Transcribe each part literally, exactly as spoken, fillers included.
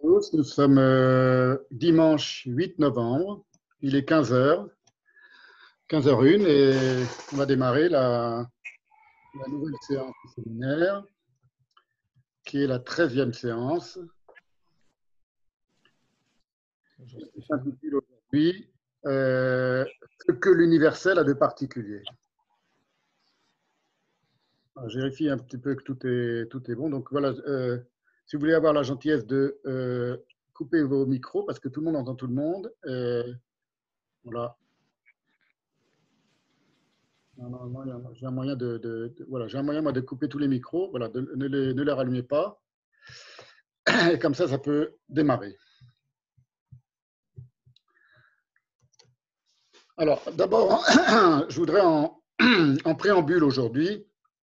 tous, nous sommes euh, dimanche huit novembre, il est quinze heures, quinze heures une et on va démarrer la, la nouvelle séance du séminaire qui est la treizième séance. Qui s'intitule aujourd'hui euh, Ce que l'universel a de particulier. Alors, je vérifie un petit peu que tout est, tout est bon. Donc voilà, euh, si vous voulez avoir la gentillesse de euh, couper vos micros parce que tout le monde entend tout le monde. Euh, voilà. Normalement, j'ai un moyen de, de, de voilà, j'ai un moyen moi, de couper tous les micros. Voilà, de, ne, les, ne les rallumez pas. Et comme ça, ça peut démarrer. Alors, d'abord, je voudrais en, en préambule aujourd'hui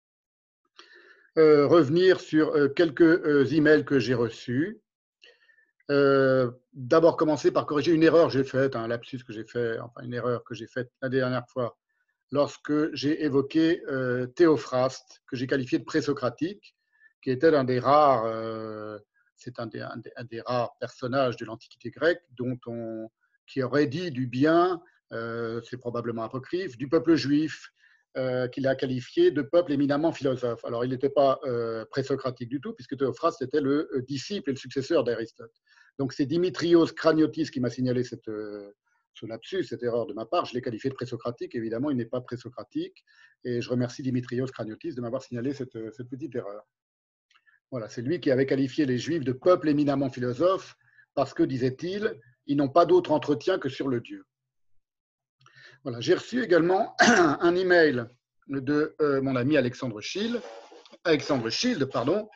euh, revenir sur euh, quelques euh, emails que j'ai reçus. Euh, d'abord, commencer par corriger une erreur que j'ai faite, un lapsus que j'ai fait, enfin une erreur que j'ai faite la dernière fois lorsque j'ai évoqué euh, Théophraste, que j'ai qualifié de présocratique, qui était l'un des rares, euh, c'est un des, un, des, un des rares personnages de l'Antiquité grecque dont on, qui aurait dit du bien, euh, c'est probablement apocryphe, du peuple juif, euh, qu'il a qualifié de peuple éminemment philosophe. Alors, il n'était pas euh, présocratique du tout, puisque Théophraste était le euh, disciple et le successeur d'Aristote. Donc, c'est Dimitrios Kraniotis qui m'a signalé cette, euh, ce lapsus, cette erreur de ma part. Je l'ai qualifié de présocratique. Évidemment, il n'est pas présocratique. Et je remercie Dimitrios Kraniotis de m'avoir signalé cette, cette petite erreur. Voilà, c'est lui qui avait qualifié les Juifs de peuple éminemment philosophe parce que, disait-il, ils n'ont pas d'autre entretien que sur le Dieu. Voilà, j'ai reçu également un email de euh, mon ami Alexandre Schild, Alexandre Schild, pardon,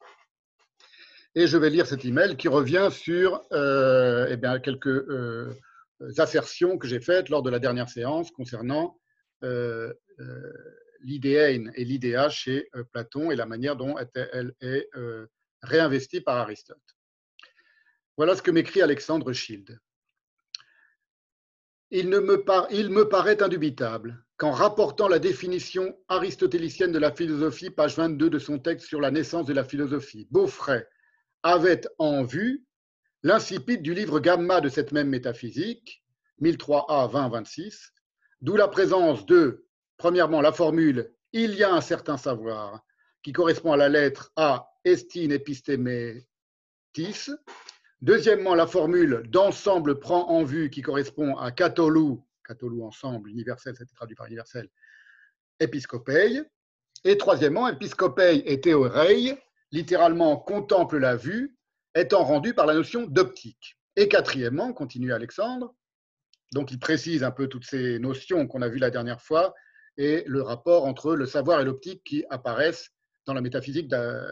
et je vais lire cet email qui revient sur euh, eh bien, quelques euh, assertions que j'ai faites lors de la dernière séance concernant euh, euh, l'idéine et l'idéa chez euh, Platon et la manière dont elle est euh, réinvestie par Aristote. Voilà ce que m'écrit Alexandre Schild. Il, ne me par... Il me paraît indubitable qu'en rapportant la définition aristotélicienne de la philosophie, page vingt-deux de son texte sur la naissance de la philosophie, Beaufray avait en vue l'incipit du livre Gamma de cette même métaphysique, mille trois A vingt vingt-six, d'où la présence de, premièrement, la formule « il y a un certain savoir » qui correspond à la lettre A, estin epistemetis, deuxièmement, la formule « d'ensemble prend en vue » qui correspond à katolou, katolou ensemble, universel, c'était traduit par universel, episcopei, et troisièmement, episcopei et théorei, littéralement contemple la vue, étant rendu par la notion d'optique. Et quatrièmement, continue Alexandre, donc il précise un peu toutes ces notions qu'on a vues la dernière fois et le rapport entre le savoir et l'optique qui apparaissent dans la métaphysique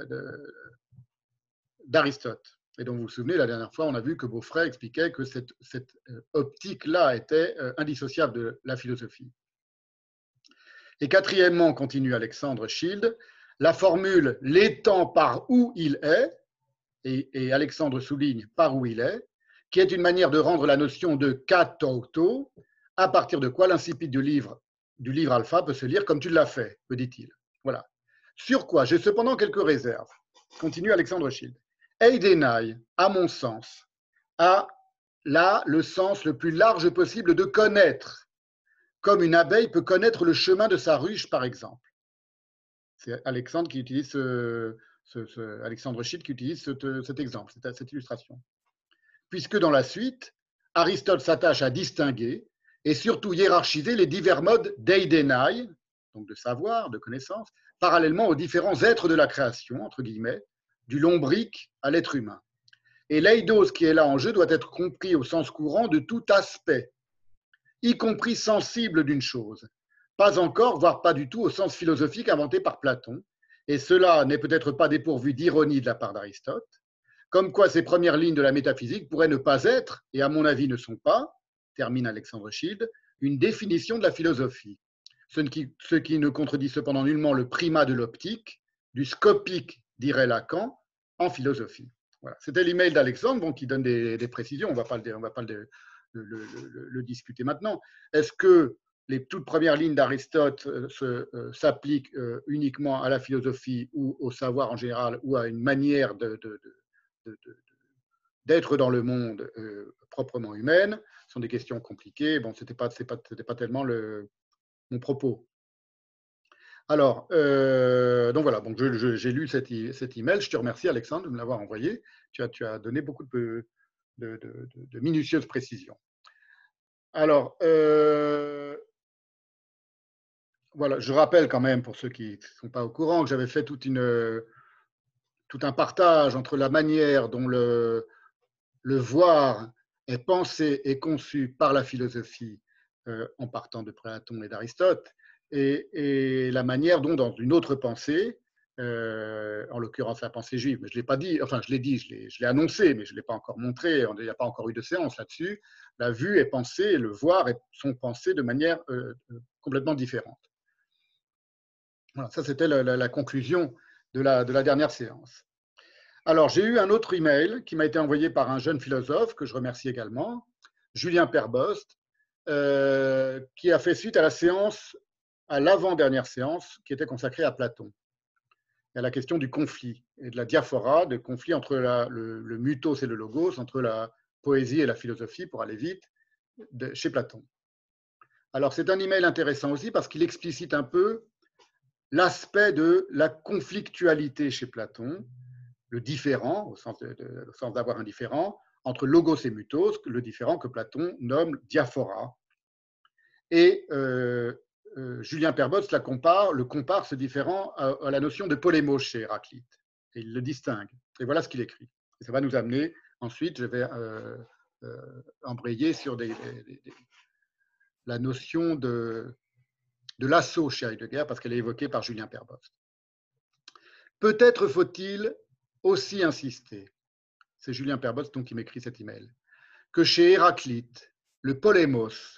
d'Aristote. Et donc vous vous souvenez, la dernière fois, on a vu que Beaufray expliquait que cette, cette optique-là était indissociable de la philosophie. Et quatrièmement, continue Alexandre Schild, la formule « l'étant par où il est », et, et Alexandre souligne « par où il est », qui est une manière de rendre la notion de katauto, à partir de quoi l'incipit du livre, du livre alpha peut se lire comme tu l'as fait, me dit-il. Voilà. Sur quoi j'ai cependant quelques réserves. Continue Alexandre Schild. Eidenai, à mon sens, a là le sens le plus large possible de connaître, comme une abeille peut connaître le chemin de sa ruche, par exemple. C'est Alexandre qui utilise ce, ce, ce, Alexandre Schild qui utilise ce, cet exemple, cette, cette illustration. Puisque dans la suite, Aristote s'attache à distinguer et surtout hiérarchiser les divers modes d'eidenai, donc de savoir, de connaissance, parallèlement aux différents êtres de la création, entre guillemets, du lombric à l'être humain. Et l'eidos qui est là en jeu doit être compris au sens courant de tout aspect, y compris sensible d'une chose, pas encore, voire pas du tout au sens philosophique inventé par Platon, et cela n'est peut-être pas dépourvu d'ironie de la part d'Aristote, comme quoi ces premières lignes de la métaphysique pourraient ne pas être, et à mon avis ne sont pas, termine Alexandre Schild, une définition de la philosophie, ce qui, ce qui ne contredit cependant nullement le primat de l'optique, du scopique, dirait Lacan, en philosophie. Voilà. C'était l'email d'Alexandre, bon, qui donne des, des précisions, on ne va pas, le, on va pas le, le, le, le, le discuter maintenant. Est-ce que les toutes premières lignes d'Aristote euh, euh, s'appliquent euh, uniquement à la philosophie ou au savoir en général ou à une manière de, de, de, de, de, d'être dans le monde euh, proprement humaine sont des questions compliquées. Bon, ce n'était pas, pas, pas tellement le, mon propos. Alors, euh, donc voilà, donc j'ai lu cet, cet email. Je te remercie, Alexandre, de me l'avoir envoyé. Tu as, tu as donné beaucoup de, de, de, de minutieuses précisions. Alors, euh, voilà, je rappelle quand même, pour ceux qui ne sont pas au courant, que j'avais fait toute une, tout un partage entre la manière dont le, le voir est pensé et conçu par la philosophie euh, en partant de Platon et d'Aristote, et, et la manière dont, dans une autre pensée, euh, en l'occurrence la pensée juive, mais je ne l'ai pas dit, enfin je l'ai dit, je l'ai annoncé, mais je ne l'ai pas encore montré, il n'y a pas encore eu de séance là-dessus, la vue est pensée et le voir sont pensés de manière euh, complètement différente. Voilà, ça c'était la, la, la conclusion de la, de la dernière séance. Alors, j'ai eu un autre email qui m'a été envoyé par un jeune philosophe, que je remercie également, Julien Perbost, euh, qui a fait suite à la séance, à l'avant-dernière séance, qui était consacrée à Platon, et à la question du conflit, et de la diaphora, de conflit entre la, le, le mythos et le logos, entre la poésie et la philosophie, pour aller vite, de, chez Platon. Alors, c'est un email intéressant aussi, parce qu'il explicite un peu l'aspect de la conflictualité chez Platon, le différent, au sens, sens d'avoir un différent, entre logos et mythos, le différent que Platon nomme diaphora. Et euh, euh, Julien Perbost la compare, le compare, ce différent, à, à la notion de polémos chez Héraclite. Et il le distingue. Et voilà ce qu'il écrit. Et ça va nous amener, ensuite, je vais euh, euh, embrayer sur des, des, des, la notion de, de l'assaut chez Heidegger, parce qu'elle est évoquée par Julien Perbost. Peut-être faut-il aussi insister, c'est Julien Perbost donc qui m'écrit cet email, que chez Héraclite, le polémos,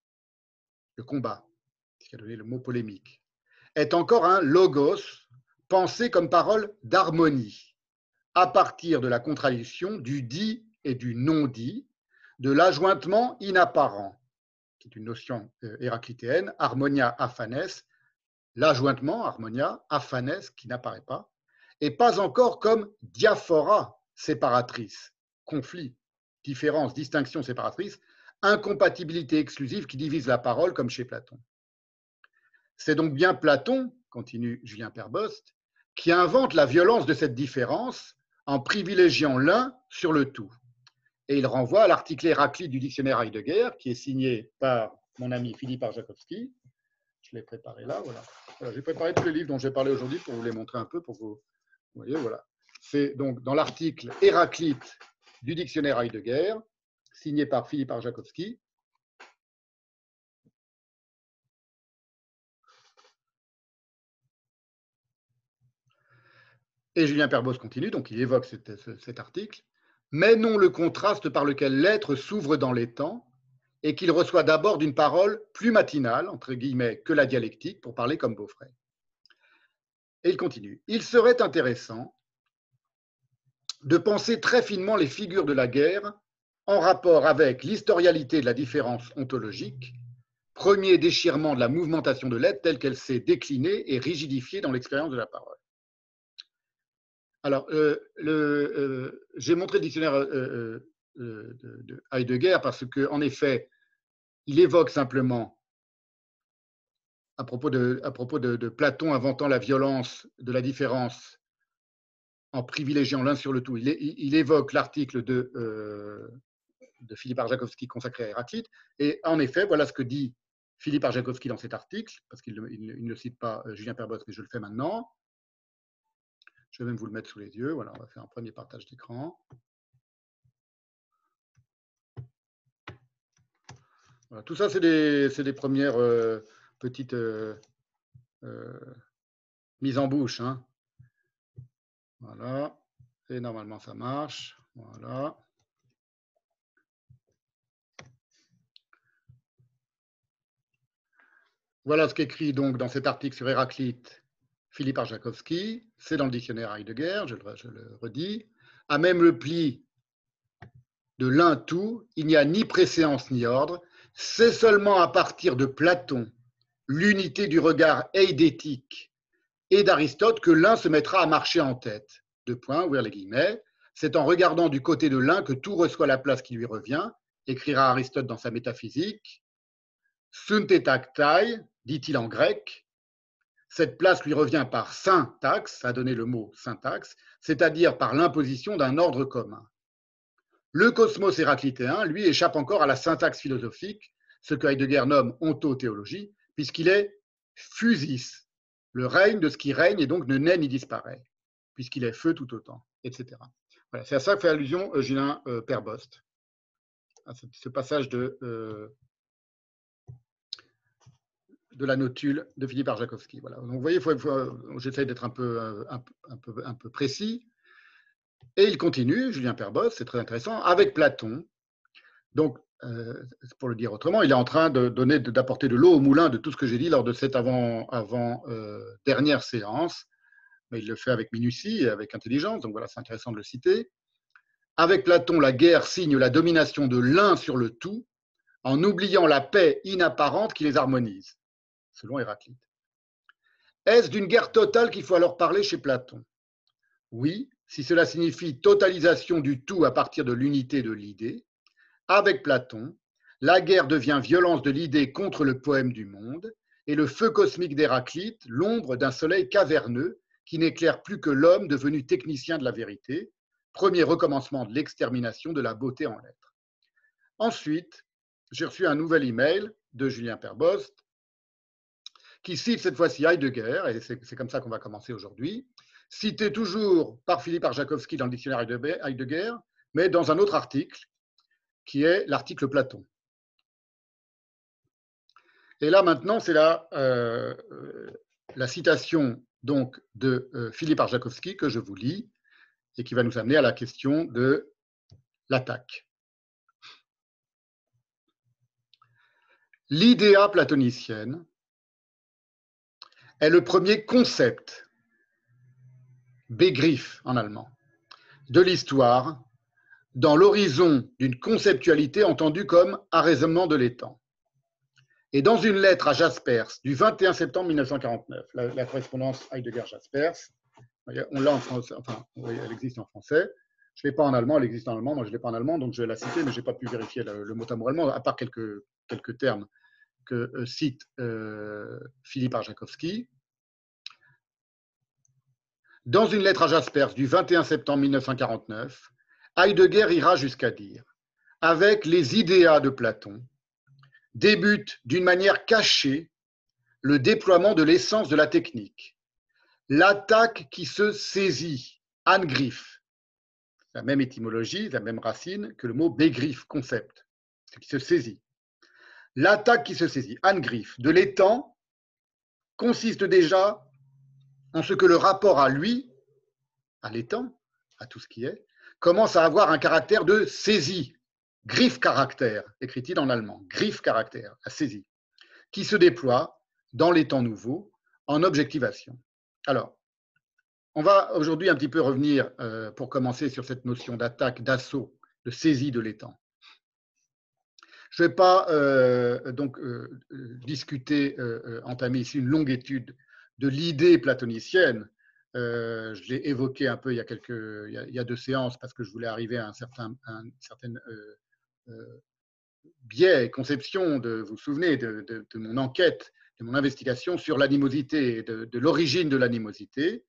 le combat, qui a donné le mot polémique, est encore un logos pensé comme parole d'harmonie, à partir de la contradiction du dit et du non-dit, de l'ajointement inapparent, qui est une notion héraclitéenne, harmonia aphanes, l'ajointement, harmonia, aphanes, qui n'apparaît pas, et pas encore comme diaphora séparatrice, conflit, différence, distinction séparatrice, incompatibilité exclusive qui divise la parole comme chez Platon. C'est donc bien Platon, continue Julien Perbost, qui invente la violence de cette différence en privilégiant l'un sur le tout. Et il renvoie à l'article Héraclite du dictionnaire Heidegger, qui est signé par mon ami Philippe Arjakovski. Je l'ai préparé là, voilà. voilà J'ai préparé tous les livres dont j'ai parlé aujourd'hui pour vous les montrer un peu, pour vous. Vous voyez, voilà. C'est donc dans l'article Héraclite du dictionnaire Heidegger, signé par Philippe Arjakovski. Et Julien Perbost continue, donc il évoque cet, cet article. Mais non le contraste par lequel l'être s'ouvre dans les temps et qu'il reçoit d'abord d'une parole plus matinale, entre guillemets, que la dialectique, pour parler comme Beaufray. Et il continue. Il serait intéressant de penser très finement les figures de la guerre en rapport avec l'historialité de la différence ontologique, premier déchirement de la mouvementation de l'être telle qu'elle s'est déclinée et rigidifiée dans l'expérience de la parole. Alors, euh, euh, j'ai montré le dictionnaire euh, euh, de, de Heidegger parce qu'en effet, il évoque simplement, à propos de, à propos de, de Platon inventant la violence de la différence en privilégiant l'un sur le tout, il, il évoque l'article de, euh, de Philippe Arjakovski consacré à Héraclite, et en effet, voilà ce que dit Philippe Arjakovski dans cet article, parce qu'il il ne cite pas Julien Perbost, mais je le fais maintenant. Je vais même vous le mettre sous les yeux. Voilà, on va faire un premier partage d'écran. Voilà, tout ça, c'est des, des premières euh, petites euh, euh, mises en bouche. Hein. Voilà. Et normalement, ça marche. Voilà. Voilà ce qu'écrit donc dans cet article sur Héraclite Philippe Arjakovski. C'est dans le dictionnaire Heidegger, je le, je le redis. À même le pli de l'un tout, il n'y a ni préséance ni ordre. C'est seulement à partir de Platon, l'unité du regard eidétique et d'Aristote que l'un se mettra à marcher en tête. Deux points, ouvrir les guillemets. C'est en regardant du côté de l'un que tout reçoit la place qui lui revient, écrira Aristote dans sa métaphysique. Sunt et actai, dit-il en grec, cette place lui revient par syntaxe, ça a donné le mot syntaxe, c'est-à-dire par l'imposition d'un ordre commun. Le cosmos héraclitéen, lui, échappe encore à la syntaxe philosophique, ce que Heidegger nomme ontothéologie, puisqu'il est physis, le règne de ce qui règne et donc ne naît ni disparaît, puisqu'il est feu tout autant, et cetera. Voilà, c'est à ça que fait allusion euh, Julien euh, Perbost, à ce, ce passage de, euh, de la notule de Philippe Arjakovski. Voilà. Donc vous voyez, faut, faut, j'essaie d'être un peu, un, un, peu, un peu précis. Et il continue, Julien Perbost, c'est très intéressant, avec Platon. Donc, euh, pour le dire autrement, il est en train de donner, d'apporter de l'eau au moulin de tout ce que j'ai dit lors de cette avant, avant euh, dernière séance, mais il le fait avec minutie et avec intelligence, donc voilà, c'est intéressant de le citer. Avec Platon, la guerre signe la domination de l'un sur le tout, en oubliant la paix inapparente qui les harmonise, selon Héraclite. Est-ce d'une guerre totale qu'il faut alors parler chez Platon? Oui, si cela signifie totalisation du tout à partir de l'unité de l'idée. Avec Platon, la guerre devient violence de l'idée contre le poème du monde, et le feu cosmique d'Héraclite, l'ombre d'un soleil caverneux qui n'éclaire plus que l'homme devenu technicien de la vérité, premier recommencement de l'extermination de la beauté en lettres. Ensuite, j'ai reçu un nouvel email de Julien Perbost qui cite cette fois-ci Heidegger, et c'est comme ça qu'on va commencer aujourd'hui, cité toujours par Philippe Arjakovski dans le dictionnaire Heidegger, mais dans un autre article, qui est l'article Platon. Et là, maintenant, c'est la, euh, la citation donc, de euh, Philippe Arjakovski que je vous lis et qui va nous amener à la question de l'attaque. L'idéa platonicienne est le premier concept, Begriff en allemand, de l'histoire dans l'horizon d'une conceptualité entendue comme arraisonnement de l'étang. Et dans une lettre à Jaspers du vingt et un septembre mille neuf cent quarante-neuf, la, la correspondance Heidegger-Jaspers, on l'a en français, enfin, oui, elle existe en français. Je ne l'ai pas en allemand, elle existe en allemand. Moi, je ne l'ai pas en allemand, donc je vais la citer, mais je n'ai pas pu vérifier le, le mot à mot allemand, à part quelques, quelques termes que euh, cite euh, Philippe Arjakovski. Dans une lettre à Jaspers du vingt et un septembre mille neuf cent quarante-neuf, Heidegger ira jusqu'à dire « Avec les idéas de Platon, débute d'une manière cachée le déploiement de l'essence de la technique, l'attaque qui se saisit, Angriff, la même étymologie, la même racine que le mot Begriff, concept, ce qui se saisit. L'attaque qui se saisit, Angriff, de l'étang consiste déjà en ce que le rapport à lui, à l'étang, à tout ce qui est, commence à avoir un caractère de saisie, Griff-caractère, écrit-il en allemand, Griff-caractère, la saisie, qui se déploie dans les temps nouveaux en objectivation. Alors, on va aujourd'hui un petit peu revenir, euh, pour commencer, sur cette notion d'attaque, d'assaut, de saisie de l'étang. Je ne vais pas euh, donc euh, discuter, euh, entamer ici une longue étude de l'idée platonicienne. Euh, je l'ai évoqué un peu il y a quelques, il y a, il y a deux séances parce que je voulais arriver à un certain, un certain euh, euh, biais et conception de, vous vous souvenez, de, de, de mon enquête, de mon investigation sur l'animosité, de, de l'origine de l'animosité.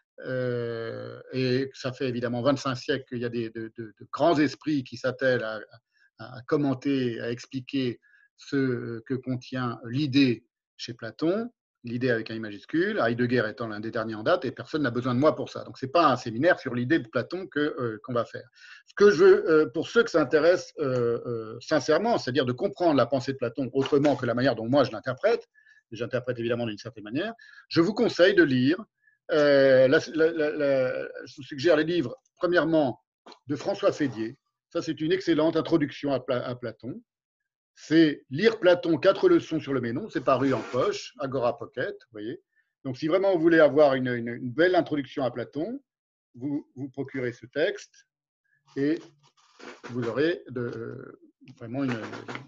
Euh, et ça fait évidemment vingt-cinq siècles qu'il y a des, de, de, de grands esprits qui s'attellent à, à commenter, à expliquer ce que contient l'idée chez Platon, l'idée avec un I majuscule, Heidegger étant l'un des derniers en date, et personne n'a besoin de moi pour ça. Donc, ce n'est pas un séminaire sur l'idée de Platon que, euh, qu'on va faire. Ce que je veux, euh, pour ceux que ça intéresse euh, euh, sincèrement, c'est-à-dire de comprendre la pensée de Platon autrement que la manière dont moi je l'interprète, et j'interprète évidemment d'une certaine manière, je vous conseille de lire, euh, la, la, la, la, je vous suggère les livres, premièrement, de François Fédier. Ça, c'est une excellente introduction à, Pla à Platon. C'est Lire Platon, quatre leçons sur le Ménon. C'est paru en poche, Agora Pocket, vous voyez. Donc, si vraiment vous voulez avoir une, une, une belle introduction à Platon, vous vous procurez ce texte et vous aurez de, euh, vraiment une,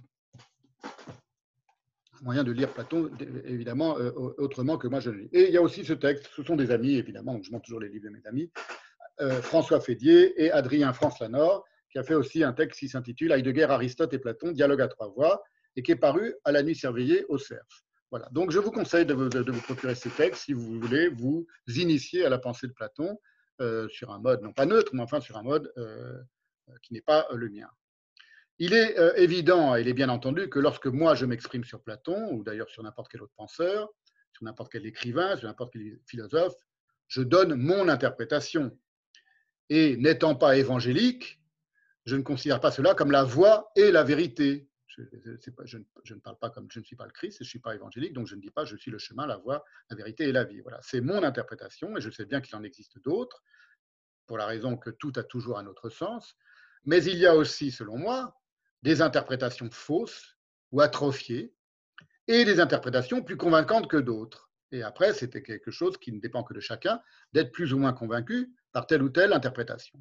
un moyen de lire Platon, évidemment, euh, autrement que moi je le lis. Et il y a aussi ce texte, ce sont des amis, évidemment, donc je montre toujours les livres de mes amis, euh, François Fédier et Adrien France-Lanor, qui a fait aussi un texte qui s'intitule Heidegger, Aristote et Platon, dialogue à trois voix, et qui est paru à la nuit surveillée au C E R F. Voilà. Donc, je vous conseille de vous, de vous procurer ces textes si vous voulez vous initier à la pensée de Platon euh, sur un mode, non pas neutre, mais enfin sur un mode euh, qui n'est pas le mien. Il est euh, évident, et il est bien entendu, que lorsque moi je m'exprime sur Platon, ou d'ailleurs sur n'importe quel autre penseur, sur n'importe quel écrivain, sur n'importe quel philosophe, je donne mon interprétation. Et n'étant pas évangélique, je ne considère pas cela comme la voie et la vérité. Je, pas, je, ne, je ne parle pas comme je ne suis pas le Christ, je ne suis pas évangélique, donc je ne dis pas je suis le chemin, la voie, la vérité et la vie. Voilà, c'est mon interprétation, et je sais bien qu'il en existe d'autres, pour la raison que tout a toujours un autre sens. Mais il y a aussi, selon moi, des interprétations fausses ou atrophiées, et des interprétations plus convaincantes que d'autres. Et après, c'était quelque chose qui ne dépend que de chacun, d'être plus ou moins convaincu par telle ou telle interprétation.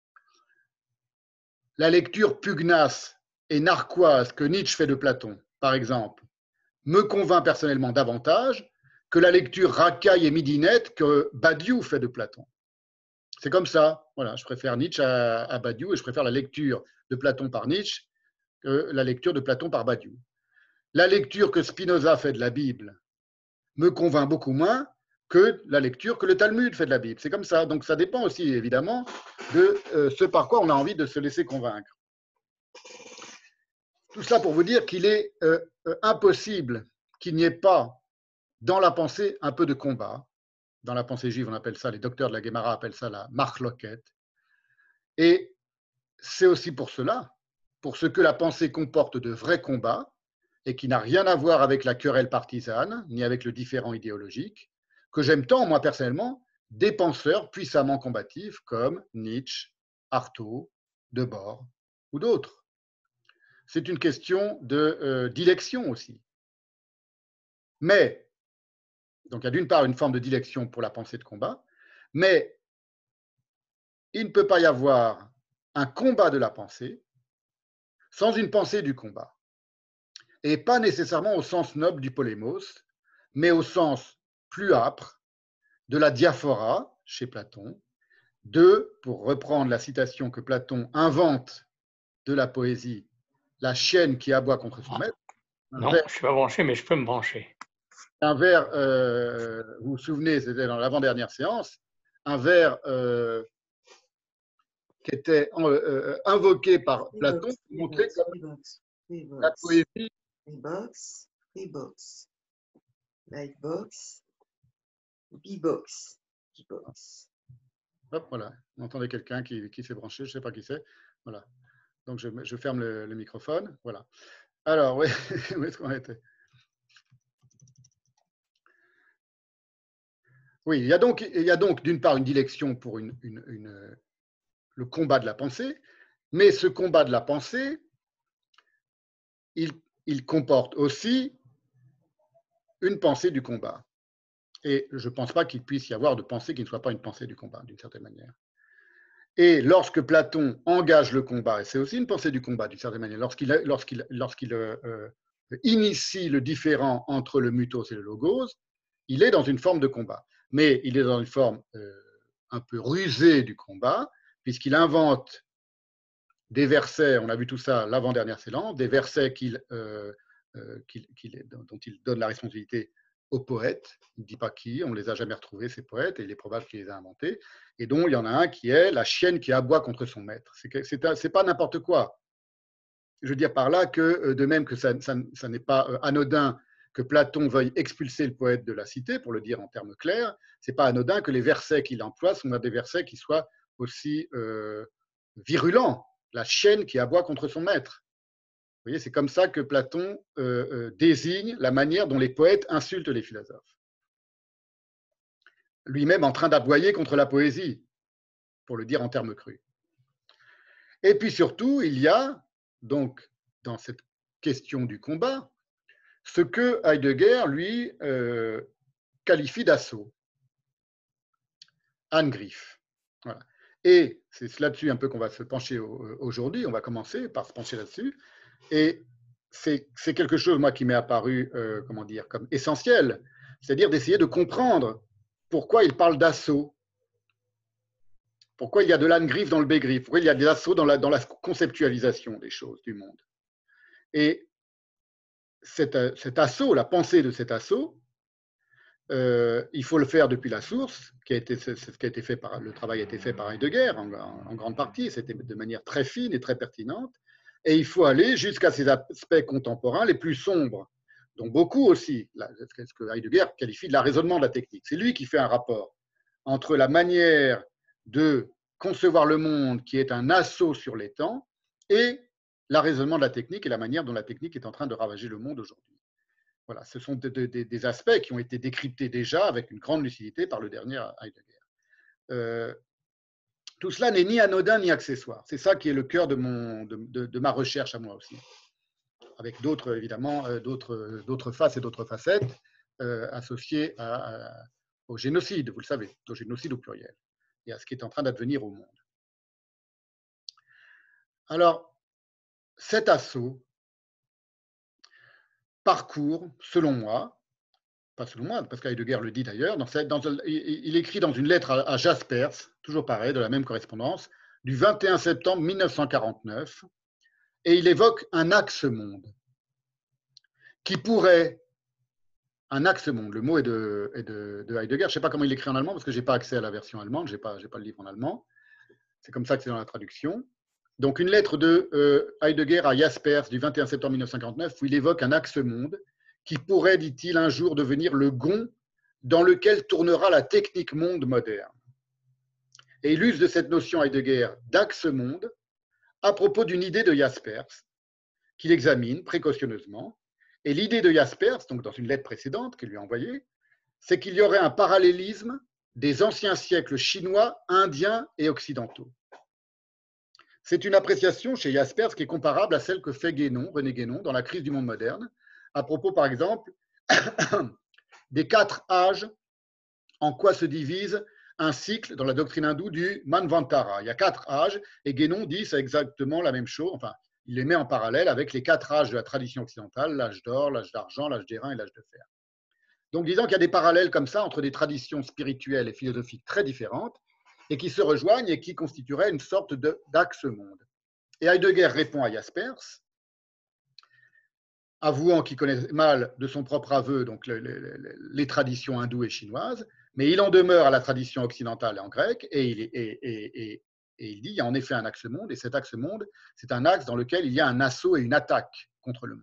La lecture pugnace et narquoise que Nietzsche fait de Platon, par exemple, me convainc personnellement davantage que la lecture racaille et midinette que Badiou fait de Platon. C'est comme ça. Voilà, je préfère Nietzsche à, à Badiou et je préfère la lecture de Platon par Nietzsche que la lecture de Platon par Badiou. La lecture que Spinoza fait de la Bible me convainc beaucoup moins que la lecture que le Talmud fait de la Bible. C'est comme ça. Donc ça dépend aussi, évidemment, de euh, ce par quoi on a envie de se laisser convaincre. Tout cela pour vous dire qu'il est euh, euh, impossible qu'il n'y ait pas dans la pensée un peu de combat. Dans la pensée juive, on appelle ça, les docteurs de la Guémara appellent ça la machloket. Et c'est aussi pour cela, pour ce que la pensée comporte de vrais combats, et qui n'a rien à voir avec la querelle partisane, ni avec le différend idéologique, que j'aime tant, moi personnellement, des penseurs puissamment combatifs comme Nietzsche, Artaud, Debord ou d'autres. C'est une question de, euh, dilection aussi. Mais, donc il y a d'une part une forme de dilection pour la pensée de combat, mais il ne peut pas y avoir un combat de la pensée sans une pensée du combat. Et pas nécessairement au sens noble du polémos, mais au sens plus âpre de la diaphora chez Platon, de, pour reprendre la citation que Platon invente de la poésie, la chienne qui aboie contre son maître. Non, vers, je ne suis pas branché, mais je peux me brancher. Un vers, euh, vous vous souvenez, c'était dans l'avant-dernière séance, un vers euh, qui était euh, invoqué par free Platon, box, pour montrer box, comme free box, free box, la poésie. Free box, free box, lightbox, b-box, b-box. Hop, voilà, vous entendez quelqu'un qui, qui s'est branché, je ne sais pas qui c'est. Voilà. Donc, je, je ferme le, le microphone. Voilà. Alors, oui, où est-ce qu'on était? Oui, il y a donc, il y a donc d'une part une dilection pour une, une, une, le combat de la pensée, mais ce combat de la pensée, il, il comporte aussi une pensée du combat. Et je ne pense pas qu'il puisse y avoir de pensée qui ne soit pas une pensée du combat, d'une certaine manière. Et lorsque Platon engage le combat, et c'est aussi une pensée du combat, d'une certaine manière, lorsqu'il lorsqu'il, lorsqu'il euh, initie le différent entre le mythos et le logos, il est dans une forme de combat. Mais il est dans une forme euh, un peu rusée du combat, puisqu'il invente des versets, on a vu tout ça l'avant-dernière séance, des versets qu'il, euh, euh, qu'il, qu'il, dont il donne la responsabilité aux poètes. Il ne dit pas qui, on ne les a jamais retrouvés, ces poètes, et il est probable qu'il les a inventés, et dont il y en a un qui est la chienne qui aboie contre son maître. C'est, c'est, c'est pas n'importe quoi. Je veux dire par là que, de même que ça, ça, ça n'est pas anodin que Platon veuille expulser le poète de la cité, pour le dire en termes clairs, c'est pas anodin que les versets qu'il emploie sont des versets qui soient aussi euh, virulents. La chienne qui aboie contre son maître. Vous voyez, c'est comme ça que Platon euh, euh, désigne la manière dont les poètes insultent les philosophes. Lui-même en train d'aboyer contre la poésie, pour le dire en termes crus. Et puis surtout, il y a, donc, dans cette question du combat, ce que Heidegger, lui, euh, qualifie d'assaut. Angriff. Voilà. Et c'est là-dessus un peu qu'on va se pencher aujourd'hui, on va commencer par se pencher là-dessus. Et c'est quelque chose, moi, qui m'est apparu, euh, comment dire, comme essentiel, c'est-à-dire d'essayer de comprendre pourquoi il parle d'assaut. Pourquoi il y a de l'Angriff dans le Begriff? Pourquoi il y a des assauts dans la, dans la conceptualisation des choses, du monde? Et cet, cet assaut, la pensée de cet assaut, euh, il faut le faire depuis la source, qui a été, c'est ce qui a été fait par, le travail a été fait par Heidegger en, en, en grande partie, c'était de manière très fine et très pertinente, et il faut aller jusqu'à ces aspects contemporains les plus sombres, dont beaucoup aussi, ce que Heidegger qualifie de la raisonnement de la technique. C'est lui qui fait un rapport entre la manière de concevoir le monde qui est un assaut sur les temps et l'arraisonnement de la technique et la manière dont la technique est en train de ravager le monde aujourd'hui. Voilà, ce sont de, de, de, des aspects qui ont été décryptés déjà avec une grande lucidité par le dernier Heidegger. Euh, tout cela n'est ni anodin ni accessoire. C'est ça qui est le cœur de, mon, de, de, de ma recherche à moi aussi, avec d'autres, évidemment, euh, d'autres, d'autres faces et d'autres facettes euh, associées à, à, au génocide, vous le savez, au génocide au pluriel, et à ce qui est en train d'advenir au monde. Alors, cet assaut parcourt, selon moi, pas selon moi, parce qu'Heidegger le dit d'ailleurs, dans cette, dans, il écrit dans une lettre à, à Jaspers, toujours pareil, de la même correspondance, du vingt et un septembre mille neuf cent quarante-neuf, et il évoque un axe monde qui pourrait, un axe monde, le mot est de, est de, de Heidegger, je ne sais pas comment il écrit en allemand, parce que je n'ai pas accès à la version allemande, je n'ai pas, j'ai pas le livre en allemand, c'est comme ça que c'est dans la traduction. Donc une lettre de euh, Heidegger à Jaspers du vingt et un septembre mille neuf cent quarante-neuf, où il évoque un axe monde qui pourrait, dit-il, un jour devenir le gond dans lequel tournera la technique monde moderne. Et il use de cette notion Heidegger d'axe monde à propos d'une idée de Jaspers qu'il examine précautionneusement. Et l'idée de Jaspers, donc dans une lettre précédente qu'il lui a envoyée, c'est qu'il y aurait un parallélisme des anciens siècles chinois, indiens et occidentaux. C'est une appréciation chez Jaspers qui est comparable à celle que fait Guénon, René Guénon, dans La crise du monde moderne, à propos, par exemple, des quatre âges, en quoi se divise un cycle dans la doctrine hindoue du Manvantara. Il y a quatre âges, et Guénon dit c'est exactement la même chose, enfin, il les met en parallèle avec les quatre âges de la tradition occidentale, l'âge d'or, l'âge d'argent, l'âge d'airain et l'âge de fer. Donc, disons qu'il y a des parallèles comme ça entre des traditions spirituelles et philosophiques très différentes, et qui se rejoignent et qui constitueraient une sorte d'axe monde. Et Heidegger répond à Jaspers, avouant qu'il connaît mal de son propre aveu donc les, les, les traditions hindoues et chinoises, mais il en demeure à la tradition occidentale et en grec, et il, et, et, et, et il dit qu'il y a en effet un axe monde, et cet axe monde, c'est un axe dans lequel il y a un assaut et une attaque contre le monde.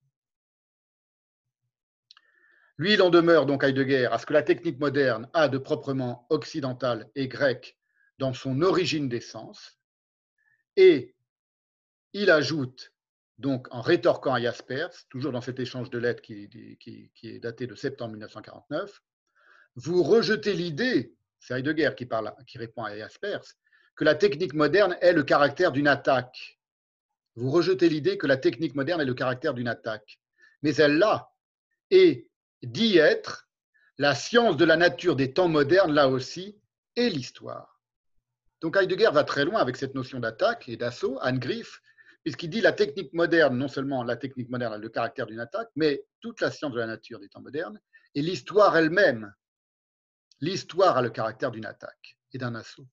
Lui, il en demeure donc Heidegger à ce que la technique moderne a de proprement occidental et grec dans son origine d'essence, et il ajoute donc en rétorquant à Jaspers, toujours dans cet échange de lettres qui, qui, qui est daté de septembre mille neuf cent quarante-neuf, vous rejetez l'idée, c'est Heidegger qui, parle, qui répond à Jaspers, que la technique moderne est le caractère d'une attaque. Vous rejetez l'idée que la technique moderne est le caractère d'une attaque. Mais elle l'a, et d'y être, la science de la nature des temps modernes, là aussi, est l'histoire. Donc Heidegger va très loin avec cette notion d'attaque et d'assaut, Angriff, puisqu'il dit la technique moderne, non seulement la technique moderne a le caractère d'une attaque, mais toute la science de la nature des temps modernes, et l'histoire elle-même, l'histoire a le caractère d'une attaque et d'un assaut.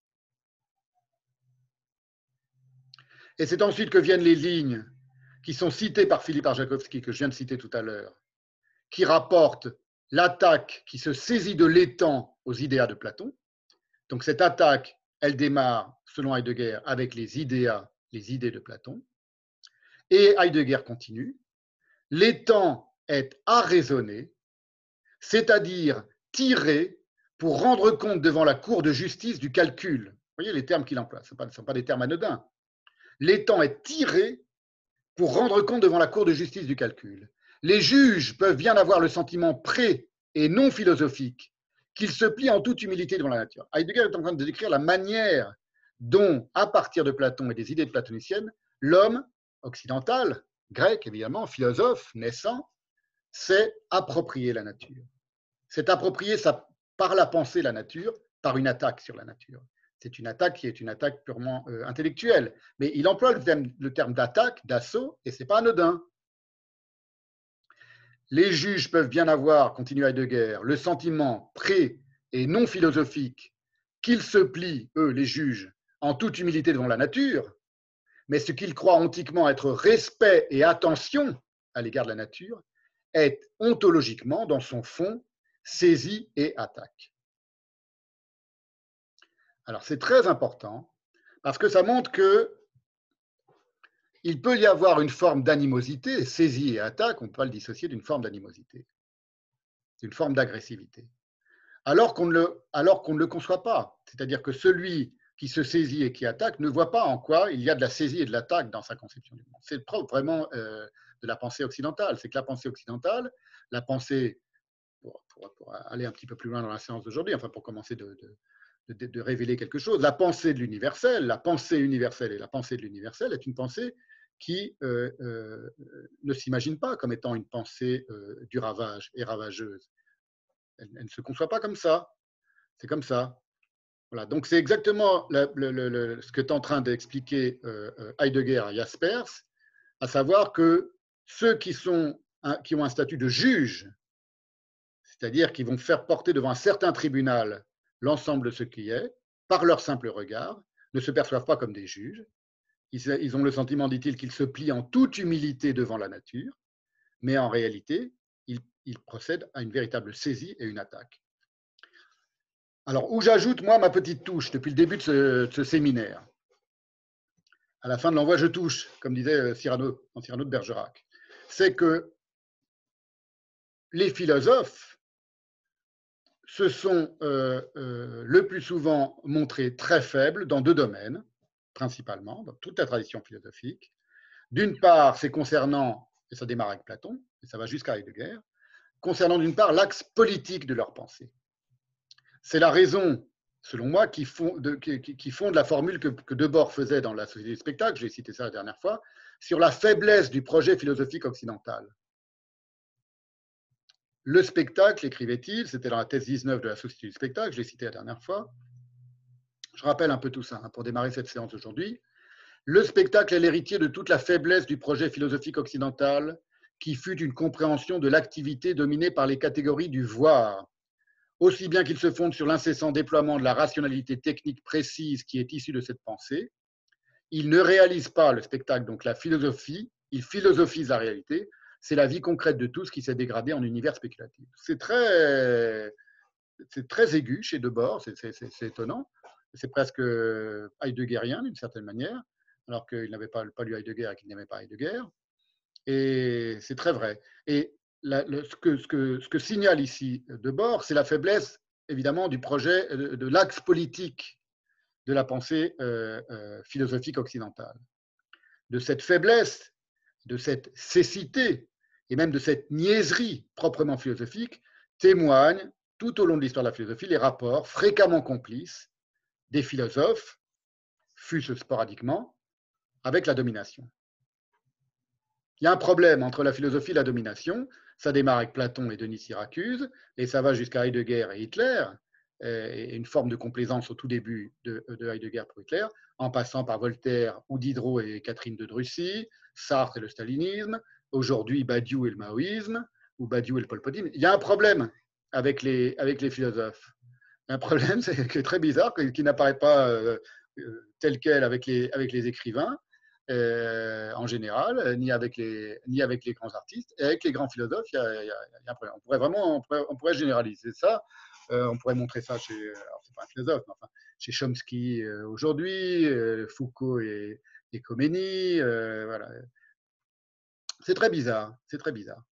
Et c'est ensuite que viennent les lignes qui sont citées par Philippe Arjakovski, que je viens de citer tout à l'heure, qui rapportent l'attaque qui se saisit de l'étang aux idéas de Platon. Donc cette attaque, elle démarre, selon Heidegger, avec les idéas, les idées de Platon. Et Heidegger continue, l'étang est à raisonner, c'est-à-dire tiré pour rendre compte devant la cour de justice du calcul. Vous voyez les termes qu'il emploie, ce ne sont pas des termes anodins. L'étang est tiré pour rendre compte devant la cour de justice du calcul. Les juges peuvent bien avoir le sentiment pré et non philosophique qu'ils se plient en toute humilité devant la nature. Heidegger est en train de décrire la manière dont, à partir de Platon et des idées platoniciennes, l'homme occidental, grec évidemment, philosophe, naissant, s'est approprié la nature. C'est approprié sa, par la pensée la nature, par une attaque sur la nature. C'est une attaque qui est une attaque purement euh, intellectuelle. Mais il emploie le terme, le terme d'attaque, d'assaut, et ce n'est pas anodin. Les juges peuvent bien avoir, continue Heidegger, le sentiment pré et non philosophique qu'ils se plient, eux, les juges, en toute humilité devant la nature, mais ce qu'ils croient ontiquement être respect et attention à l'égard de la nature est ontologiquement, dans son fond, saisie et attaque. Alors c'est très important parce que ça montre que il peut y avoir une forme d'animosité, saisie et attaque, on peut pas le dissocier d'une forme d'animosité, d'une forme d'agressivité, alors qu'on ne le, alors qu'on ne le conçoit pas. C'est-à-dire que celui qui se saisit et qui attaque ne voit pas en quoi il y a de la saisie et de l'attaque dans sa conception du monde. C'est le propre vraiment euh, de la pensée occidentale. C'est que la pensée occidentale, la pensée, pour, pour, pour aller un petit peu plus loin dans la séance d'aujourd'hui, enfin pour commencer de, de, de, de révéler quelque chose, la pensée de l'universel, la pensée universelle et la pensée de l'universel est une pensée qui euh, euh, ne s'imagine pas comme étant une pensée euh, du ravage et ravageuse. Elle, elle ne se conçoit pas comme ça. C'est comme ça. Voilà. Donc c'est exactement le, le, le, ce que est en train d'expliquer euh, Heidegger à Jaspers, à savoir que ceux qui, sont, qui ont un statut de juge, c'est-à-dire qui vont faire porter devant un certain tribunal l'ensemble de ce qui est, par leur simple regard, ne se perçoivent pas comme des juges. Ils ont le sentiment, dit-il, qu'ils se plient en toute humilité devant la nature, mais en réalité, ils, ils procèdent à une véritable saisie et une attaque. Alors, où j'ajoute, moi, ma petite touche depuis le début de ce, de ce séminaire, à la fin de l'envoi, je touche, comme disait Cyrano, en Cyrano de Bergerac, c'est que les philosophes se sont euh, euh, le plus souvent montrés très faibles dans deux domaines, principalement, dans toute la tradition philosophique. D'une part, c'est concernant, et ça démarre avec Platon, et ça va jusqu'à Heidegger, concernant d'une part l'axe politique de leur pensée. C'est la raison, selon moi, qui fonde, de, qui, qui fonde la formule que, que Debord faisait dans la Société du spectacle, j'ai cité ça la dernière fois, sur la faiblesse du projet philosophique occidental. Le spectacle, écrivait-il, c'était dans la thèse dix-neuf de la Société du spectacle, je l'ai cité la dernière fois. Je rappelle un peu tout ça hein, pour démarrer cette séance aujourd'hui. Le spectacle est l'héritier de toute la faiblesse du projet philosophique occidental qui fut une compréhension de l'activité dominée par les catégories du voir, aussi bien qu'il se fonde sur l'incessant déploiement de la rationalité technique précise qui est issue de cette pensée. Il ne réalise pas le spectacle, donc la philosophie, il philosophise la réalité, c'est la vie concrète de tout ce qui s'est dégradé en univers spéculatif. C'est très, c'est très aigu chez Debord, c'est étonnant, c'est presque heideggerien d'une certaine manière, alors qu'il n'avait pas, pas lu Heidegger et qu'il n'aimait pas Heidegger. Et c'est très vrai. Et la, le, ce, que, ce, que, ce que signale ici Debord, c'est la faiblesse, évidemment, du projet, de, de l'axe politique de la pensée euh, euh, philosophique occidentale. De cette faiblesse, de cette cécité, et même de cette niaiserie proprement philosophique, témoignent, tout au long de l'histoire de la philosophie, les rapports fréquemment complices des philosophes, fût-ce sporadiquement, avec la domination. Il y a un problème entre la philosophie et la domination. Ça démarre avec Platon et Denis Syracuse, et ça va jusqu'à Heidegger et Hitler, et une forme de complaisance au tout début de, de Heidegger pour Hitler, en passant par Voltaire ou Diderot et Catherine de Drussy, Sartre et le stalinisme, aujourd'hui Badiou et le maoïsme, ou Badiou et le polpotisme. Il y a un problème avec les, avec les philosophes. Un problème c'est, qui est très bizarre, qui n'apparaît pas euh, tel quel avec les, avec les écrivains, Euh, en général, ni avec, les, ni avec les grands artistes. Et avec les grands philosophes, il y a, il y a, il y a un problème. On pourrait vraiment on pourrait, on pourrait généraliser ça. Euh, on pourrait montrer ça chez, alors c'est pas un philosophe, mais enfin, chez Chomsky euh, aujourd'hui, euh, Foucault et, et Khomeini. Euh, voilà. C'est très bizarre. C'est très bizarre.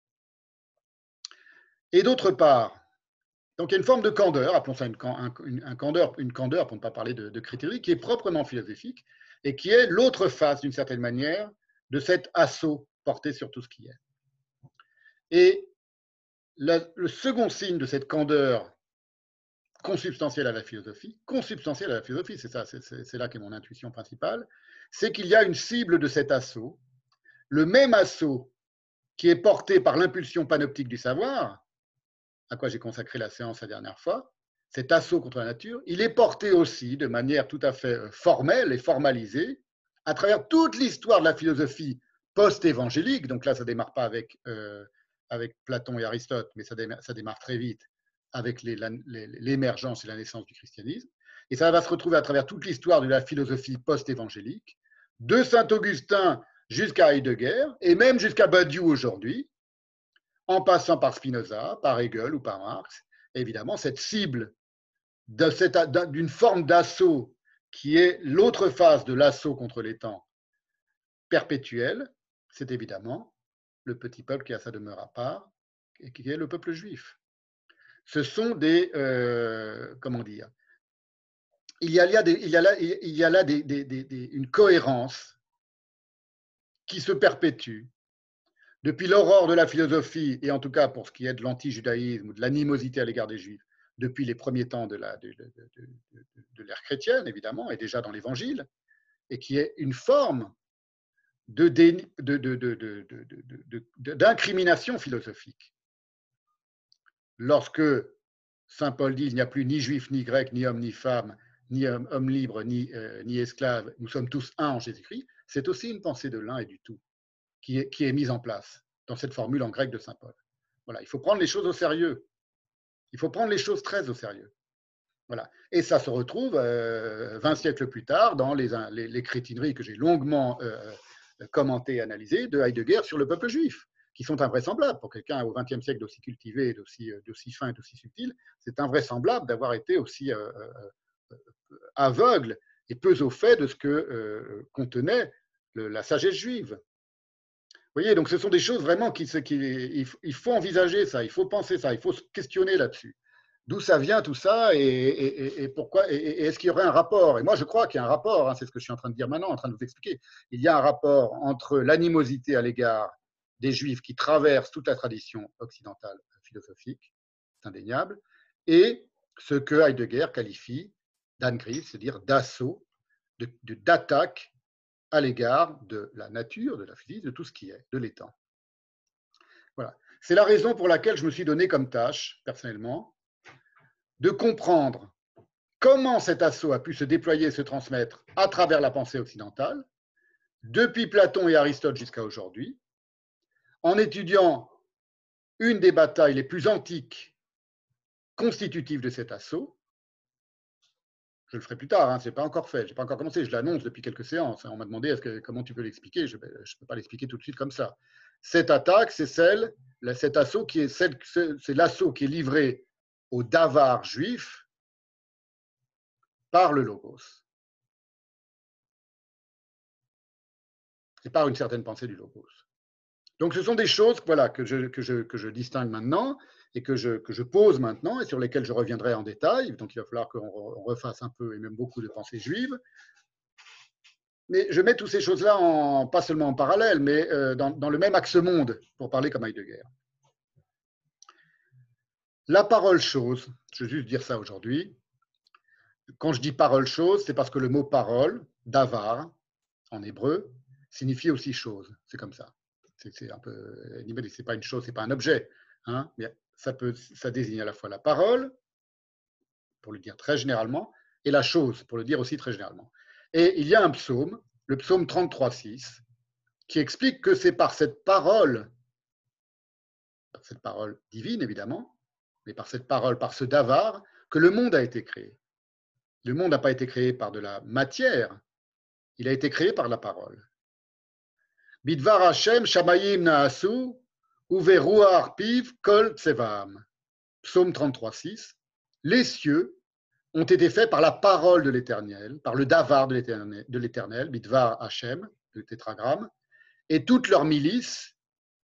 Et d'autre part, donc il y a une forme de candeur, appelons ça une, un, une, un candeur, une candeur, pour ne pas parler de, de criterie, qui est proprement philosophique et qui est l'autre face, d'une certaine manière, de cet assaut porté sur tout ce qui est. Et la, le second signe de cette candeur consubstantielle à la philosophie, consubstantielle à la philosophie, c'est ça, c'est là qu'est mon intuition principale, c'est qu'il y a une cible de cet assaut, le même assaut qui est porté par l'impulsion panoptique du savoir, à quoi j'ai consacré la séance la dernière fois, cet assaut contre la nature, il est porté aussi de manière tout à fait formelle et formalisée à travers toute l'histoire de la philosophie post-évangélique. Donc là, ça ne démarre pas avec, euh, avec Platon et Aristote, mais ça démarre, ça démarre très vite avec l'émergence et la naissance du christianisme. et ça va se retrouver à travers toute l'histoire de la philosophie post-évangélique, de saint Augustin jusqu'à Heidegger, et même jusqu'à Badiou aujourd'hui, en passant par Spinoza, par Hegel ou par Marx. Et évidemment, cette cible d'une forme d'assaut qui est l'autre face de l'assaut contre les temps perpétuel, c'est évidemment le petit peuple qui a sa demeure à part, et qui est le peuple juif. Ce sont des, euh, comment dire, il y a là, des, il y a là, il y a là des, des, des, une cohérence qui se perpétue depuis l'aurore de la philosophie, et en tout cas pour ce qui est de l'anti-judaïsme ou de l'animosité à l'égard des Juifs, depuis les premiers temps de l'ère de, de, de, de, de l'ère chrétienne, évidemment, et déjà dans l'Évangile, et qui est une forme de, de, de, de, de, de, de, d'incrimination philosophique. Lorsque saint Paul dit « il n'y a plus ni juif, ni grec, ni homme, ni femme, ni homme, homme libre, ni, euh, ni esclave, nous sommes tous un en Jésus-Christ », c'est aussi une pensée de l'un et du tout qui est, qui est mise en place dans cette formule en grec de saint Paul. Voilà, il faut prendre les choses au sérieux. Il faut prendre les choses très au sérieux. Voilà. Et ça se retrouve euh, vingt siècles plus tard dans les, les, les crétineries que j'ai longuement euh, commentées et analysées de Heidegger sur le peuple juif, qui sont invraisemblables. Pour quelqu'un au vingtième siècle d'aussi cultivé, d'aussi, d'aussi fin et d'aussi subtil, c'est invraisemblable d'avoir été aussi euh, euh, aveugle et peu au fait de ce que euh, contenait le, la sagesse juive. Vous voyez, donc ce sont des choses vraiment qui, qui il faut envisager ça, il faut penser ça, il faut se questionner là-dessus. D'où ça vient tout ça et, et, et pourquoi et, et est-ce qu'il y aurait un rapport? Et moi, je crois qu'il y a un rapport, hein, c'est ce que je suis en train de dire maintenant, en train de vous expliquer. Il y a un rapport entre l'animosité à l'égard des Juifs qui traversent toute la tradition occidentale philosophique, c'est indéniable, et ce que Heidegger qualifie d'Angriff, c'est-à-dire d'assaut, de, de, d'attaque à l'égard de la nature, de la physique, de tout ce qui est, de l'étang. Voilà. C'est la raison pour laquelle je me suis donné comme tâche, personnellement, de comprendre comment cet assaut a pu se déployer et se transmettre à travers la pensée occidentale, depuis Platon et Aristote jusqu'à aujourd'hui, en étudiant une des batailles les plus antiques constitutives de cet assaut. Je le ferai plus tard, hein, ce n'est pas encore fait, je n'ai pas encore commencé, je l'annonce depuis quelques séances. On m'a demandé est-ce que, comment tu peux l'expliquer, je ne peux pas l'expliquer tout de suite comme ça. Cette attaque, c'est celle, cet assaut qui est, celle, c'est l'assaut qui est livré aux Davars juifs par le Logos et par une certaine pensée du Logos. Donc ce sont des choses voilà, que, je, que, je, que je distingue maintenant et que je, que je pose maintenant et sur lesquelles je reviendrai en détail. Donc il va falloir qu'on refasse un peu et même beaucoup de pensées juives. Mais je mets toutes ces choses-là, en, pas seulement en parallèle, mais dans, dans le même axe monde, pour parler comme Heidegger. La parole chose, je vais juste dire ça aujourd'hui. Quand je dis parole chose, c'est parce que le mot parole, davar, en hébreu, signifie aussi chose. C'est comme ça. C'est un peu, c'est pas une chose, c'est pas un objet. Hein, mais ça, peut, ça désigne à la fois la parole, pour le dire très généralement, et la chose, pour le dire aussi très généralement. Et il y a un psaume, le psaume trente-trois six, qui explique que c'est par cette parole, par cette parole divine évidemment, mais par cette parole, par ce davar, que le monde a été créé. Le monde n'a pas été créé par de la matière, il a été créé par la parole. Bidvar Hashem shamayim naasu uveruar piv kol tsevam. Psaume trente-trois six. Les cieux ont été faits par la parole de l'Éternel, par le davar de l'Éternel, Bidvar Hashem, le tétragramme, et toutes leurs milices,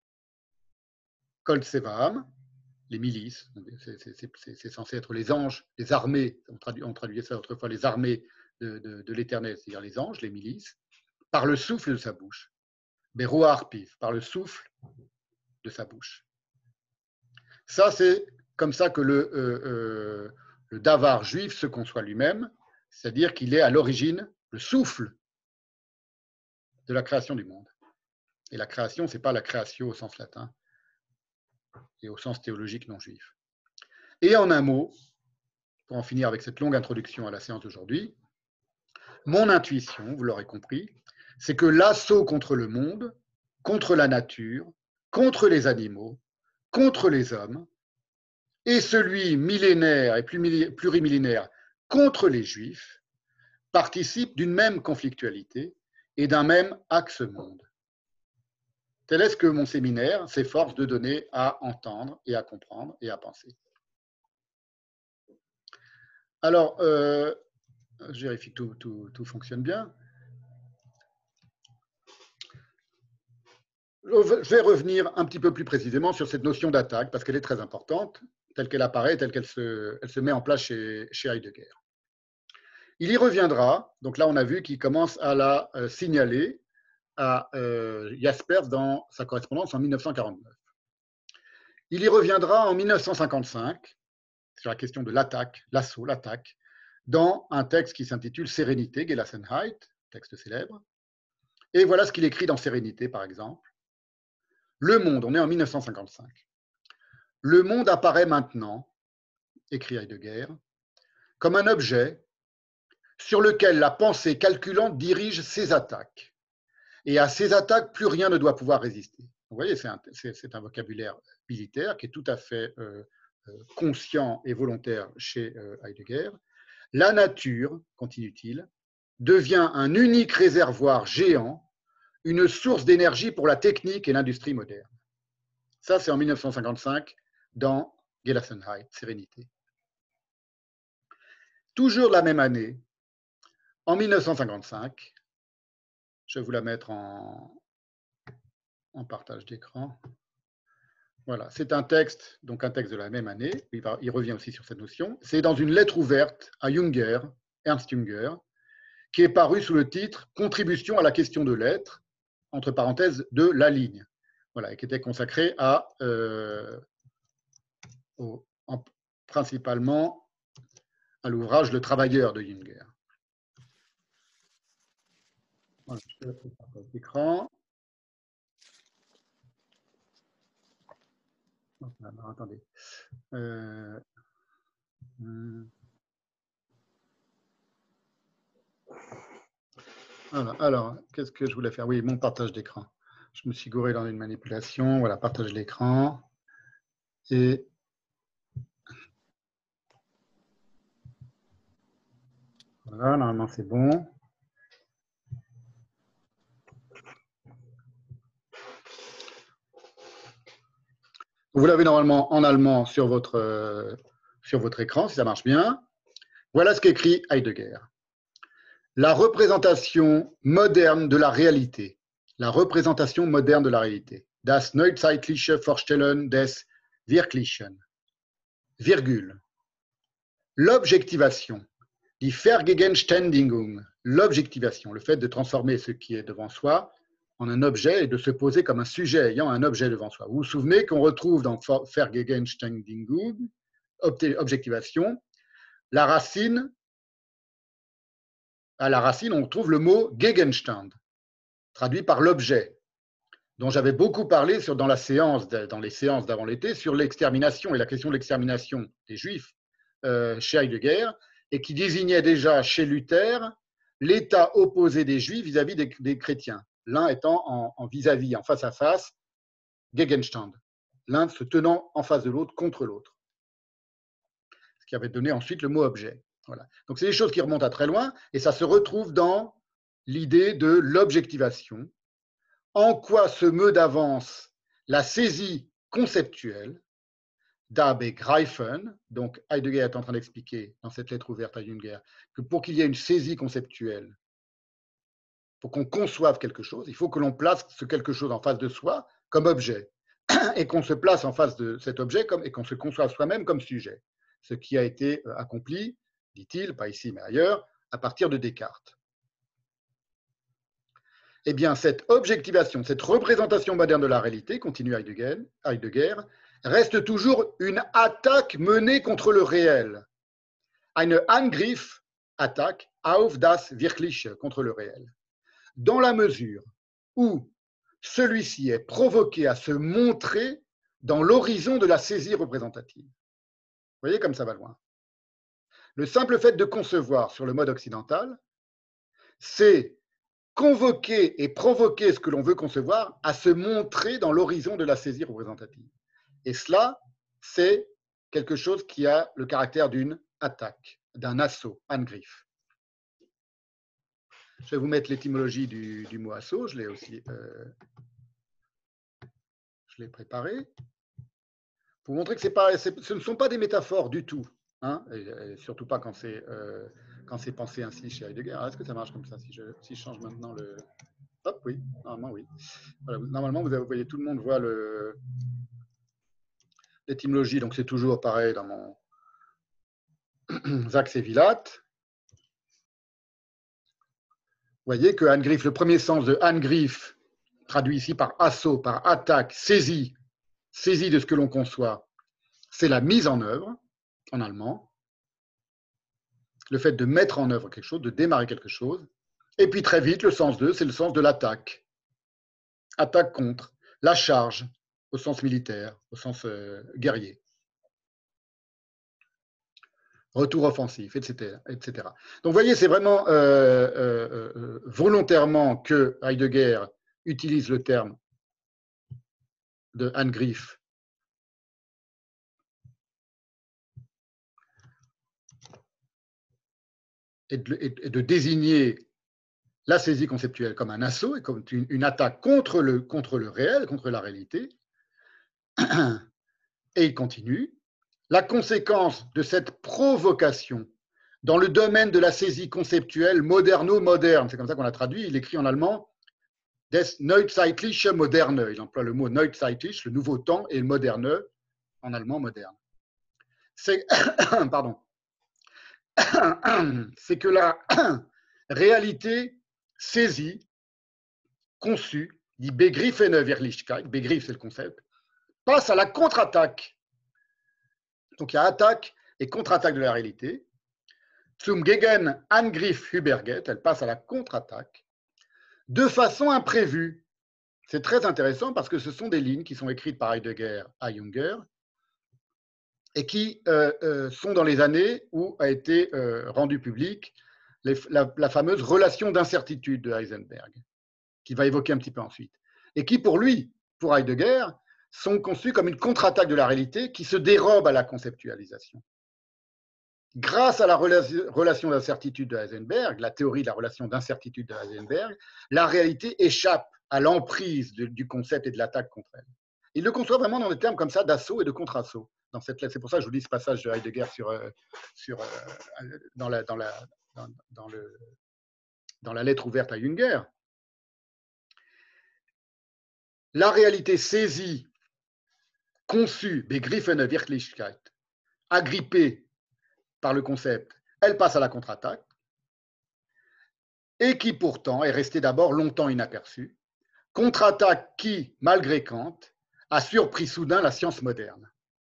kol tsevam, les milices, c'est censé être les anges, les armées, on, traduit, on traduisait ça autrefois, les armées de, de, de l'Éternel, c'est-à-dire les anges, les milices, par le souffle de sa bouche. Berouar Piv, par le souffle de sa bouche. Ça, c'est comme ça que le, euh, euh, le davar juif se conçoit lui-même, c'est-à-dire qu'il est à l'origine le souffle de la création du monde. Et la création, ce n'est pas la création au sens latin et au sens théologique non juif. Et en un mot, pour en finir avec cette longue introduction à la séance d'aujourd'hui, mon intuition, vous l'aurez compris, c'est que l'assaut contre le monde, contre la nature, contre les animaux, contre les hommes, est celui millénaire et plurimillénaire contre les Juifs participent d'une même conflictualité et d'un même axe monde. Tel est ce que mon séminaire s'efforce de donner à entendre et à comprendre et à penser. Alors, euh, je vérifie que tout, tout, tout fonctionne bien. Je vais revenir un petit peu plus précisément sur cette notion d'attaque, parce qu'elle est très importante, telle qu'elle apparaît, telle qu'elle se, elle se met en place chez, chez Heidegger. Il y reviendra, donc là on a vu qu'il commence à la euh, signaler à euh, Jaspers dans sa correspondance en mille neuf cent quarante-neuf. Il y reviendra en mille neuf cent cinquante-cinq, sur la question de l'attaque, l'assaut, l'attaque, dans un texte qui s'intitule Sérénité, Gelassenheit, texte célèbre. Et voilà ce qu'il écrit dans Sérénité, par exemple. Le monde, on est en mille neuf cent cinquante-cinq. Le monde apparaît maintenant, écrit Heidegger, comme un objet sur lequel la pensée calculante dirige ses attaques. Et à ces attaques, plus rien ne doit pouvoir résister. Vous voyez, c'est un, c'est un vocabulaire militaire qui est tout à fait euh, conscient et volontaire chez euh, Heidegger. La nature, continue-t-il, devient un unique réservoir géant, une source d'énergie pour la technique et l'industrie moderne. Ça, c'est en mille neuf cent cinquante-cinq dans Gelassenheit, Sérénité. Toujours la même année, en mille neuf cent cinquante-cinq, je vais vous la mettre en, en partage d'écran. Voilà, c'est un texte, donc un texte de la même année, il, va, il revient aussi sur cette notion. C'est dans une lettre ouverte à Junger, Ernst Junger, qui est paru sous le titre « Contribution à la question de l'être », entre parenthèses, de la ligne. Voilà, et qui était consacré à, euh, au, en, principalement à l'ouvrage Le Travailleur de Junger. Voilà, je vais partager l'écran. Alors, attendez. Euh, voilà, alors, qu'est-ce que je voulais faire? Oui, mon partage d'écran. Je me suis gouré dans une manipulation. Voilà, partage l'écran. Et voilà, normalement, c'est bon. Vous l'avez normalement en allemand sur votre, euh, sur votre écran, si ça marche bien. Voilà ce qu'écrit Heidegger. La représentation moderne de la réalité. La représentation moderne de la réalité. Das neuzeitliche Vorstellen des Wirklichen. Virgule. L'objectivation. Die Vergegenständigung. L'objectivation. Le fait de transformer ce qui est devant soi en un objet et de se poser comme un sujet ayant un objet devant soi. Vous vous souvenez qu'on retrouve dans Vergegenständigung, objectivation, la racine, à la racine, on trouve le mot Gegenstand, traduit par l'objet, dont j'avais beaucoup parlé sur, dans, la séance, dans les séances d'avant l'été sur l'extermination et la question de l'extermination des Juifs euh, chez Heidegger, et qui désignait déjà chez Luther l'état opposé des Juifs vis-à-vis des, des chrétiens. L'un étant en vis-à-vis, en face à face, Gegenstand, l'un se tenant en face de l'autre contre l'autre. Ce qui avait donné ensuite le mot objet. Voilà. Donc c'est des choses qui remontent à très loin et ça se retrouve dans l'idée de l'objectivation. En quoi se meut d'avance la saisie conceptuelle d'Abegreifen, donc Heidegger est en train d'expliquer dans cette lettre ouverte à Junger que pour qu'il y ait une saisie conceptuelle, pour qu'on conçoive quelque chose, il faut que l'on place ce quelque chose en face de soi comme objet et qu'on se place en face de cet objet comme, et qu'on se conçoive soi-même comme sujet. Ce qui a été accompli, dit-il, pas ici mais ailleurs, à partir de Descartes. Eh bien, cette objectivation, cette représentation moderne de la réalité, continue Heidegger, Heidegger reste toujours une attaque menée contre le réel. Eine Angriff, attaque, auf das Wirkliche, contre le réel. Dans la mesure où celui-ci est provoqué à se montrer dans l'horizon de la saisie représentative. Vous voyez comme ça va loin. Le simple fait de concevoir sur le mode occidental, c'est convoquer et provoquer ce que l'on veut concevoir à se montrer dans l'horizon de la saisie représentative. Et cela, c'est quelque chose qui a le caractère d'une attaque. d'un assaut, Angriff. Je vais vous mettre l'étymologie du, du mot assaut, je l'ai aussi euh, je l'ai préparé. Pour montrer que c'est pas, ce ne sont pas des métaphores du tout, hein, et, et surtout pas quand c'est euh, quand c'est pensé ainsi chez Heidegger. Est-ce que ça marche comme ça si je, si je change maintenant le... Hop, oui, normalement oui. Voilà, normalement, vous, avez, vous voyez, tout le monde voit le l'étymologie, donc c'est toujours pareil dans mon Zach Sévilat. Vous voyez que Angriff, le premier sens de Angriff, traduit ici par assaut, par attaque, saisie, saisie de ce que l'on conçoit, c'est la mise en œuvre, en allemand, le fait de mettre en œuvre quelque chose, de démarrer quelque chose. Et puis très vite, le sens deux, c'est le sens de l'attaque. Attaque contre, la charge, au sens militaire, au sens euh, guerrier. Retour offensif, et cetera, et cetera. Donc, vous voyez, c'est vraiment euh, euh, euh, volontairement que Heidegger utilise le terme de Angriff et de, et de désigner la saisie conceptuelle comme un assaut et comme une, une attaque contre le, contre le réel, contre la réalité. Et il continue. La conséquence de cette provocation dans le domaine de la saisie conceptuelle moderno-moderne, c'est comme ça qu'on l'a traduit, il écrit en allemand des Neuzeitliche Moderne. Il emploie le mot Neuzeitlich, le nouveau temps, et le moderne, en allemand moderne. C'est pardon, c'est que la réalité saisie, conçue, dit begriffene Wirklichkeit, Begriff c'est le concept, passe à la contre-attaque. Donc il y a attaque et contre-attaque de la réalité. Zum Gegenangriff übergeht, elle passe à la contre-attaque, de façon imprévue. C'est très intéressant parce que ce sont des lignes qui sont écrites par Heidegger à Junger et qui euh, euh, sont dans les années où a été euh, rendue publique les, la, la fameuse relation d'incertitude de Heisenberg, qu'il va évoquer un petit peu ensuite, et qui, pour lui, pour Heidegger, sont conçues comme une contre-attaque de la réalité qui se dérobe à la conceptualisation. Grâce à la relation d'incertitude de Heisenberg, la théorie de la relation d'incertitude de Heisenberg, la réalité échappe à l'emprise du concept et de l'attaque contre elle. Il le conçoit vraiment dans des termes comme ça d'assaut et de contre-assaut. C'est pour ça que je vous lis ce passage de Heidegger sur, sur, dans, la, dans, la, dans, dans, le, dans la lettre ouverte à Junger. La réalité saisie, conçue, begriffene Wirklichkeit, agrippée par le concept, elle passe à la contre-attaque, et qui pourtant est restée d'abord longtemps inaperçue, contre-attaque qui, malgré Kant, a surpris soudain la science moderne.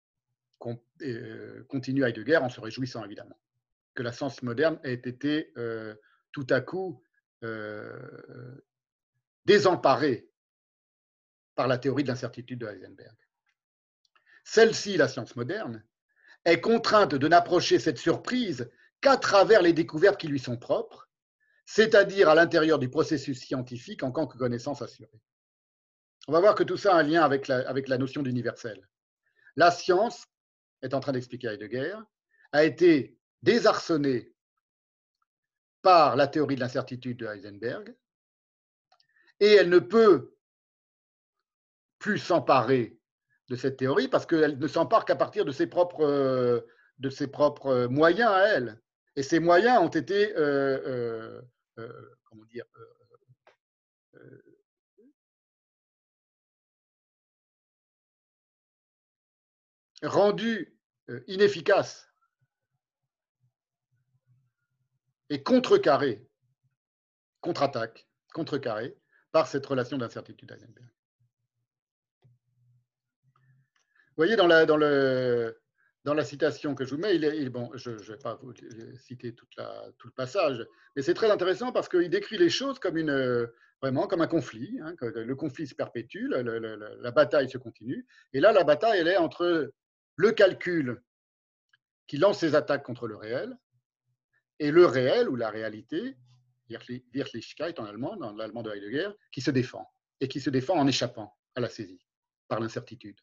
Continue Heidegger en se réjouissant évidemment que la science moderne ait été euh, tout à coup euh, désemparée par la théorie de l'incertitude de Heisenberg. Celle-ci, la science moderne, est contrainte de n'approcher cette surprise qu'à travers les découvertes qui lui sont propres, c'est-à-dire à l'intérieur du processus scientifique en tant que connaissance assurée. On va voir que tout ça a un lien avec la, avec la notion d'universel. La science, est en train d'expliquer Heidegger, a été désarçonnée par la théorie de l'incertitude de Heisenberg, et elle ne peut plus s'emparer de cette théorie parce qu'elle ne s'empare qu'à partir de ses propres, de ses propres moyens à elle. Et ces moyens ont été, euh, euh, euh, comment dire, euh, euh, rendus euh, inefficaces et contrecarrés, contre-attaque, contrecarrés par cette relation d'incertitude d'Heisenberg. Vous voyez, dans la, dans le, dans la citation que je vous mets, il est, il, bon, je ne vais pas vous citer toute la, tout le passage, mais c'est très intéressant parce qu'il décrit les choses comme une, vraiment comme un conflit. Hein, que le conflit se perpétue, le, le, le, la bataille se continue. Et là, la bataille, elle est entre le calcul qui lance ses attaques contre le réel et le réel ou la réalité, Wirklichkeit en allemand, dans l'allemand de Heidegger, qui se défend et qui se défend en échappant à la saisie par l'incertitude.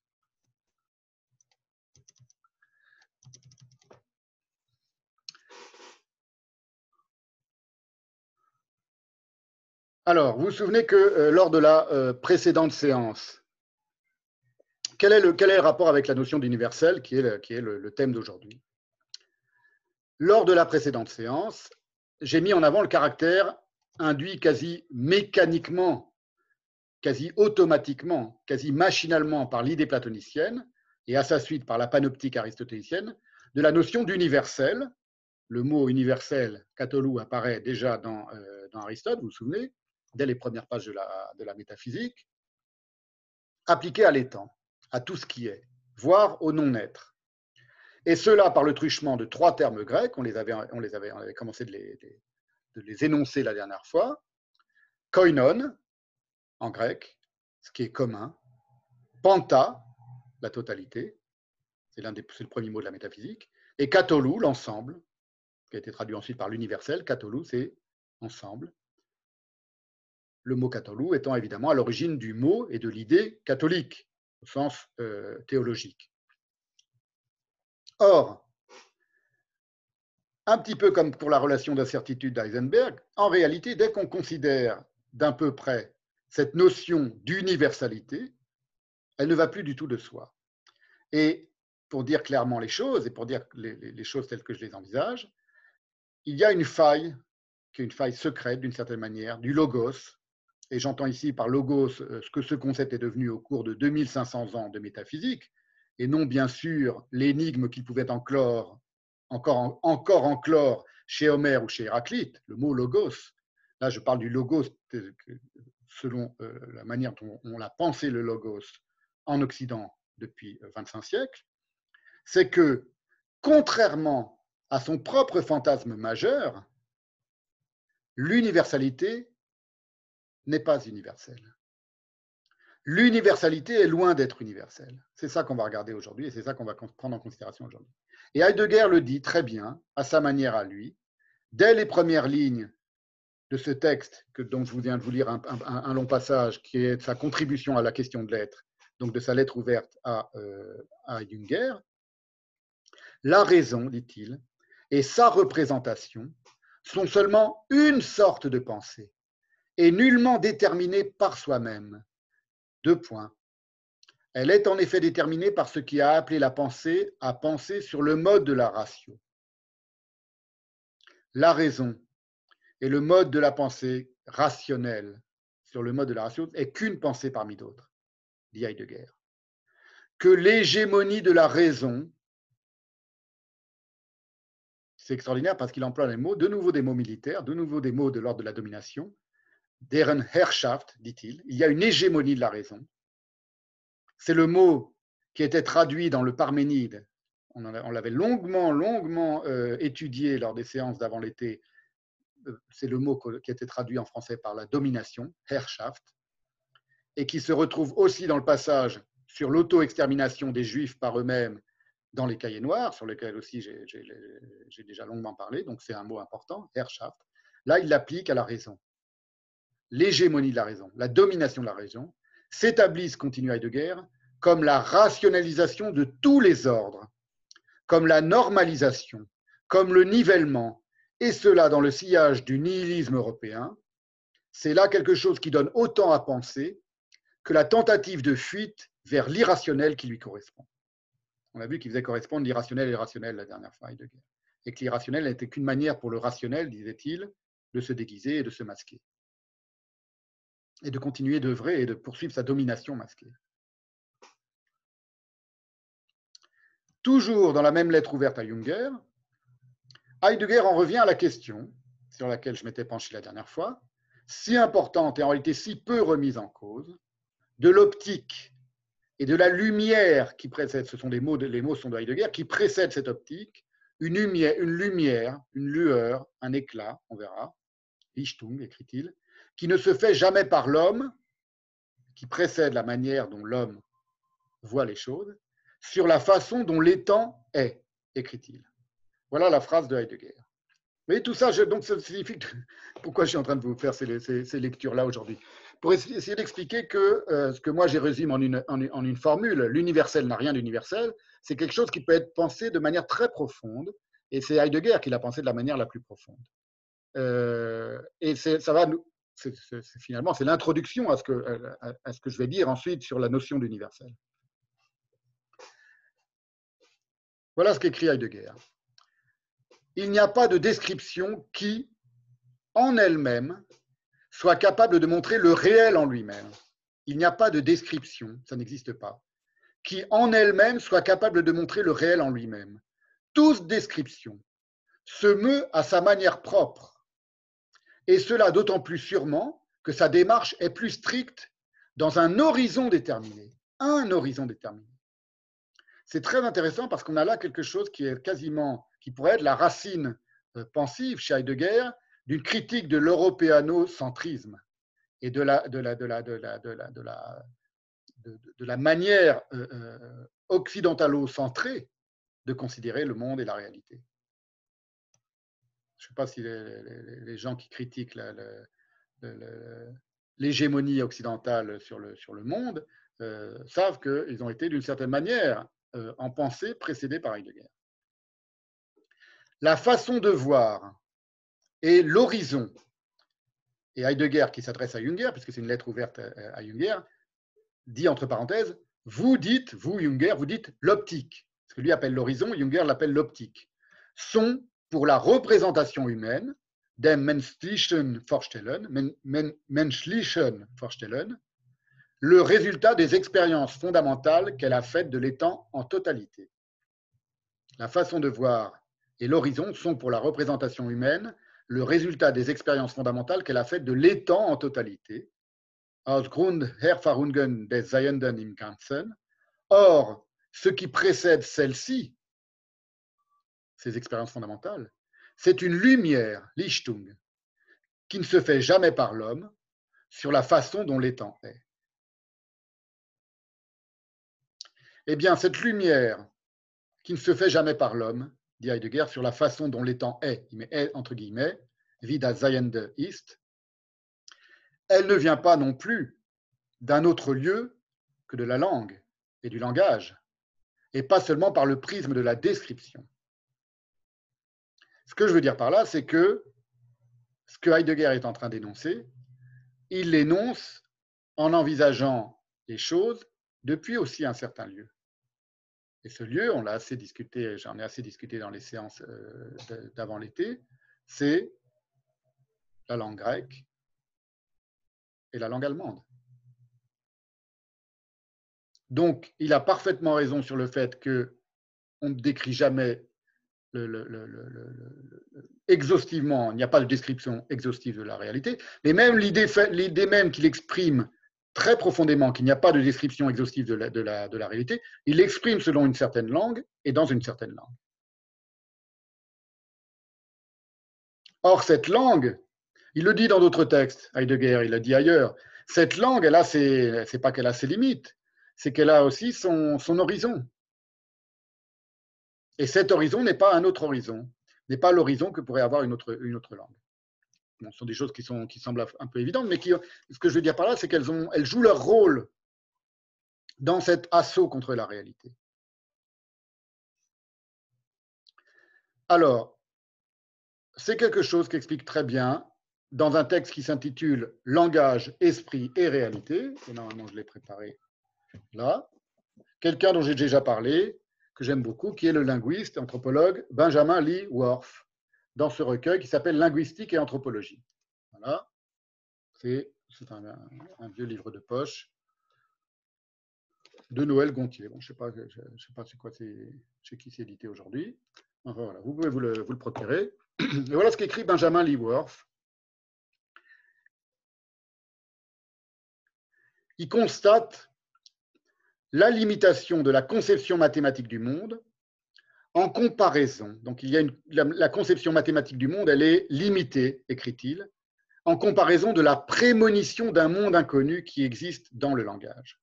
Alors, vous vous souvenez que euh, lors de la euh, précédente séance, quel est, le, quel est le rapport avec la notion d'universel qui est le, qui est le, le thème d'aujourd'hui? Lors de la précédente séance, j'ai mis en avant le caractère induit quasi mécaniquement, quasi automatiquement, quasi machinalement par l'idée platonicienne et à sa suite par la panoptique aristotélicienne de la notion d'universel. Le mot universel, katolou, apparaît déjà dans, euh, dans Aristote, vous vous souvenez, dès les premières pages de la, de la métaphysique, appliqué à l'étant, à tout ce qui est, voire au non-être. Et cela par le truchement de trois termes grecs, on les avait, on les avait, on avait commencé de les, de les énoncer la dernière fois. Koinon, en grec, ce qui est commun. Panta, la totalité, c'est le premier mot de la métaphysique. Et katolou, l'ensemble, qui a été traduit ensuite par l'universel. Katolou, c'est ensemble. Le mot katolou étant évidemment à l'origine du mot et de l'idée catholique, au sens euh, théologique. Or, un petit peu comme pour la relation d'incertitude d'Heisenberg, en réalité, dès qu'on considère d'un peu près cette notion d'universalité, elle ne va plus du tout de soi. Et pour dire clairement les choses, et pour dire les, les choses telles que je les envisage, il y a une faille, qui est une faille secrète d'une certaine manière, du logos, et j'entends ici par logos ce que ce concept est devenu au cours de deux mille cinq cents ans de métaphysique, et non bien sûr l'énigme qu'il pouvait enclore, encore, encore enclore chez Homère ou chez Héraclite, le mot logos. Là, je parle du logos selon la manière dont on a pensé le logos en Occident depuis vingt-cinq siècles, c'est que, contrairement à son propre fantasme majeur, l'universalité n'est pas universelle. L'universalité est loin d'être universelle. C'est ça qu'on va regarder aujourd'hui et c'est ça qu'on va prendre en considération aujourd'hui. Et Heidegger le dit très bien, à sa manière à lui, dès les premières lignes de ce texte que, dont je viens de vous lire un, un, un long passage, qui est sa contribution à la question de l'être, donc de sa lettre ouverte à, euh, à Heidegger, la raison, dit-il, et sa représentation sont seulement une sorte de pensée et nullement déterminée par soi-même. Deux points. Elle est en effet déterminée par ce qui a appelé la pensée à penser sur le mode de la ratio. La raison et le mode de la pensée rationnelle sur le mode de la ratio est qu'une pensée parmi d'autres, dit Heidegger. Que l'hégémonie de la raison, c'est extraordinaire parce qu'il emploie les mots, de nouveau des mots militaires, de nouveau des mots de l'ordre de la domination, deren Herrschaft, dit-il, il y a une hégémonie de la raison. C'est le mot qui était traduit dans le Parménide. On, on l'avait longuement, longuement euh, étudié lors des séances d'avant l'été. C'est le mot qui a été traduit en français par la domination, Herrschaft, et qui se retrouve aussi dans le passage sur l'auto-extermination des Juifs par eux-mêmes dans les Cahiers noirs, sur lesquels aussi j'ai déjà longuement parlé, donc c'est un mot important, Herrschaft. Là, il l'applique à la raison. L'hégémonie de la raison, la domination de la raison, s'établissent, continue Heidegger, comme la rationalisation de tous les ordres, comme la normalisation, comme le nivellement, et cela dans le sillage du nihilisme européen. C'est là quelque chose qui donne autant à penser que la tentative de fuite vers l'irrationnel qui lui correspond. On a vu qu'il faisait correspondre l'irrationnel et l'irrationnel la dernière fois, Heidegger, et que l'irrationnel n'était qu'une manière pour le rationnel, disait-il, de se déguiser et de se masquer, et de continuer d'œuvrer et de poursuivre sa domination masquée. Toujours dans la même lettre ouverte à Junger, Heidegger en revient à la question, sur laquelle je m'étais penché la dernière fois, si importante et en réalité si peu remise en cause, de l'optique et de la lumière qui précède, ce sont des mots, les mots sont de Heidegger, qui précèdent cette optique, une lumière, une lumière, une lueur, un éclat, on verra, Lichtung, écrit-il, qui ne se fait jamais par l'homme, qui précède la manière dont l'homme voit les choses, sur la façon dont l'étant est, écrit-il. Voilà la phrase de Heidegger. Mais tout ça, je, donc, ça signifie que, pourquoi je suis en train de vous faire ces, ces, ces lectures-là aujourd'hui? Pour essayer d'expliquer que euh, ce que moi j'ai résumé en une, en, une, en une formule, l'universel n'a rien d'universel, c'est quelque chose qui peut être pensé de manière très profonde, et c'est Heidegger qui l'a pensé de la manière la plus profonde. Euh, et ça va nous, c'est, c'est, c'est, finalement, c'est l'introduction à ce que, à, à ce que je vais dire ensuite sur la notion d'universel. Voilà ce qu'écrit Heidegger. Il n'y a pas de description qui, en elle-même, soit capable de montrer le réel en lui-même. Il n'y a pas de description, ça n'existe pas, qui, en elle-même, soit capable de montrer le réel en lui-même. Toute description se meut à sa manière propre, et cela d'autant plus sûrement que sa démarche est plus stricte dans un horizon déterminé. Un horizon déterminé. C'est très intéressant parce qu'on a là quelque chose qui est quasiment, qui pourrait être la racine pensive chez Heidegger d'une critique de l'européanocentrisme et de la, de la, de la, de la, de la, de la, de, de la manière euh, occidentalo-centrée de considérer le monde et la réalité. Je ne sais pas si les, les, les gens qui critiquent la, la, la, l'hégémonie occidentale sur le, sur le monde euh, savent qu'ils ont été d'une certaine manière euh, en pensée précédés par Heidegger. La façon de voir et l'horizon, et Heidegger qui s'adresse à Junger, puisque c'est une lettre ouverte à, à Junger, dit entre parenthèses, vous dites, vous Junger, vous dites l'optique, ce que lui appelle l'horizon, Junger l'appelle l'optique, sont pour la représentation humaine, des menschlichen Vorstellen, men, men, menschlichen Vorstellen, le résultat des expériences fondamentales qu'elle a faites de l'étang en totalité. La façon de voir et l'horizon sont pour la représentation humaine le résultat des expériences fondamentales qu'elle a faites de l'étang en totalité, aus Grund Erfahrungen des Seienden im Ganzen. Or, ce qui précède celle-ci, ces expériences fondamentales, c'est une lumière, Lichtung, qui ne se fait jamais par l'homme sur la façon dont l'étang est. Eh bien, cette lumière qui ne se fait jamais par l'homme, dit Heidegger, sur la façon dont l'étang est, il met est entre guillemets, wie das Seiende ist, elle ne vient pas non plus d'un autre lieu que de la langue et du langage, et pas seulement par le prisme de la description. Ce que je veux dire par là, c'est que ce que Heidegger est en train d'énoncer, il l'énonce en envisageant les choses depuis aussi un certain lieu. Et ce lieu, on l'a assez discuté, j'en ai assez discuté dans les séances d'avant l'été, c'est la langue grecque et la langue allemande. Donc, il a parfaitement raison sur le fait qu'on ne décrit jamais le, le, le, le, le, exhaustivement, il n'y a pas de description exhaustive de la réalité, mais même l'idée, l'idée même qu'il exprime très profondément qu'il n'y a pas de description exhaustive de la, de, la, de la réalité, il l'exprime selon une certaine langue et dans une certaine langue. Or, cette langue, il le dit dans d'autres textes, Heidegger, il l'a dit ailleurs, cette langue, elle a ses, c'est pas qu'elle a ses limites, c'est qu'elle a aussi son, son horizon. Et cet horizon n'est pas un autre horizon, n'est pas l'horizon que pourrait avoir une autre, une autre langue. Bon, ce sont des choses qui, sont, qui semblent un peu évidentes, mais qui, ce que je veux dire par là, c'est qu'elles ont, elles jouent leur rôle dans cet assaut contre la réalité. Alors, c'est quelque chose qui explique très bien dans un texte qui s'intitule « Langage, esprit et réalité », et normalement je l'ai préparé là, quelqu'un dont j'ai déjà parlé, que j'aime beaucoup, qui est le linguiste, anthropologue Benjamin Lee Whorf, dans ce recueil qui s'appelle « Linguistique et anthropologie ». Voilà, c'est un, un, un vieux livre de poche de Noël Gontier. Bon, je ne sais pas, je, je sais pas c'est quoi, chez qui c'est édité aujourd'hui. Enfin, voilà, vous pouvez vous le, vous le procurer. Et voilà ce qu'écrit Benjamin Lee Whorf. Il constate la limitation de la conception mathématique du monde en comparaison. Donc, il y a une, la, la conception mathématique du monde, elle est limitée, écrit-il, en comparaison de la prémonition d'un monde inconnu qui existe dans le langage.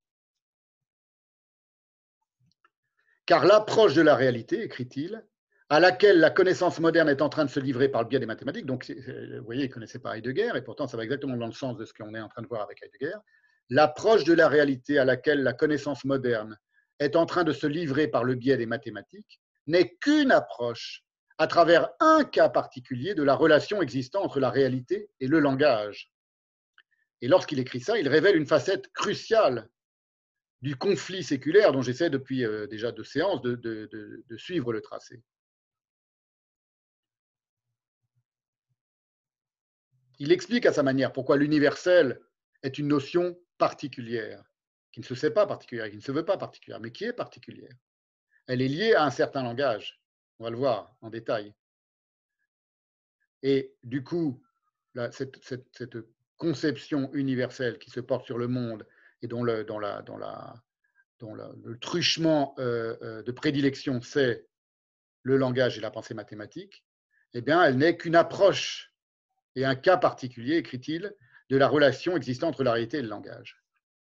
Car l'approche de la réalité, écrit-il, à laquelle la connaissance moderne est en train de se livrer par le biais des mathématiques, donc vous voyez, il ne connaissait pas Heidegger, et pourtant ça va exactement dans le sens de ce qu'on est en train de voir avec Heidegger, l'approche de la réalité à laquelle la connaissance moderne est en train de se livrer par le biais des mathématiques n'est qu'une approche à travers un cas particulier de la relation existant entre la réalité et le langage. Et lorsqu'il écrit ça, il révèle une facette cruciale du conflit séculaire dont j'essaie depuis euh, déjà deux séances de, de, de, de suivre le tracé. Il explique à sa manière pourquoi l'universel est une notion particulière, qui ne se sait pas particulière, qui ne se veut pas particulière, mais qui est particulière. Elle est liée à un certain langage. On va le voir en détail. Et du coup, la, cette, cette, cette conception universelle qui se porte sur le monde et dont le, dont la, dont la, dont la, le truchement euh, de prédilection, c'est le langage et la pensée mathématique, eh bien, elle n'est qu'une approche et un cas particulier, écrit-il, de la relation existant entre la réalité et le langage.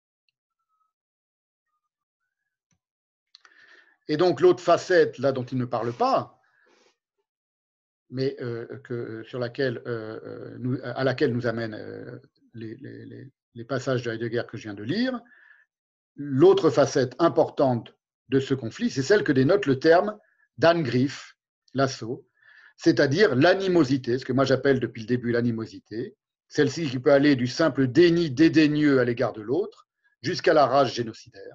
Et donc, l'autre facette, là, dont il ne parle pas, mais euh, que, sur laquelle, euh, nous, à laquelle nous amènent euh, les, les, les passages de Heidegger que je viens de lire, l'autre facette importante de ce conflit, c'est celle que dénote le terme d'Angriff, l'assaut, c'est-à-dire l'animosité, ce que moi j'appelle depuis le début l'animosité, celle-ci qui peut aller du simple déni dédaigneux à l'égard de l'autre jusqu'à la rage génocidaire.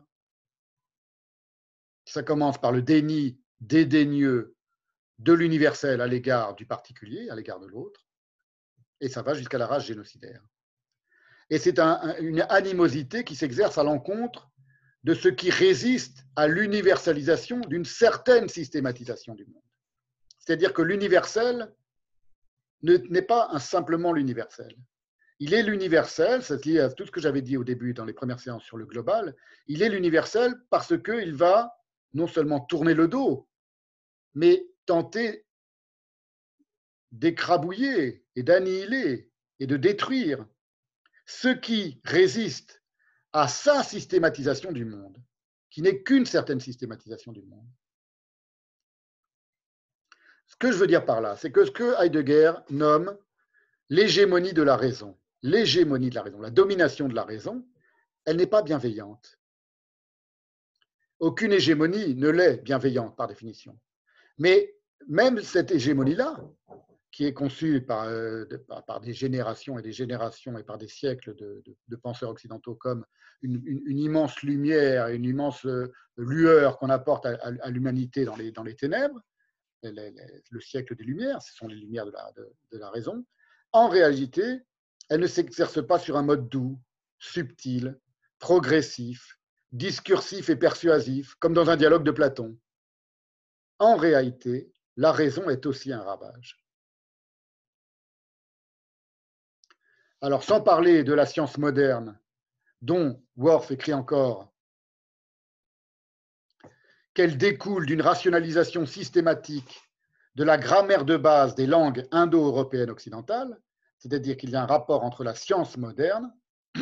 Ça commence par le déni dédaigneux de l'universel à l'égard du particulier, à l'égard de l'autre, et ça va jusqu'à la rage génocidaire. Et c'est un, une animosité qui s'exerce à l'encontre de ce qui résiste à l'universalisation d'une certaine systématisation du monde. C'est-à-dire que l'universel n'est pas un, simplement l'universel. Il est l'universel, c'est lié à tout ce que j'avais dit au début dans les premières séances sur le global, il est l'universel parce qu'il va non seulement tourner le dos, mais tenter d'écrabouiller et d'annihiler et de détruire ce qui résiste à sa systématisation du monde, qui n'est qu'une certaine systématisation du monde. Ce que je veux dire par là, c'est que ce que Heidegger nomme l'hégémonie de la raison, l'hégémonie de la raison, la domination de la raison, elle n'est pas bienveillante. Aucune hégémonie ne l'est bienveillante par définition. Mais même cette hégémonie-là, qui est conçue par, euh, par, par des générations et des générations et par des siècles de, de, de penseurs occidentaux comme une, une, une immense lumière, une immense lueur qu'on apporte à, à, à l'humanité dans les, dans les ténèbres, le siècle des Lumières, ce sont les lumières de la, de, de la raison, en réalité, elle ne s'exerce pas sur un mode doux, subtil, progressif, discursif et persuasif, comme dans un dialogue de Platon. En réalité, la raison est aussi un ravage. Alors, sans parler de la science moderne, dont Worf écrit encore qu'elle découle d'une rationalisation systématique de la grammaire de base des langues indo-européennes occidentales, c'est-à-dire qu'il y a un rapport entre la science moderne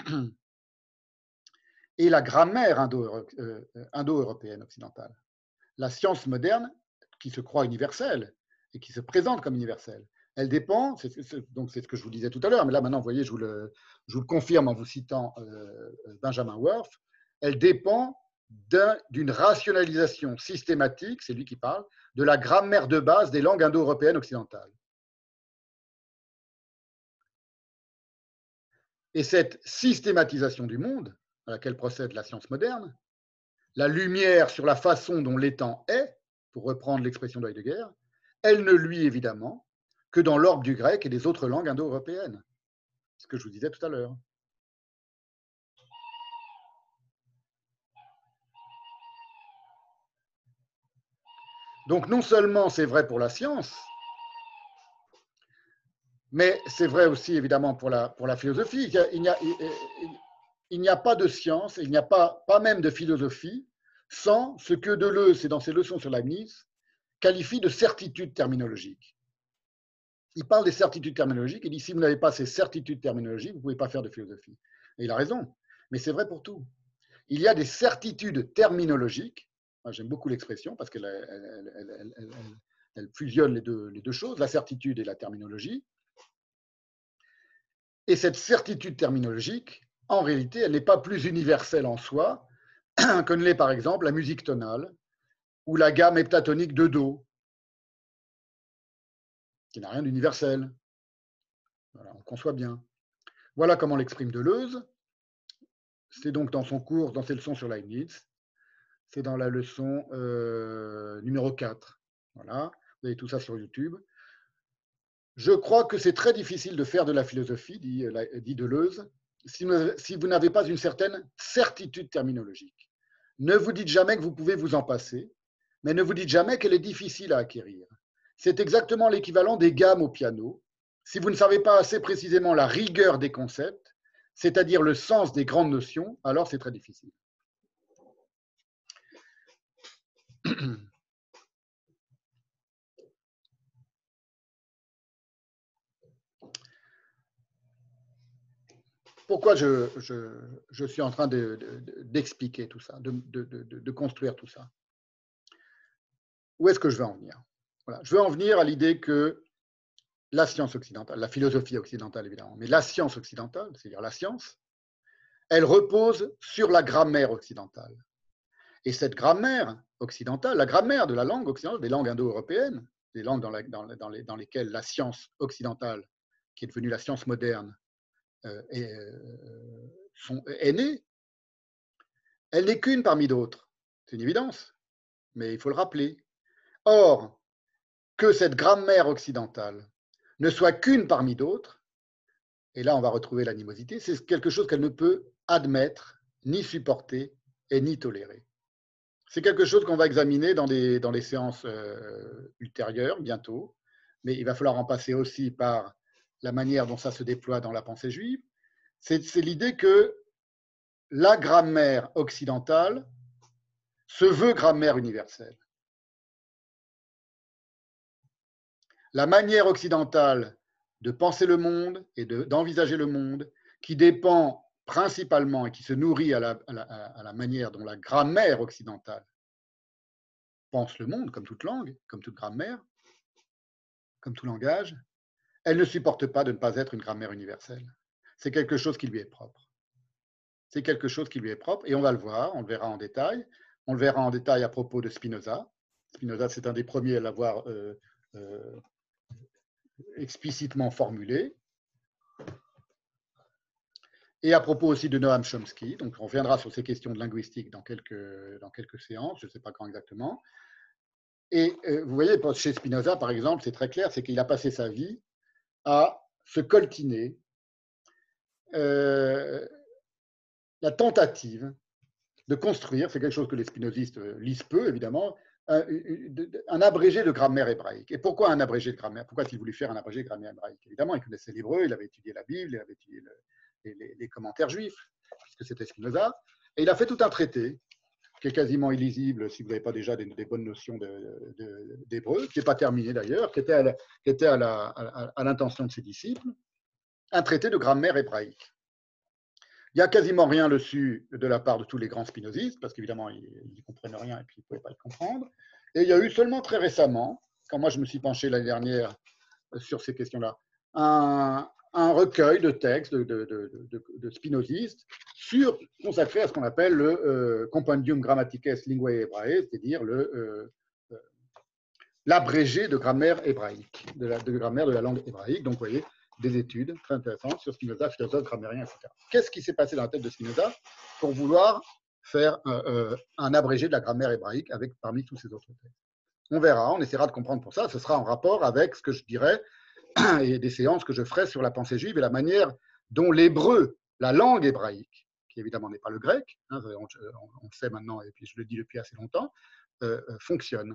et la grammaire indo-européenne occidentale. La science moderne, qui se croit universelle et qui se présente comme universelle, elle dépend, c'est, c'est, donc c'est ce que je vous disais tout à l'heure, mais là maintenant, vous voyez, je vous le, je vous le confirme en vous citant euh, Benjamin Worf, elle dépend d'un, d'une rationalisation systématique, c'est lui qui parle, de la grammaire de base des langues indo-européennes occidentales. Et cette systématisation du monde, à laquelle procède la science moderne, la lumière sur la façon dont l'étang est, pour reprendre l'expression de Heidegger, elle ne luit évidemment que dans l'orbe du grec et des autres langues indo-européennes. Ce que je vous disais tout à l'heure. Donc non seulement c'est vrai pour la science, mais c'est vrai aussi évidemment pour la, pour la philosophie. Il n'y a, il n'y a pas de science, il n'y a pas, pas même de philosophie, sans ce que Deleuze, et dans ses leçons sur Leibniz, qualifie de certitude terminologique. Il parle des certitudes terminologiques, il dit si vous n'avez pas ces certitudes terminologiques, vous ne pouvez pas faire de philosophie. Et il a raison, mais c'est vrai pour tout. Il y a des certitudes terminologiques, j'aime beaucoup l'expression parce qu'elle elle, elle, elle, elle fusionne les deux, les deux choses, la certitude et la terminologie. Et cette certitude terminologique, en réalité, elle n'est pas plus universelle en soi que ne l'est par exemple la musique tonale ou la gamme heptatonique de Do, qui n'a rien d'universel. Voilà, on conçoit bien. Voilà comment l'exprime Deleuze. C'est donc dans son cours, dans ses leçons sur Leibniz. C'est dans la leçon euh, numéro quatre. Voilà, vous avez tout ça sur YouTube. Je crois que c'est très difficile de faire de la philosophie, dit, dit Deleuze, si, si vous n'avez pas une certaine certitude terminologique. Ne vous dites jamais que vous pouvez vous en passer, mais ne vous dites jamais qu'elle est difficile à acquérir. C'est exactement l'équivalent des gammes au piano. Si vous ne savez pas assez précisément la rigueur des concepts, c'est-à-dire le sens des grandes notions, alors c'est très difficile. Pourquoi je, je, je suis en train de, de, d'expliquer tout ça, de, de, de, de construire tout ça? Où est-ce que je veux en venir? Voilà. Je veux en venir à l'idée que la science occidentale, la philosophie occidentale évidemment, mais la science occidentale, c'est-à-dire la science, elle repose sur la grammaire occidentale. Et cette grammaire occidentale, la grammaire de la langue occidentale, des langues indo-européennes, des langues dans, la, dans, dans, les, dans lesquelles la science occidentale, qui est devenue la science moderne, euh, est, euh, sont, est née, elle n'est qu'une parmi d'autres. C'est une évidence, mais il faut le rappeler. Or, que cette grammaire occidentale ne soit qu'une parmi d'autres, et là on va retrouver l'animosité, c'est quelque chose qu'elle ne peut admettre, ni supporter, et ni tolérer. C'est quelque chose qu'on va examiner dans les, dans les séances euh, ultérieures, bientôt, mais il va falloir en passer aussi par la manière dont ça se déploie dans la pensée juive. C'est, c'est l'idée que la grammaire occidentale se veut grammaire universelle. La manière occidentale de penser le monde et de, d'envisager le monde, qui dépend principalement et qui se nourrit à la, à, la, à la manière dont la grammaire occidentale pense le monde, comme toute langue, comme toute grammaire, comme tout langage, elle ne supporte pas de ne pas être une grammaire universelle. C'est quelque chose qui lui est propre. C'est quelque chose qui lui est propre, et on va le voir, on le verra en détail. On le verra en détail à propos de Spinoza. Spinoza, c'est un des premiers à l'avoir euh, euh, explicitement formulé. Et à propos aussi de Noam Chomsky, donc on reviendra sur ces questions de linguistique dans quelques, dans quelques séances, je ne sais pas quand exactement. Et euh, vous voyez, chez Spinoza, par exemple, c'est très clair, c'est qu'il a passé sa vie à se coltiner euh, la tentative de construire, c'est quelque chose que les spinozistes lisent peu, évidemment, un, un abrégé de grammaire hébraïque. Et pourquoi un abrégé de grammaire? Pourquoi a-t-il voulu faire un abrégé de grammaire hébraïque? Évidemment, il connaissait l'hébreu, il avait étudié la Bible, il avait étudié le, les, les, les commentaires juifs, puisque c'était Spinoza, et il a fait tout un traité qui est quasiment illisible si vous n'avez pas déjà des, des bonnes notions de, de, d'hébreu, qui n'est pas terminé d'ailleurs, qui était à, la, qui était à, la, à, à l'intention de ses disciples, un traité de grammaire hébraïque. Il n'y a quasiment rien dessus de la part de tous les grands spinozistes, parce qu'évidemment, ils n'y comprennent rien et puis ils ne pouvaient pas le comprendre. Et il y a eu seulement très récemment, quand moi je me suis penché l'année dernière sur ces questions-là, un, un recueil de textes de, de, de, de, de spinozistes sur, consacré à ce qu'on appelle le euh, Compendium Grammatices Linguae Hebrae, c'est-à-dire le, euh, euh, l'abrégé de grammaire hébraïque, de la de grammaire de la langue hébraïque. Donc, vous voyez, des études très intéressantes sur Spinoza, philosophe, grammairien, et cetera. Qu'est-ce qui s'est passé dans la tête de Spinoza pour vouloir faire euh, un abrégé de la grammaire hébraïque avec, parmi tous ces autres textes? On verra, on essaiera de comprendre pour ça. Ce sera en rapport avec ce que je dirais et des séances que je ferai sur la pensée juive et la manière dont l'hébreu, la langue hébraïque, qui évidemment n'est pas le grec, hein, on, on le sait maintenant et puis je le dis depuis assez longtemps, euh, fonctionne.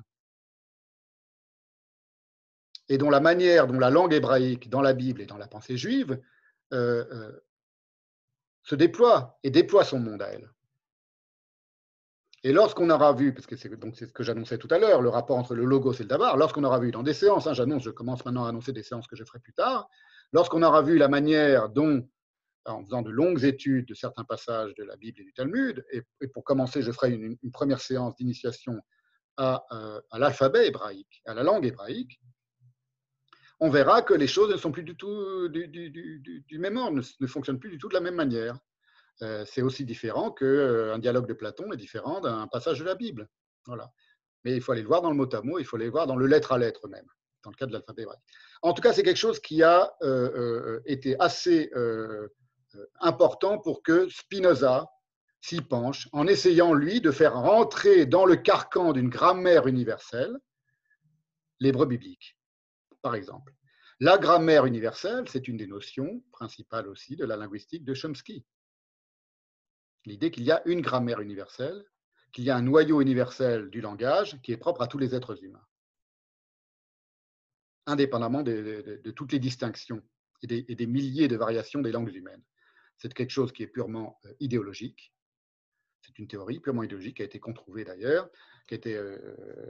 Et dont la manière dont la langue hébraïque dans la Bible et dans la pensée juive euh, euh, se déploie et déploie son monde à elle. Et lorsqu'on aura vu, parce que c'est donc c'est ce que j'annonçais tout à l'heure, le rapport entre le logos et le davar, lorsqu'on aura vu dans des séances, hein, j'annonce, je commence maintenant à annoncer des séances que je ferai plus tard, lorsqu'on aura vu la manière dont, en faisant de longues études de certains passages de la Bible et du Talmud, et, et pour commencer, je ferai une, une première séance d'initiation à, euh, à l'alphabet hébraïque, à la langue hébraïque, on verra que les choses ne sont plus du tout du, du, du, du même ordre, ne, ne fonctionnent plus du tout de la même manière. Euh, c'est aussi différent qu'un dialogue de Platon est différent d'un passage de la Bible. Voilà. Mais il faut aller le voir dans le mot à mot, il faut aller le voir dans le lettre à lettre même, dans le cas de l'alphabet hébraïque. En tout cas, c'est quelque chose qui a euh, euh, été assez euh, important pour que Spinoza s'y penche, en essayant, lui, de faire rentrer dans le carcan d'une grammaire universelle l'hébreu biblique, par exemple. La grammaire universelle, c'est une des notions principales aussi de la linguistique de Chomsky. L'idée qu'il y a une grammaire universelle, qu'il y a un noyau universel du langage qui est propre à tous les êtres humains, indépendamment de, de, de toutes les distinctions et des, et des milliers de variations des langues humaines. C'est quelque chose qui est purement euh, idéologique. C'est une théorie purement idéologique qui a été controuvée d'ailleurs, qui a été, euh,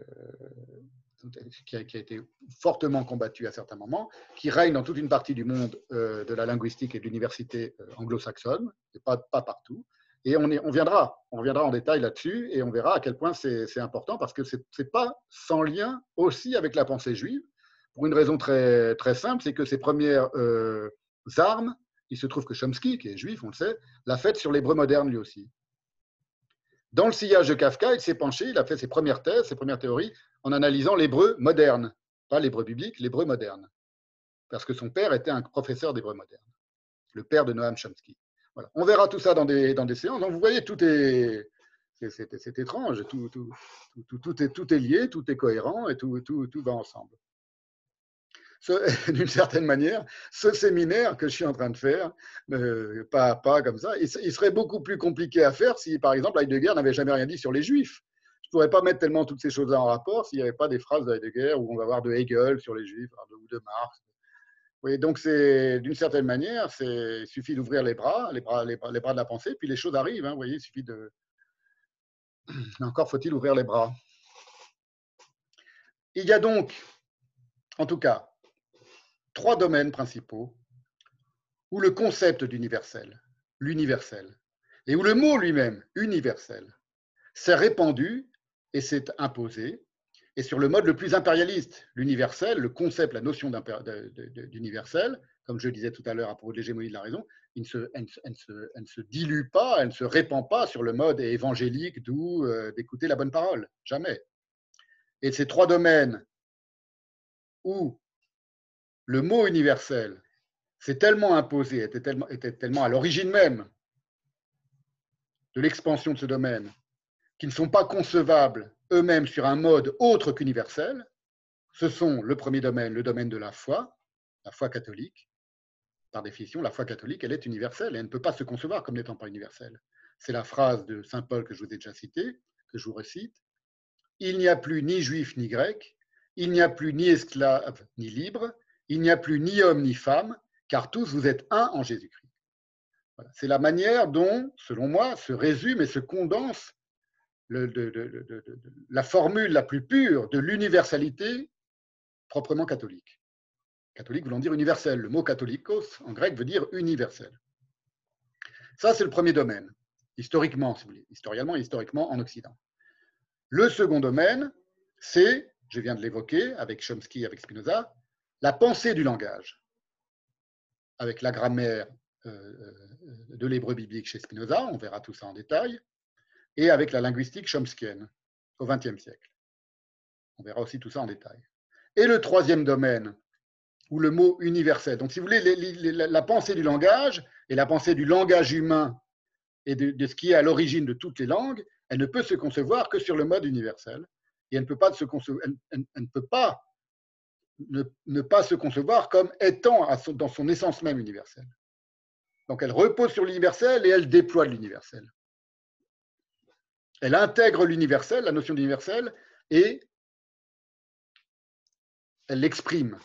qui, a, qui a été fortement combattue à certains moments, qui règne dans toute une partie du monde euh, de la linguistique et de l'université euh, anglo-saxonne, et pas, pas partout. Et on, est, on, viendra, on reviendra en détail là-dessus et on verra à quel point c'est important parce que ce n'est pas sans lien aussi avec la pensée juive, pour une raison très, très simple, c'est que ses premières euh, armes, il se trouve que Chomsky, qui est juif, on le sait, l'a faite sur l'hébreu moderne lui aussi. Dans le sillage de Kafka, il s'est penché, il a fait ses premières thèses, ses premières théories, en analysant l'hébreu moderne, pas l'hébreu biblique, l'hébreu moderne, parce que son père était un professeur d'hébreu moderne, le père de Noam Chomsky. Voilà. On verra tout ça dans des, dans des séances. Donc vous voyez, tout est, c'est étrange, tout, tout, tout, tout, est, tout est lié, tout est cohérent et tout, tout, tout va ensemble. D'une certaine manière, ce séminaire que je suis en train de faire, euh, pas à pas comme ça, il, il serait beaucoup plus compliqué à faire si, par exemple, Heidegger n'avait jamais rien dit sur les Juifs. Je ne pourrais pas mettre tellement toutes ces choses-là en rapport s'il n'y avait pas des phrases de Heidegger où on va voir de Hegel sur les Juifs ou de Marx. Oui, donc, d'une certaine manière, il suffit d'ouvrir les bras, les bras, les bras, les bras de la pensée, puis les choses arrivent. Hein, vous voyez, il suffit de... Encore faut-il ouvrir les bras. Il y a donc, en tout cas, trois domaines principaux où le concept d'universel, l'universel, et où le mot lui-même, universel, s'est répandu et s'est imposé, et sur le mode le plus impérialiste, l'universel, le concept, la notion d'universel, comme je disais tout à l'heure à propos de l'hégémonie de la raison, elle ne, se, elle, ne, elle, ne se, elle ne se dilue pas, elle ne se répand pas sur le mode évangélique d'où euh, d'écouter la bonne parole, jamais. Et ces trois domaines où le mot universel s'est tellement imposé, était tellement, était tellement à l'origine même de l'expansion de ce domaine, qui ne sont pas concevables eux-mêmes sur un mode autre qu'universel, ce sont le premier domaine, le domaine de la foi, la foi catholique. Par définition, la foi catholique, elle est universelle et elle ne peut pas se concevoir comme n'étant pas universelle. C'est la phrase de saint Paul que je vous ai déjà citée, que je vous récite. Il n'y a plus ni juif ni grec, il n'y a plus ni esclave ni libre, il n'y a plus ni homme ni femme, car tous vous êtes un en Jésus-Christ. Voilà. C'est la manière dont, selon moi, se résume et se condense le, de, de, de, de, de, la formule la plus pure de l'universalité proprement catholique. Catholique voulant dire universel. Le mot catholikos en grec veut dire universel. Ça, c'est le premier domaine, historiquement, si vous voulez, historiquement et historiquement en Occident. Le second domaine, c'est, je viens de l'évoquer avec Chomsky, avec Spinoza, la pensée du langage, avec la grammaire euh, de l'hébreu biblique chez Spinoza, on verra tout ça en détail, et avec la linguistique chomskienne au vingtième siècle. On verra aussi tout ça en détail. Et le troisième domaine, où le mot universel, donc si vous voulez, les, les, la pensée du langage et la pensée du langage humain et de, de ce qui est à l'origine de toutes les langues, elle ne peut se concevoir que sur le mode universel. Et elle ne peut pas se concevoir, elle, elle, elle ne peut pas ne, ne pas se concevoir comme étant à son, dans son essence même universelle. Donc elle repose sur l'universel et elle déploie l'universel. Elle intègre l'universel, la notion d'universel, et elle l'exprime.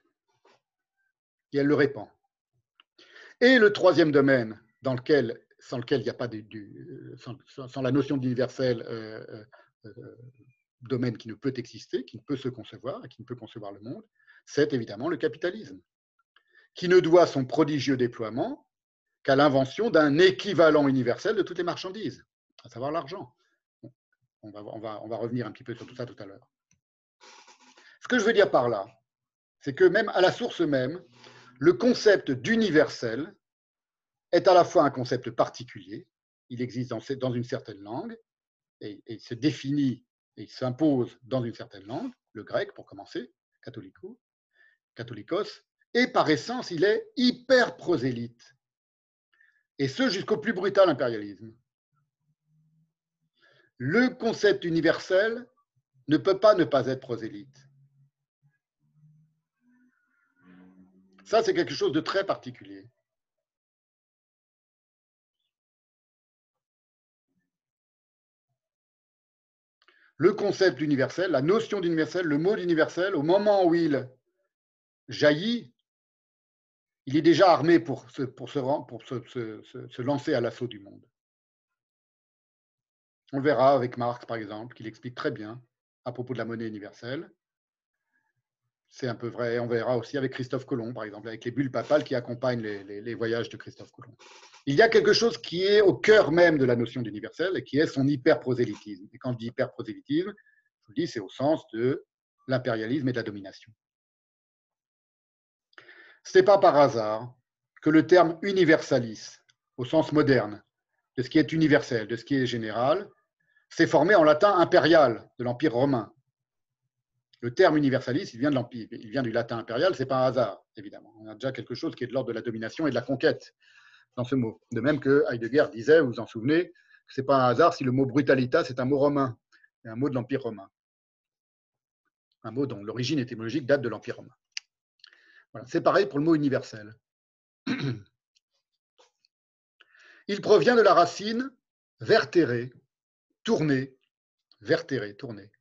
Et elle le répand. Et le troisième domaine, dans lequel, sans lequel il n'y a pas de, du, sans, sans la notion d'universel, euh, euh, domaine qui ne peut exister, qui ne peut se concevoir, et qui ne peut concevoir le monde, c'est évidemment le capitalisme, qui ne doit son prodigieux déploiement qu'à l'invention d'un équivalent universel de toutes les marchandises, à savoir l'argent. On va, on, va, on va revenir un petit peu sur tout ça tout à l'heure. Ce que je veux dire par là, c'est que même à la source même, le concept d'universel est à la fois un concept particulier, il existe dans, dans une certaine langue, et, et se définit et s'impose dans une certaine langue, le grec pour commencer, catholico, catholikos, et par essence, il est hyper prosélyte. et ce jusqu'au plus brutal impérialisme. Le concept universel ne peut pas ne pas être prosélyte. Ça, c'est quelque chose de très particulier. Le concept universel, la notion d'universel, le mot d'universel, au moment où il jaillit, il est déjà armé pour se, pour se, pour se, se, se, se lancer à l'assaut du monde. On le verra avec Marx, par exemple, qui l'explique très bien à propos de la monnaie universelle. C'est un peu vrai. On verra aussi avec Christophe Colomb, par exemple, avec les bulles papales qui accompagnent les, les, les voyages de Christophe Colomb. Il y a quelque chose qui est au cœur même de la notion d'universel et qui est son hyperprosélytisme. Et quand je dis hyperprosélytisme, je vous le dis, c'est au sens de l'impérialisme et de la domination. Ce n'est pas par hasard que le terme universalis, au sens moderne, de ce qui est universel, de ce qui est général, s'est formé en latin impérial de l'Empire romain. Le terme universalis, il vient de l'Empire, il vient du latin impérial, ce n'est pas un hasard, évidemment. On a déjà quelque chose qui est de l'ordre de la domination et de la conquête dans ce mot. De même que Heidegger disait, vous vous en souvenez, que ce n'est pas un hasard si le mot brutalitas est un mot romain, un mot de l'Empire romain. Un mot dont l'origine étymologique date de l'Empire romain. Voilà. C'est pareil pour le mot universel. Il provient de la racine vertere, tourner, vertere, tourner.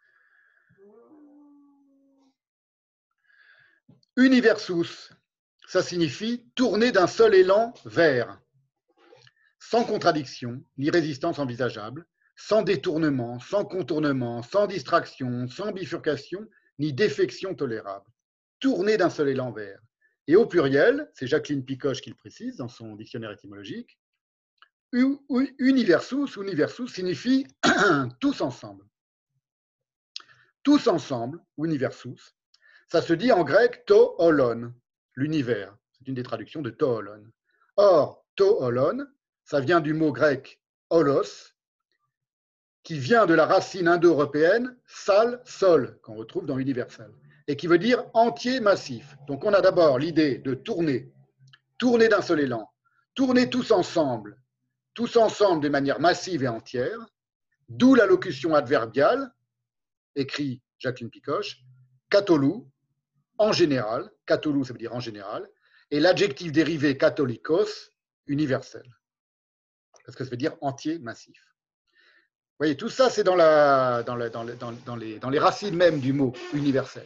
Universus, ça signifie tourner d'un seul élan vers, sans contradiction, ni résistance envisageable, sans détournement, sans contournement, sans distraction, sans bifurcation, ni défection tolérable. Tourner d'un seul élan vers. Et au pluriel, c'est Jacqueline Picoche qui le précise dans son dictionnaire étymologique, universus, universus signifie tous ensemble. Tous ensemble, universus, ça se dit en grec to holon, l'univers. C'est une des traductions de to holon. Or, to holon, ça vient du mot grec holos, qui vient de la racine indo-européenne sal, sol, qu'on retrouve dans universel, et qui veut dire entier, massif. Donc on a d'abord l'idée de tourner, tourner d'un seul élan, tourner tous ensemble, tous ensemble de manière massive et entière, d'où la locution adverbiale, écrit Jacqueline Picoche, katholou, en général, katholou ça veut dire en général, et l'adjectif dérivé katholikos, universel, parce que ça veut dire entier, massif. Vous voyez, tout ça, c'est dans, la, dans, la, dans, la, dans, dans, les, dans les racines même du mot universel,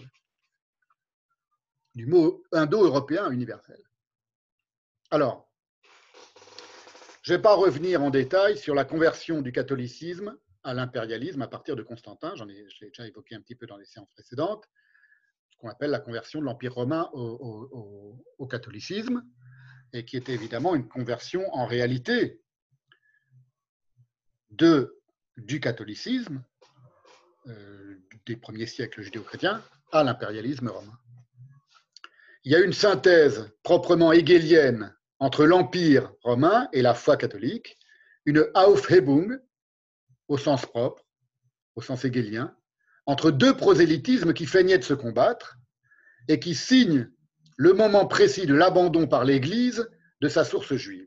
du mot indo-européen universel. Alors, je ne vais pas revenir en détail sur la conversion du catholicisme à l'impérialisme à partir de Constantin, j'en ai, je l'ai déjà évoqué un petit peu dans les séances précédentes, ce qu'on appelle la conversion de l'Empire romain au, au, au catholicisme, et qui était évidemment une conversion en réalité de, du catholicisme, euh, des premiers siècles judéo-chrétiens, à l'impérialisme romain. Il y a une synthèse proprement hegelienne entre l'Empire romain et la foi catholique, une Aufhebung, au sens propre, au sens hegelien, entre deux prosélytismes qui feignaient de se combattre et qui signent le moment précis de l'abandon par l'Église de sa source juive.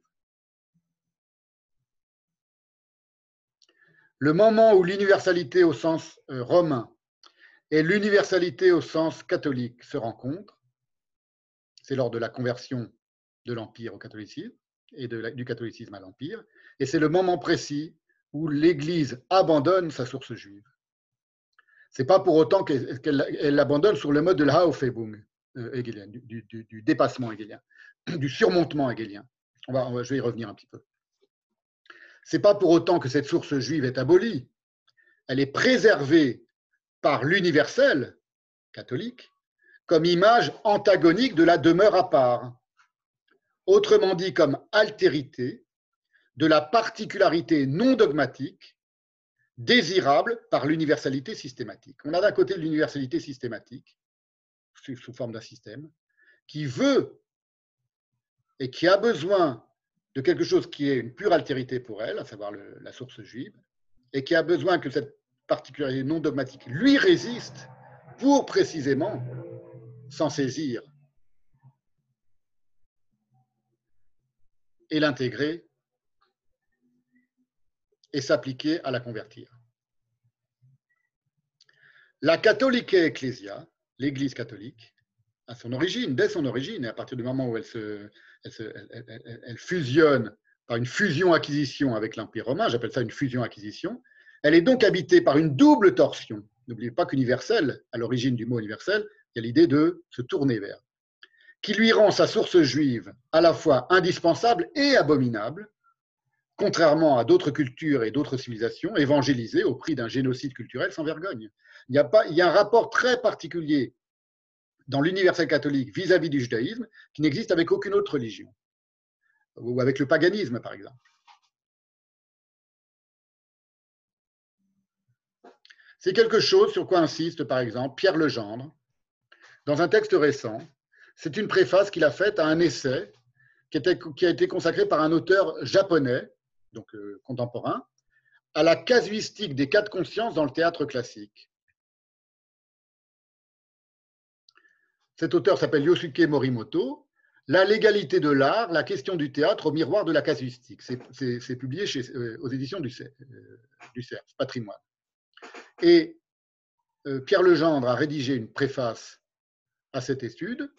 Le moment où l'universalité au sens romain et l'universalité au sens catholique se rencontrent, c'est lors de la conversion de l'Empire au catholicisme et de la, du catholicisme à l'Empire, et c'est le moment précis où l'Église abandonne sa source juive. Ce n'est pas pour autant qu'elle, qu'elle l'abandonne sur le mode de la Aufhebung euh, hegelien, du, du, du dépassement hegelien, du surmontement hegelien. On va, on va, je vais y revenir un petit peu. Ce n'est pas pour autant que cette source juive est abolie. Elle est préservée par l'universel catholique comme image antagonique de la demeure à part. Autrement dit, comme altérité de la particularité non dogmatique désirable par l'universalité systématique. On a d'un côté l'universalité systématique, sous forme d'un système, qui veut et qui a besoin de quelque chose qui est une pure altérité pour elle, à savoir le, la source juive, et qui a besoin que cette particularité non dogmatique lui résiste pour précisément s'en saisir et l'intégrer et s'appliquer à la convertir. La catholique ecclesia, l'Église catholique, à son origine, dès son origine, et à partir du moment où elle, se, elle, se, elle, elle, elle fusionne par une fusion-acquisition avec l'Empire romain, j'appelle ça une fusion-acquisition, elle est donc habitée par une double torsion. N'oubliez pas qu'universel, à l'origine du mot universel, il y a l'idée de se tourner vers, qui lui rend sa source juive à la fois indispensable et abominable, contrairement à d'autres cultures et d'autres civilisations évangélisées au prix d'un génocide culturel sans vergogne. Il y a, pas, il y a un rapport très particulier dans l'universel catholique vis-à-vis du judaïsme qui n'existe avec aucune autre religion, ou avec le paganisme, par exemple. C'est quelque chose sur quoi insiste, par exemple, Pierre Legendre, dans un texte récent. C'est une préface qu'il a faite à un essai qui, était, qui a été consacré par un auteur japonais, donc euh, contemporain, à la casuistique des cas de conscience dans le théâtre classique. Cet auteur s'appelle Yosuke Morimoto. La légalité de l'art, la question du théâtre au miroir de la casuistique. C'est publié chez, euh, aux éditions du, euh, du C E R F, Patrimoine. Et euh, Pierre Legendre a rédigé une préface à cette étude.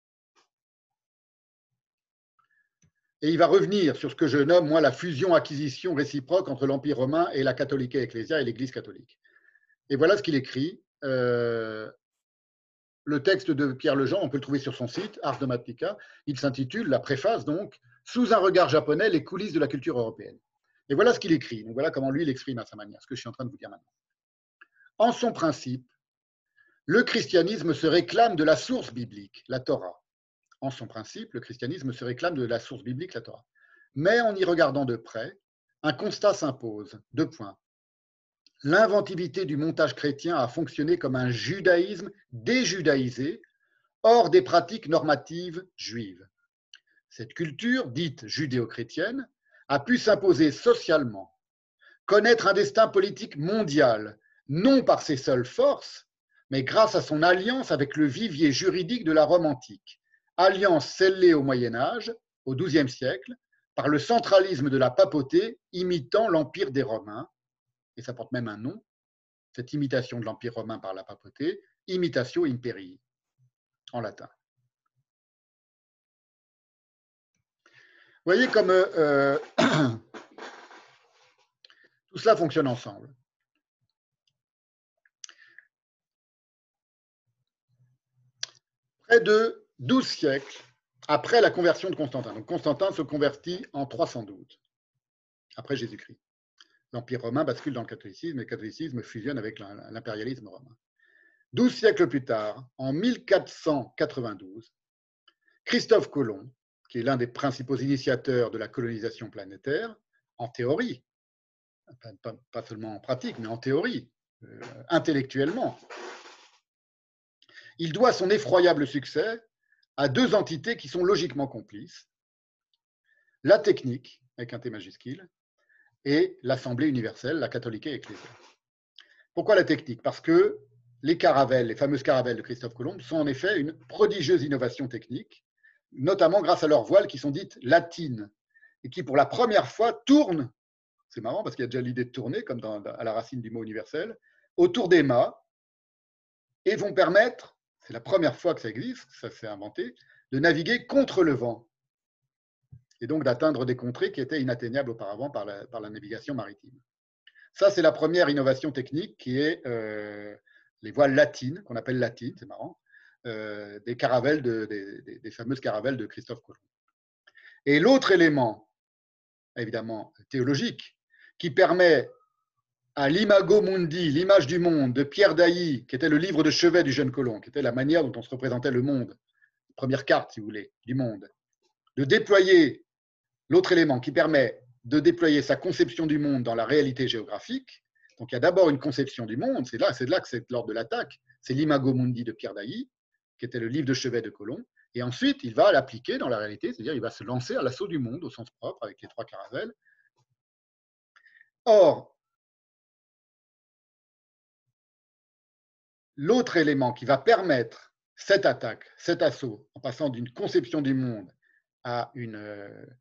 Et il va revenir sur ce que je nomme, moi, la fusion-acquisition réciproque entre l'Empire romain et la catholique ecclesia et l'Église catholique. Et voilà ce qu'il écrit. Euh, le texte de Pierre Legendre, on peut le trouver sur son site, Ars Dogmatica. Il s'intitule, la préface, donc, « Sous un regard japonais, les coulisses de la culture européenne ». Et voilà ce qu'il écrit. Donc voilà comment lui l'exprime à sa manière, ce que je suis en train de vous dire maintenant. En son principe, le christianisme se réclame de la source biblique, la Torah. En son principe, le christianisme se réclame de la source biblique, la Torah. Mais en y regardant de près, un constat s'impose. Deux points. L'inventivité du montage chrétien a fonctionné comme un judaïsme déjudaïsé, hors des pratiques normatives juives. Cette culture, dite judéo-chrétienne, a pu s'imposer socialement, connaître un destin politique mondial, non par ses seules forces, mais grâce à son alliance avec le vivier juridique de la Rome antique. Alliance scellée au Moyen-Âge, au douzième siècle, par le centralisme de la papauté imitant l'Empire des Romains, et ça porte même un nom, cette imitation de l'Empire romain par la papauté, imitatio imperii, en latin. Vous voyez comme euh, tout cela fonctionne ensemble. Près de douze siècles après la conversion de Constantin. Donc Constantin se convertit en trois cent douze, après Jésus-Christ. L'Empire romain bascule dans le catholicisme et le catholicisme fusionne avec l'impérialisme romain. Douze siècles plus tard, en mille quatre cent quatre-vingt-douze, Christophe Colomb, qui est l'un des principaux initiateurs de la colonisation planétaire, en théorie, pas, pas seulement en pratique, mais en théorie, euh, intellectuellement, il doit son effroyable succès à deux entités qui sont logiquement complices, la technique, avec un T majuscule, et l'Assemblée universelle, la catholique et ecclésiale. Pourquoi la technique? Parce que les caravelles, les fameuses caravelles de Christophe Colomb, sont en effet une prodigieuse innovation technique, notamment grâce à leurs voiles qui sont dites latines, et qui pour la première fois tournent, c'est marrant parce qu'il y a déjà l'idée de tourner, comme dans, à la racine du mot universel, autour des mâts, et vont permettre, c'est la première fois que ça existe, ça s'est inventé, de naviguer contre le vent, et donc d'atteindre des contrées qui étaient inatteignables auparavant par la, par la navigation maritime. Ça, c'est la première innovation technique qui est euh, les voiles latines, qu'on appelle latines, c'est marrant, euh, des caravelles, de, des, des, des fameuses caravelles de Christophe Colomb. Et l'autre élément, évidemment théologique, qui permet à l'Imago Mundi, l'image du monde, de Pierre d'Ailly, qui était le livre de chevet du jeune Colomb, qui était la manière dont on se représentait le monde, première carte, si vous voulez, du monde, de déployer l'autre élément qui permet de déployer sa conception du monde dans la réalité géographique. Donc il y a d'abord une conception du monde, c'est là, c'est là que c'est lors de l'attaque, c'est l'Imago Mundi de Pierre d'Ailly, qui était le livre de chevet de Colomb, et ensuite il va l'appliquer dans la réalité, c'est-à-dire il va se lancer à l'assaut du monde au sens propre avec les trois caravelles. Or, l'autre élément qui va permettre cette attaque, cet assaut, en passant d'une conception du monde à une,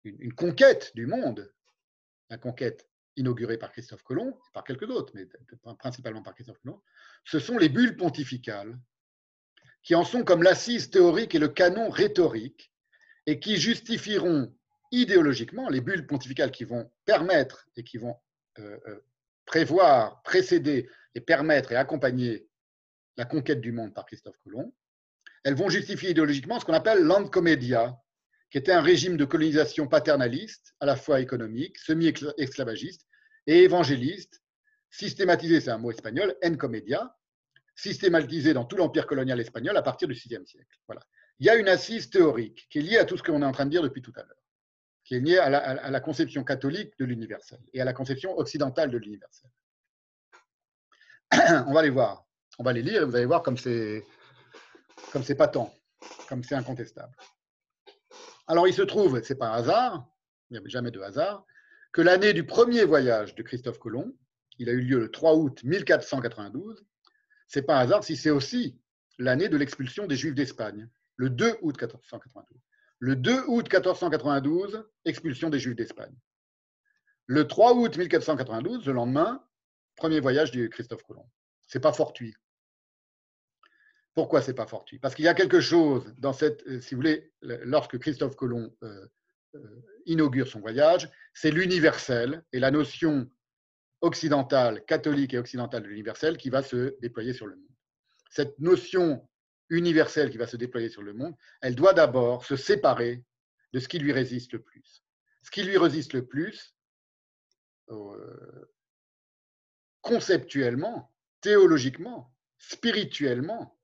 une, une conquête du monde, la conquête inaugurée par Christophe Colomb, par quelques autres, mais principalement par Christophe Colomb, ce sont les bulles pontificales, qui en sont comme l'assise théorique et le canon rhétorique, et qui justifieront idéologiquement les bulles pontificales qui vont permettre et qui vont euh, euh, prévoir, précéder et permettre et accompagner la conquête du monde par Christophe Colomb. Elles vont justifier idéologiquement ce qu'on appelle l'Andcomédia, qui était un régime de colonisation paternaliste, à la fois économique, semi-esclavagiste et évangéliste, systématisé, c'est un mot espagnol, encomedia, systématisé dans tout l'empire colonial espagnol à partir du sixième siècle. Voilà. Il y a une assise théorique qui est liée à tout ce qu'on est en train de dire depuis tout à l'heure, qui est liée à la, à la conception catholique de l'universel et à la conception occidentale de l'universel. On va les voir, on va les lire et vous allez voir comme c'est comme c'est patent, comme c'est incontestable. Alors il se trouve, c'est pas un hasard, il n'y avait jamais de hasard, que l'année du premier voyage de Christophe Colomb, il a eu lieu le trois août mille quatre cent quatre-vingt-douze, c'est pas un hasard si c'est aussi l'année de l'expulsion des Juifs d'Espagne, le deux août quatorze cent quatre-vingt-douze. Le deux août quatorze cent quatre-vingt-douze, expulsion des Juifs d'Espagne. Le trois août mille quatre cent quatre-vingt-douze, le lendemain, premier voyage de Christophe Colomb. C'est pas fortuit. Pourquoi c'est pas fortuit? Parce qu'il y a quelque chose dans cette, si vous voulez, lorsque Christophe Colomb euh, euh, inaugure son voyage, c'est l'universel et la notion occidentale, catholique et occidentale de l'universel qui va se déployer sur le monde. Cette notion universelle qui va se déployer sur le monde, elle doit d'abord se séparer de ce qui lui résiste le plus. Ce qui lui résiste le plus, euh, conceptuellement, théologiquement, spirituellement,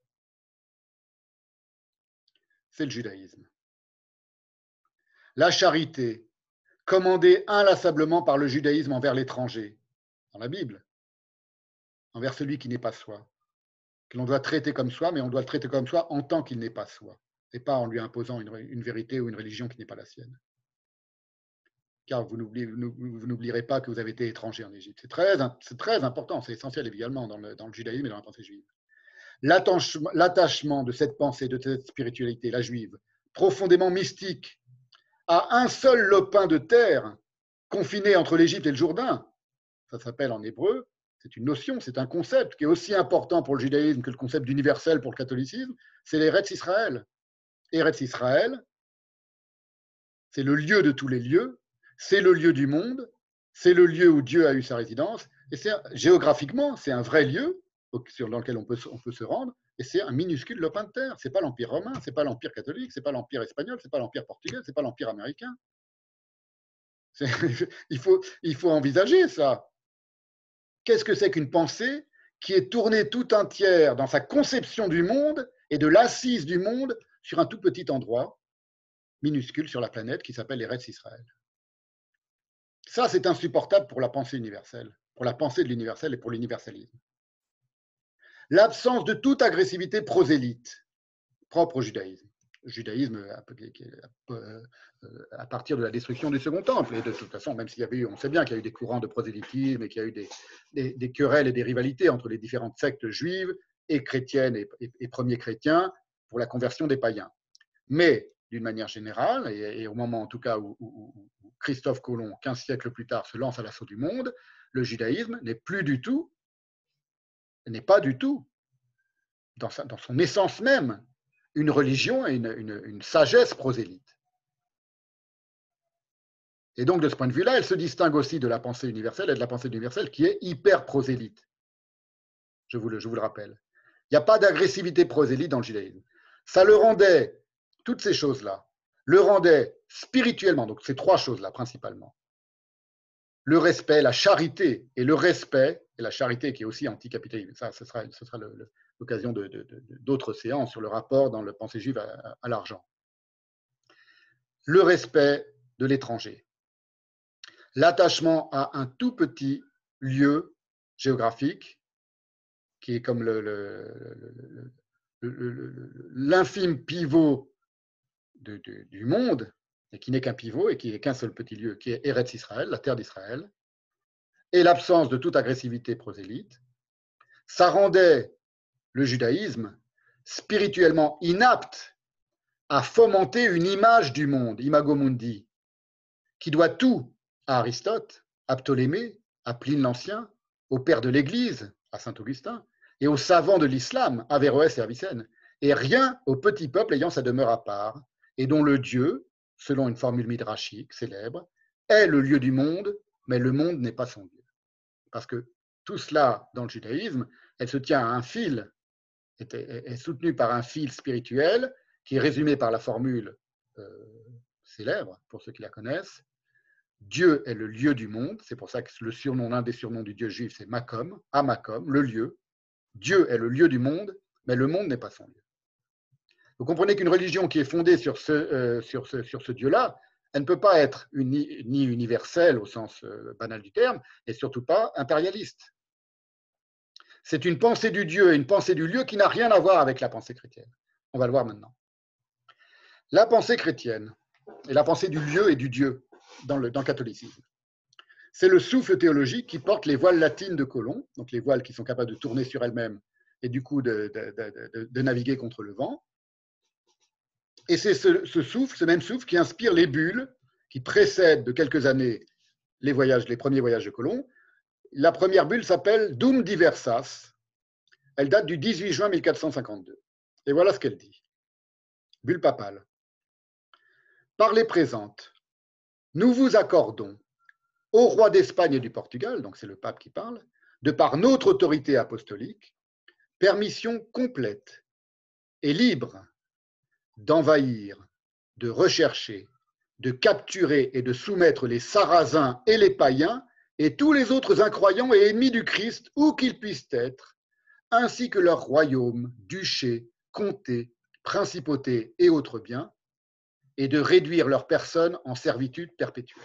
c'est le judaïsme. La charité, commandée inlassablement par le judaïsme envers l'étranger, dans la Bible, envers celui qui n'est pas soi, que l'on doit traiter comme soi, mais on doit le traiter comme soi en tant qu'il n'est pas soi, et pas en lui imposant une, une vérité ou une religion qui n'est pas la sienne. Car vous n'oublierez pas que vous avez été étranger en Égypte. C'est très, très important, c'est essentiel également dans le, dans le judaïsme et dans la pensée juive. L'attachement de cette pensée, de cette spiritualité, la juive, profondément mystique, à un seul lopin de terre confiné entre l'Égypte et le Jourdain, ça s'appelle en hébreu, c'est une notion, c'est un concept qui est aussi important pour le judaïsme que le concept d'universel pour le catholicisme, c'est l'Eretz Israël. Eretz Israël, c'est le lieu de tous les lieux, c'est le lieu du monde, c'est le lieu où Dieu a eu sa résidence, et c'est, géographiquement, c'est un vrai lieu dans lequel on peut, on peut se rendre, et c'est un minuscule lopin de terre. Ce n'est pas l'Empire romain, ce n'est pas l'Empire catholique, ce n'est pas l'Empire espagnol, ce n'est pas l'Empire portugais, ce n'est pas l'Empire américain. Il faut, il faut envisager ça. Qu'est-ce que c'est qu'une pensée qui est tournée tout entière dans sa conception du monde et de l'assise du monde sur un tout petit endroit minuscule sur la planète qui s'appelle l'Eretz Israël. Ça, c'est insupportable pour la pensée universelle, pour la pensée de l'universel et pour l'universalisme. L'absence de toute agressivité prosélyte propre au judaïsme. Le judaïsme à partir de la destruction du Second Temple. Et de toute façon, même s'il y avait eu, on sait bien qu'il y a eu des courants de prosélytisme et qu'il y a eu des, des, des querelles et des rivalités entre les différentes sectes juives et chrétiennes et, et, et premiers chrétiens pour la conversion des païens. Mais d'une manière générale, et, et au moment en tout cas où, où, où Christophe Colomb, quinze siècles plus tard, se lance à l'assaut du monde, le judaïsme n'est plus du tout, n'est pas du tout, dans, sa, dans son essence même, une religion et une, une, une sagesse prosélyte. Et donc, de ce point de vue-là, elle se distingue aussi de la pensée universelle et de la pensée universelle qui est hyper prosélyte. Je vous le, je vous le rappelle. Il n'y a pas d'agressivité prosélyte dans le judaïsme. Ça le rendait, toutes ces choses-là, le rendait spirituellement, donc ces trois choses-là principalement, le respect, la charité et le respect, et la charité qui est aussi anticapitalisme, ça, ce sera, ce sera le, le, l'occasion de, de, de, d'autres séances sur le rapport dans le pensée juive à, à l'argent. Le respect de l'étranger. L'attachement à un tout petit lieu géographique qui est comme le, le, le, le, l'infime pivot de, de, du monde, et qui n'est qu'un pivot et qui n'est qu'un seul petit lieu, qui est Eretz Israël, la terre d'Israël, et l'absence de toute agressivité prosélyte. Ça rendait le judaïsme spirituellement inapte à fomenter une image du monde, imago mundi, qui doit tout à Aristote, à Ptolémée, à Pline l'Ancien, au père de l'Église, à saint Augustin, et aux savants de l'islam, Averroès et Avicenne, et rien au petit peuple ayant sa demeure à part, et dont le Dieu, selon une formule midrashique célèbre, est le lieu du monde, mais le monde n'est pas son lieu. Parce que tout cela, dans le judaïsme, elle se tient à un fil, est, est, est soutenu par un fil spirituel, qui est résumé par la formule euh, célèbre, pour ceux qui la connaissent. Dieu est le lieu du monde, c'est pour ça que le surnom, l'un des surnoms du Dieu juif, c'est Makom, Amakom, le lieu. Dieu est le lieu du monde, mais le monde n'est pas son lieu. Vous comprenez qu'une religion qui est fondée sur ce, euh, sur ce, sur ce Dieu-là, elle ne peut pas être uni, ni universelle au sens euh, banal du terme, et surtout pas impérialiste. C'est une pensée du Dieu et une pensée du lieu qui n'a rien à voir avec la pensée chrétienne. On va le voir maintenant. La pensée chrétienne et la pensée du lieu et du Dieu dans le, dans le catholicisme, c'est le souffle théologique qui porte les voiles latines de Colomb, donc les voiles qui sont capables de tourner sur elles-mêmes et du coup de, de, de, de, de naviguer contre le vent. Et c'est ce, ce souffle, ce même souffle qui inspire les bulles qui précèdent de quelques années les, voyages, les premiers voyages de Colomb. La première bulle s'appelle Dum Diversas. Elle date du dix-huit juin mille quatre cent cinquante-deux. Et voilà ce qu'elle dit. Bulle papale. Par les présentes, nous vous accordons, au roi d'Espagne et du Portugal, donc c'est le pape qui parle, de par notre autorité apostolique, permission complète et libre d'envahir, de rechercher, de capturer et de soumettre les Sarrasins et les païens et tous les autres incroyants et ennemis du Christ, où qu'ils puissent être, ainsi que leurs royaumes, duchés, comtés, principautés et autres biens, et de réduire leurs personnes en servitude perpétuelle.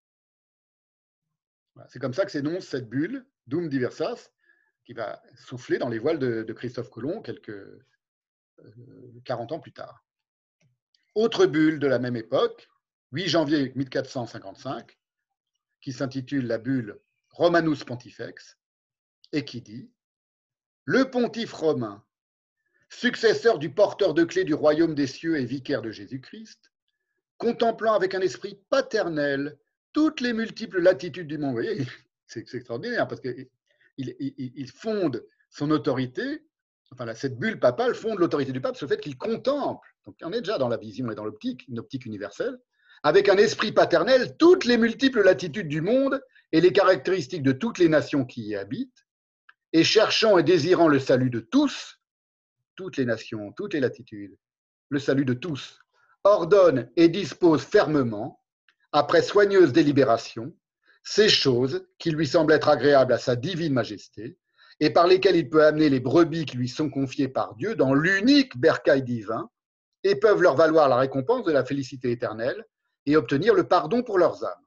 Voilà, c'est comme ça que s'énonce cette bulle, Dum Diversas, qui va souffler dans les voiles de, de Christophe Colomb quelques euh, quarante ans plus tard. Autre bulle de la même époque, huit janvier mille quatre cent cinquante-cinq, qui s'intitule la bulle Romanus Pontifex, et qui dit « Le pontife romain, successeur du porteur de clés du royaume des cieux et vicaire de Jésus-Christ, contemplant avec un esprit paternel toutes les multiples latitudes du monde. » Vous voyez, c'est extraordinaire, parce qu'il il, il fonde son autorité, enfin là, cette bulle papale fonde l'autorité du pape sur le fait qu'il contemple, donc on est déjà dans la vision et dans l'optique, une optique universelle, avec un esprit paternel, toutes les multiples latitudes du monde et les caractéristiques de toutes les nations qui y habitent, et cherchant et désirant le salut de tous, toutes les nations, toutes les latitudes, le salut de tous, ordonne et dispose fermement, après soigneuse délibération, ces choses qui lui semblent être agréables à sa divine majesté et par lesquelles il peut amener les brebis qui lui sont confiées par Dieu dans l'unique bercail divin et peuvent leur valoir la récompense de la félicité éternelle et obtenir le pardon pour leurs âmes.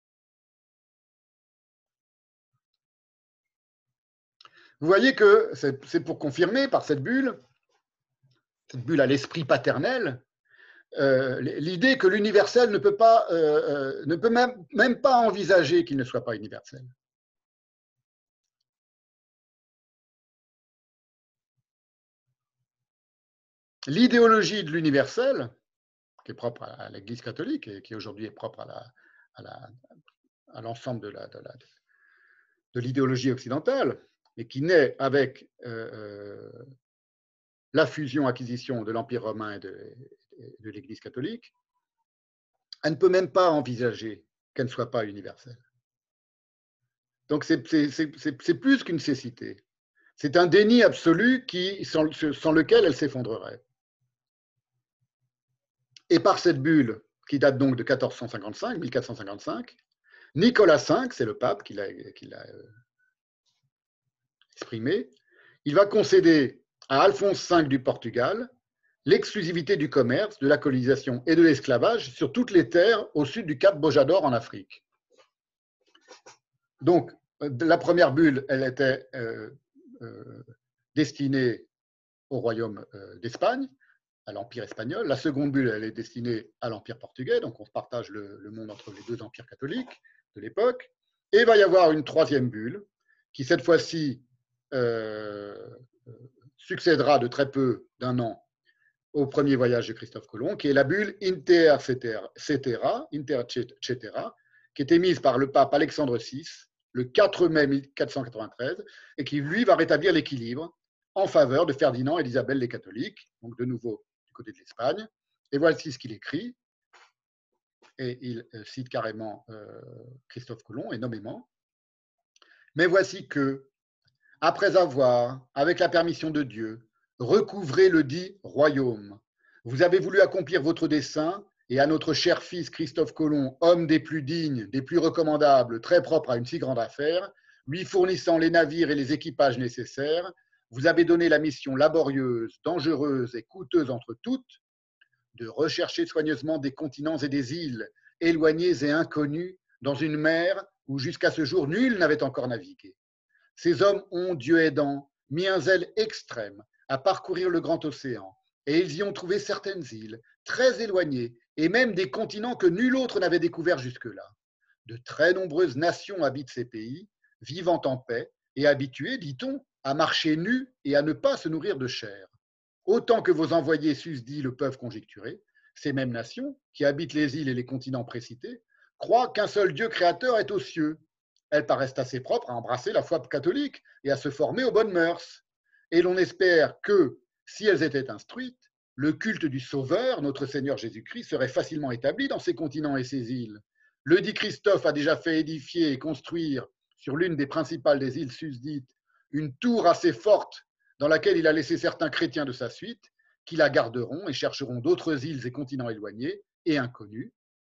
Vous voyez que c'est pour confirmer par cette bulle, cette bulle à l'esprit paternel, euh, l'idée que l'universel ne peut pas, euh, euh, ne peut même, même pas envisager qu'il ne soit pas universel. L'idéologie de l'universel, qui est propre à l'Église catholique et qui aujourd'hui est propre à la, à la, à l'ensemble de la, de la, de l'idéologie occidentale, et qui naît avec euh, la fusion-acquisition de l'Empire romain et de, de l'Église catholique, elle ne peut même pas envisager qu'elle ne soit pas universelle. Donc c'est plus qu'une cécité. C'est un déni absolu qui, sans, sans lequel elle s'effondrerait. Et par cette bulle, qui date donc de mille quatre cent cinquante-cinq, mille quatre cent cinquante-cinq, Nicolas cinq, c'est le pape qui l'a exprimé, il va concéder à Alphonse cinq du Portugal l'exclusivité du commerce, de la colonisation et de l'esclavage sur toutes les terres au sud du Cap Bojador en Afrique. Donc, la première bulle, elle était euh, euh, destinée au royaume euh, d'Espagne, à l'Empire espagnol. La seconde bulle, elle est destinée à l'Empire portugais, donc on se partage le, le monde entre les deux empires catholiques de l'époque. Et il va y avoir une troisième bulle, qui cette fois-ci euh, succédera de très peu d'un an au premier voyage de Christophe Colomb, qui est la bulle Inter Cetera, Inter Cetera, qui était mise par le pape Alexandre six le quatre mai mille quatre cent quatre-vingt-treize, et qui, lui, va rétablir l'équilibre en faveur de Ferdinand et d'Isabelle les catholiques, donc de nouveau du côté de l'Espagne. Et voici ce qu'il écrit, et il cite carrément euh, Christophe Colomb, et nommément. Mais voici que, après avoir, avec la permission de Dieu, recouvré le dit royaume, vous avez voulu accomplir votre dessein, et à notre cher fils Christophe Colomb, homme des plus dignes, des plus recommandables, très propre à une si grande affaire, lui fournissant les navires et les équipages nécessaires, vous avez donné la mission laborieuse, dangereuse et coûteuse entre toutes, de rechercher soigneusement des continents et des îles, éloignés et inconnus, dans une mer où jusqu'à ce jour nul n'avait encore navigué. Ces hommes ont, Dieu aidant, mis un zèle extrême à parcourir le grand océan, et ils y ont trouvé certaines îles, très éloignées, et même des continents que nul autre n'avait découverts jusque-là. De très nombreuses nations habitent ces pays, vivant en paix, et habitués, dit-on, à marcher nus et à ne pas se nourrir de chair. Autant que vos envoyés susdits le peuvent conjecturer, ces mêmes nations, qui habitent les îles et les continents précités, croient qu'un seul Dieu créateur est aux cieux. Elles paraissent assez propres à embrasser la foi catholique et à se former aux bonnes mœurs. Et l'on espère que, si elles étaient instruites, le culte du Sauveur, notre Seigneur Jésus-Christ, serait facilement établi dans ces continents et ces îles. Le dit Christophe a déjà fait édifier et construire sur l'une des principales des îles susdites une tour assez forte dans laquelle il a laissé certains chrétiens de sa suite qui la garderont et chercheront d'autres îles et continents éloignés et inconnus.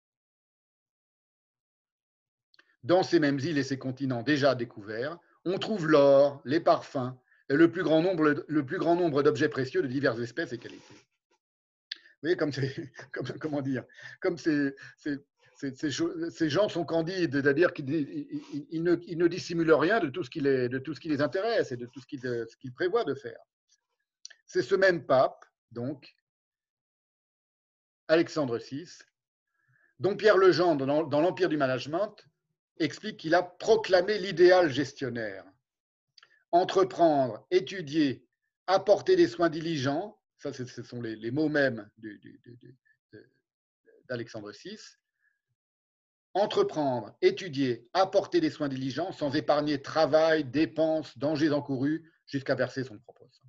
Dans ces mêmes îles et ces continents déjà découverts, on trouve l'or, les parfums et le plus grand nombre, le plus grand nombre d'objets précieux de diverses espèces et qualités. Vous voyez, comme c'est, comme, comment dire, comme c'est, c'est, c'est, c'est, ces gens sont candides, c'est-à-dire qu'ils ils, ils ne, ils ne dissimulent rien de tout ce qui les, de tout ce qui les intéresse et de tout ce qu'ils, ce qu'ils prévoient de faire. C'est ce même pape, donc, Alexandre six, dont Pierre Legendre, dans, dans l'Empire du Management, explique qu'il a proclamé l'idéal gestionnaire. Entreprendre, étudier, apporter des soins diligents, ça ce sont les, les mots mêmes du, du, du, d'Alexandre six. Entreprendre, étudier, apporter des soins diligents sans épargner travail, dépenses, dangers encourus, jusqu'à verser son propre sang.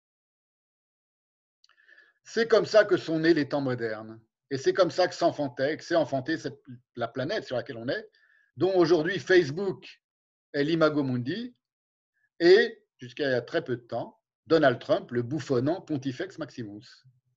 C'est comme ça que sont nés les temps modernes. Et c'est comme ça que s'enfantait, que s'est enfantée cette, la planète sur laquelle on est, dont aujourd'hui Facebook est l'imago mundi, et, jusqu'à il y a très peu de temps, Donald Trump, le bouffonnant Pontifex Maximus.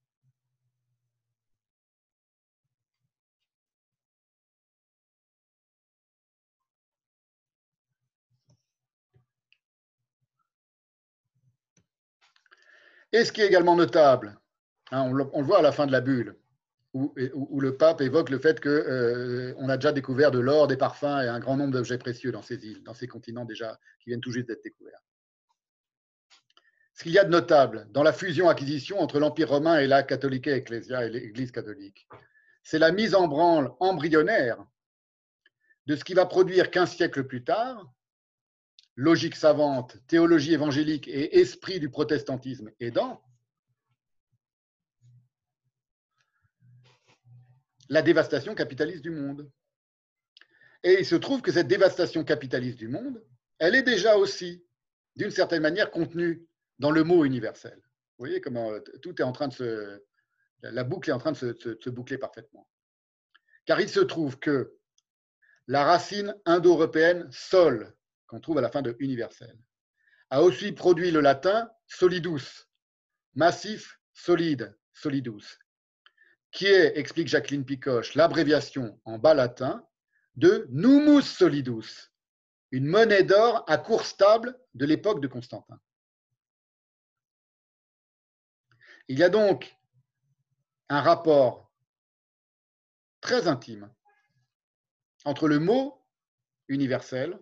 Et ce qui est également notable, hein, on, le, on le voit à la fin de la bulle, où, où, où le pape évoque le fait qu'on euh, a déjà découvert de l'or, des parfums et un grand nombre d'objets précieux dans ces îles, dans ces continents déjà qui viennent tout juste d'être découverts. Ce qu'il y a de notable dans la fusion-acquisition entre l'Empire romain et la Catholica Ecclesia et l'Église catholique, c'est la mise en branle embryonnaire de ce qui va produire quinze siècles plus tard, logique savante, théologie évangélique et esprit du protestantisme aidant, la dévastation capitaliste du monde. Et il se trouve que cette dévastation capitaliste du monde, elle est déjà aussi, d'une certaine manière, contenue dans le mot universel. Vous voyez comment tout est en train de se... La boucle est en train de se, se, se boucler parfaitement. Car il se trouve que la racine indo-européenne sol, qu'on trouve à la fin de universel, a aussi produit le latin solidus, massif, solide, solidus, qui est, explique Jacqueline Picoche, l'abréviation en bas latin de numus solidus, une monnaie d'or à cours stable de l'époque de Constantin. Il y a donc un rapport très intime entre le mot universel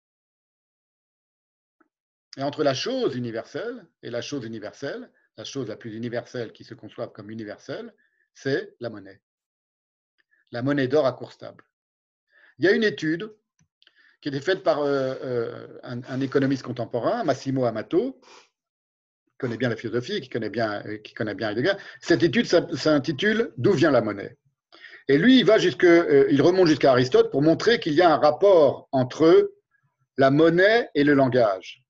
et entre la chose universelle et la chose universelle, la chose la plus universelle qui se conçoive comme universelle, c'est la monnaie. La monnaie d'or à cours stable. Il y a une étude qui a été faite par euh, euh, un, un économiste contemporain, Massimo Amato, connaît bien la philosophie, qui connaît bien, qui connaît bien Heidegger. Cette étude s'intitule « D'où vient la monnaie ?» Et lui, il, va jusque, euh, il remonte jusqu'à Aristote pour montrer qu'il y a un rapport entre la monnaie et le langage.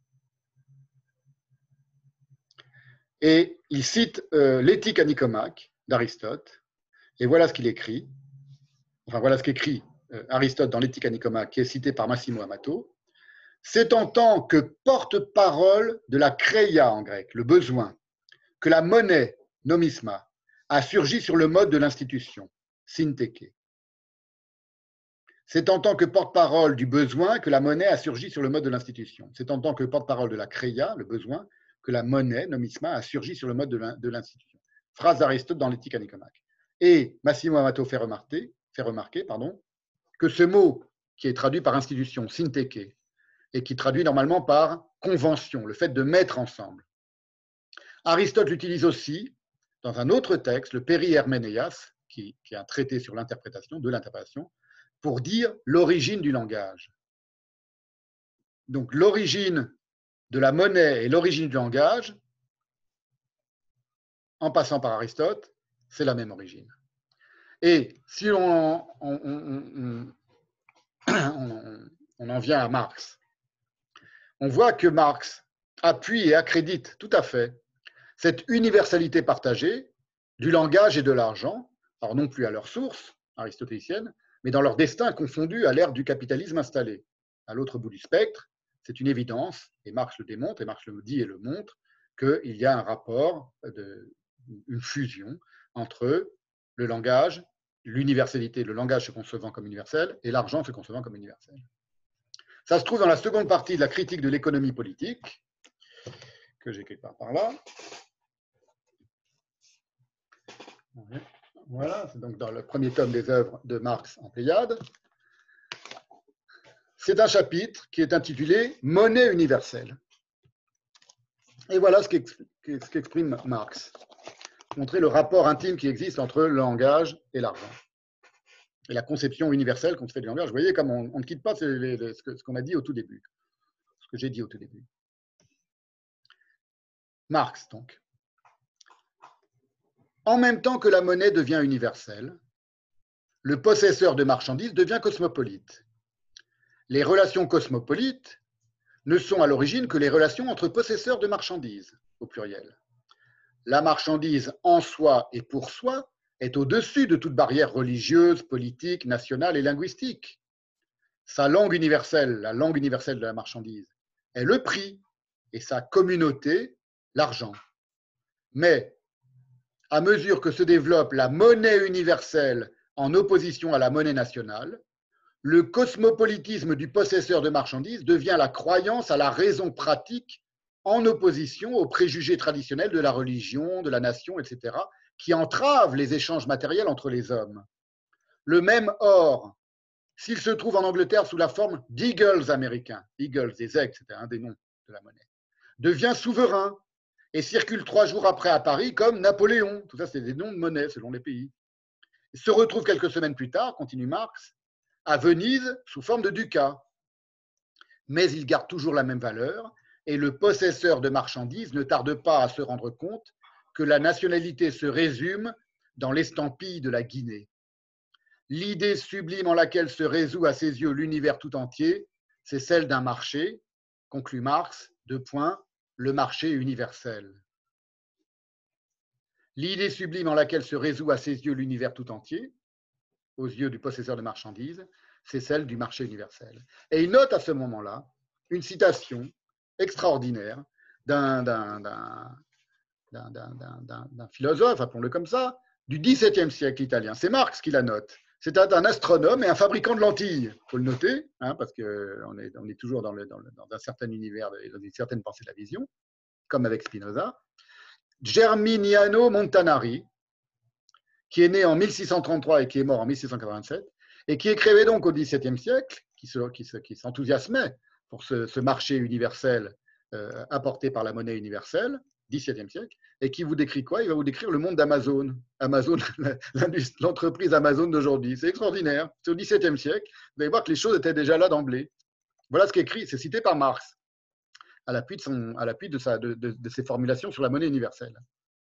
Et il cite euh, l'éthique à Nicomaque d'Aristote, et voilà ce qu'il écrit. Enfin, voilà ce qu'écrit euh, Aristote dans l'éthique à Nicomaque, qui est cité par Massimo Amato. C'est en tant que porte-parole de la kreia en grec, le besoin, que la monnaie, nomisma, a surgi sur le mode de l'institution, syntheke. C'est en tant que porte-parole du besoin que la monnaie a surgi sur le mode de l'institution. C'est en tant que porte-parole de la kreia, le besoin, que la monnaie, nomisma, a surgi sur le mode de l'institution. Phrase d'Aristote dans l'éthique à Nicomaque. Et Massimo Amato fait remarquer, fait remarquer pardon, que ce mot qui est traduit par institution, syntheke, et qui traduit normalement par convention, le fait de mettre ensemble. Aristote l'utilise aussi dans un autre texte, le Péri-Herménéas, qui, qui est un traité sur l'interprétation, de l'interprétation, pour dire l'origine du langage. Donc l'origine de la monnaie et l'origine du langage, en passant par Aristote, c'est la même origine. Et si on, on, on, on, on en vient à Marx, on voit que Marx appuie et accrédite tout à fait cette universalité partagée du langage et de l'argent, alors non plus à leur source aristotélicienne, mais dans leur destin confondu à l'ère du capitalisme installé. À l'autre bout du spectre, c'est une évidence, et Marx le démontre, et Marx le dit et le montre, qu'il y a un rapport, de, une fusion entre le langage, l'universalité, le langage se concevant comme universel, et l'argent se concevant comme universel. Ça se trouve dans la seconde partie de la critique de l'économie politique, que j'ai quelque part par là. Voilà, c'est donc dans le premier tome des œuvres de Marx en Pléiade. C'est un chapitre qui est intitulé « Monnaie universelle ». Et voilà ce qu'exprime Marx. Montrer le rapport intime qui existe entre le langage et l'argent. Et la conception universelle qu'on se fait du langage. Vous voyez, comme on, on ne quitte pas ce, les, ce qu'on a dit au tout début. Ce que j'ai dit au tout début. Marx, donc. En même temps que la monnaie devient universelle, le possesseur de marchandises devient cosmopolite. Les relations cosmopolites ne sont à l'origine que les relations entre possesseurs de marchandises, au pluriel. La marchandise en soi et pour soi est au-dessus de toute barrière religieuse, politique, nationale et linguistique. Sa langue universelle, la langue universelle de la marchandise, est le prix et sa communauté, l'argent. Mais à mesure que se développe la monnaie universelle en opposition à la monnaie nationale, le cosmopolitisme du possesseur de marchandises devient la croyance à la raison pratique en opposition aux préjugés traditionnels de la religion, de la nation, et cetera, qui entravent les échanges matériels entre les hommes. Le même or, s'il se trouve en Angleterre sous la forme d'eagles américains, eagles, des aigles, c'était un des noms de la monnaie, devient souverain et circule trois jours après à Paris comme Napoléon. Tout ça, c'est des noms de monnaie selon les pays. Il se retrouve quelques semaines plus tard, continue Marx, à Venise sous forme de ducat. Mais il garde toujours la même valeur et le possesseur de marchandises ne tarde pas à se rendre compte que la nationalité se résume dans l'estampille de la Guinée. L'idée sublime en laquelle se résout à ses yeux l'univers tout entier, c'est celle d'un marché, conclut Marx, deux points, le marché universel. L'idée sublime en laquelle se résout à ses yeux l'univers tout entier, aux yeux du possesseur de marchandises, c'est celle du marché universel. Et il note à ce moment-là une citation extraordinaire d'un, d'un, d'un, d'un, d'un, d'un, d'un philosophe, appelons-le comme ça, du dix-septième siècle italien. C'est Marx qui la note. C'est un astronome et un fabricant de lentilles. Il faut le noter, hein, parce qu'on est, on est toujours dans, le, dans, le, dans un certain univers et dans une certaine pensée de la vision, comme avec Spinoza. Germiniano Montanari, qui est né en mille six cent trente-trois et qui est mort en mille six cent quatre-vingt-sept, et qui écrivait donc au dix-septième siècle, qui, se, qui, se, qui s'enthousiasmait pour ce, ce marché universel euh, apporté par la monnaie universelle, dix-septième siècle, et qui vous décrit quoi? Il va vous décrire le monde d'Amazon. Amazon, l'entreprise Amazon d'aujourd'hui. C'est extraordinaire. C'est au dix-septième siècle. Vous allez voir que les choses étaient déjà là d'emblée. Voilà ce qu'écrit, c'est cité par Marx. à l'appui de, son, à l'appui de, sa, de, de, de ses formulations sur la monnaie universelle.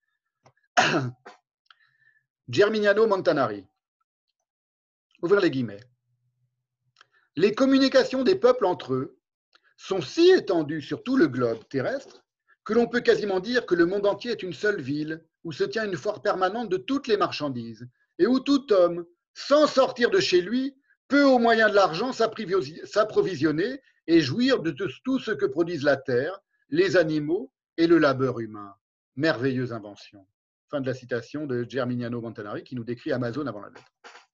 Germiniano Montanari, ouvrir les guillemets. Les communications des peuples entre eux sont si étendues sur tout le globe terrestre que l'on peut quasiment dire que le monde entier est une seule ville où se tient une foire permanente de toutes les marchandises et où tout homme, sans sortir de chez lui, peut au moyen de l'argent s'approvisionner et jouir de tout ce que produisent la terre, les animaux et le labeur humain. Merveilleuse invention. Fin de la citation de Germiniano Montanari qui nous décrit Amazon avant la lettre.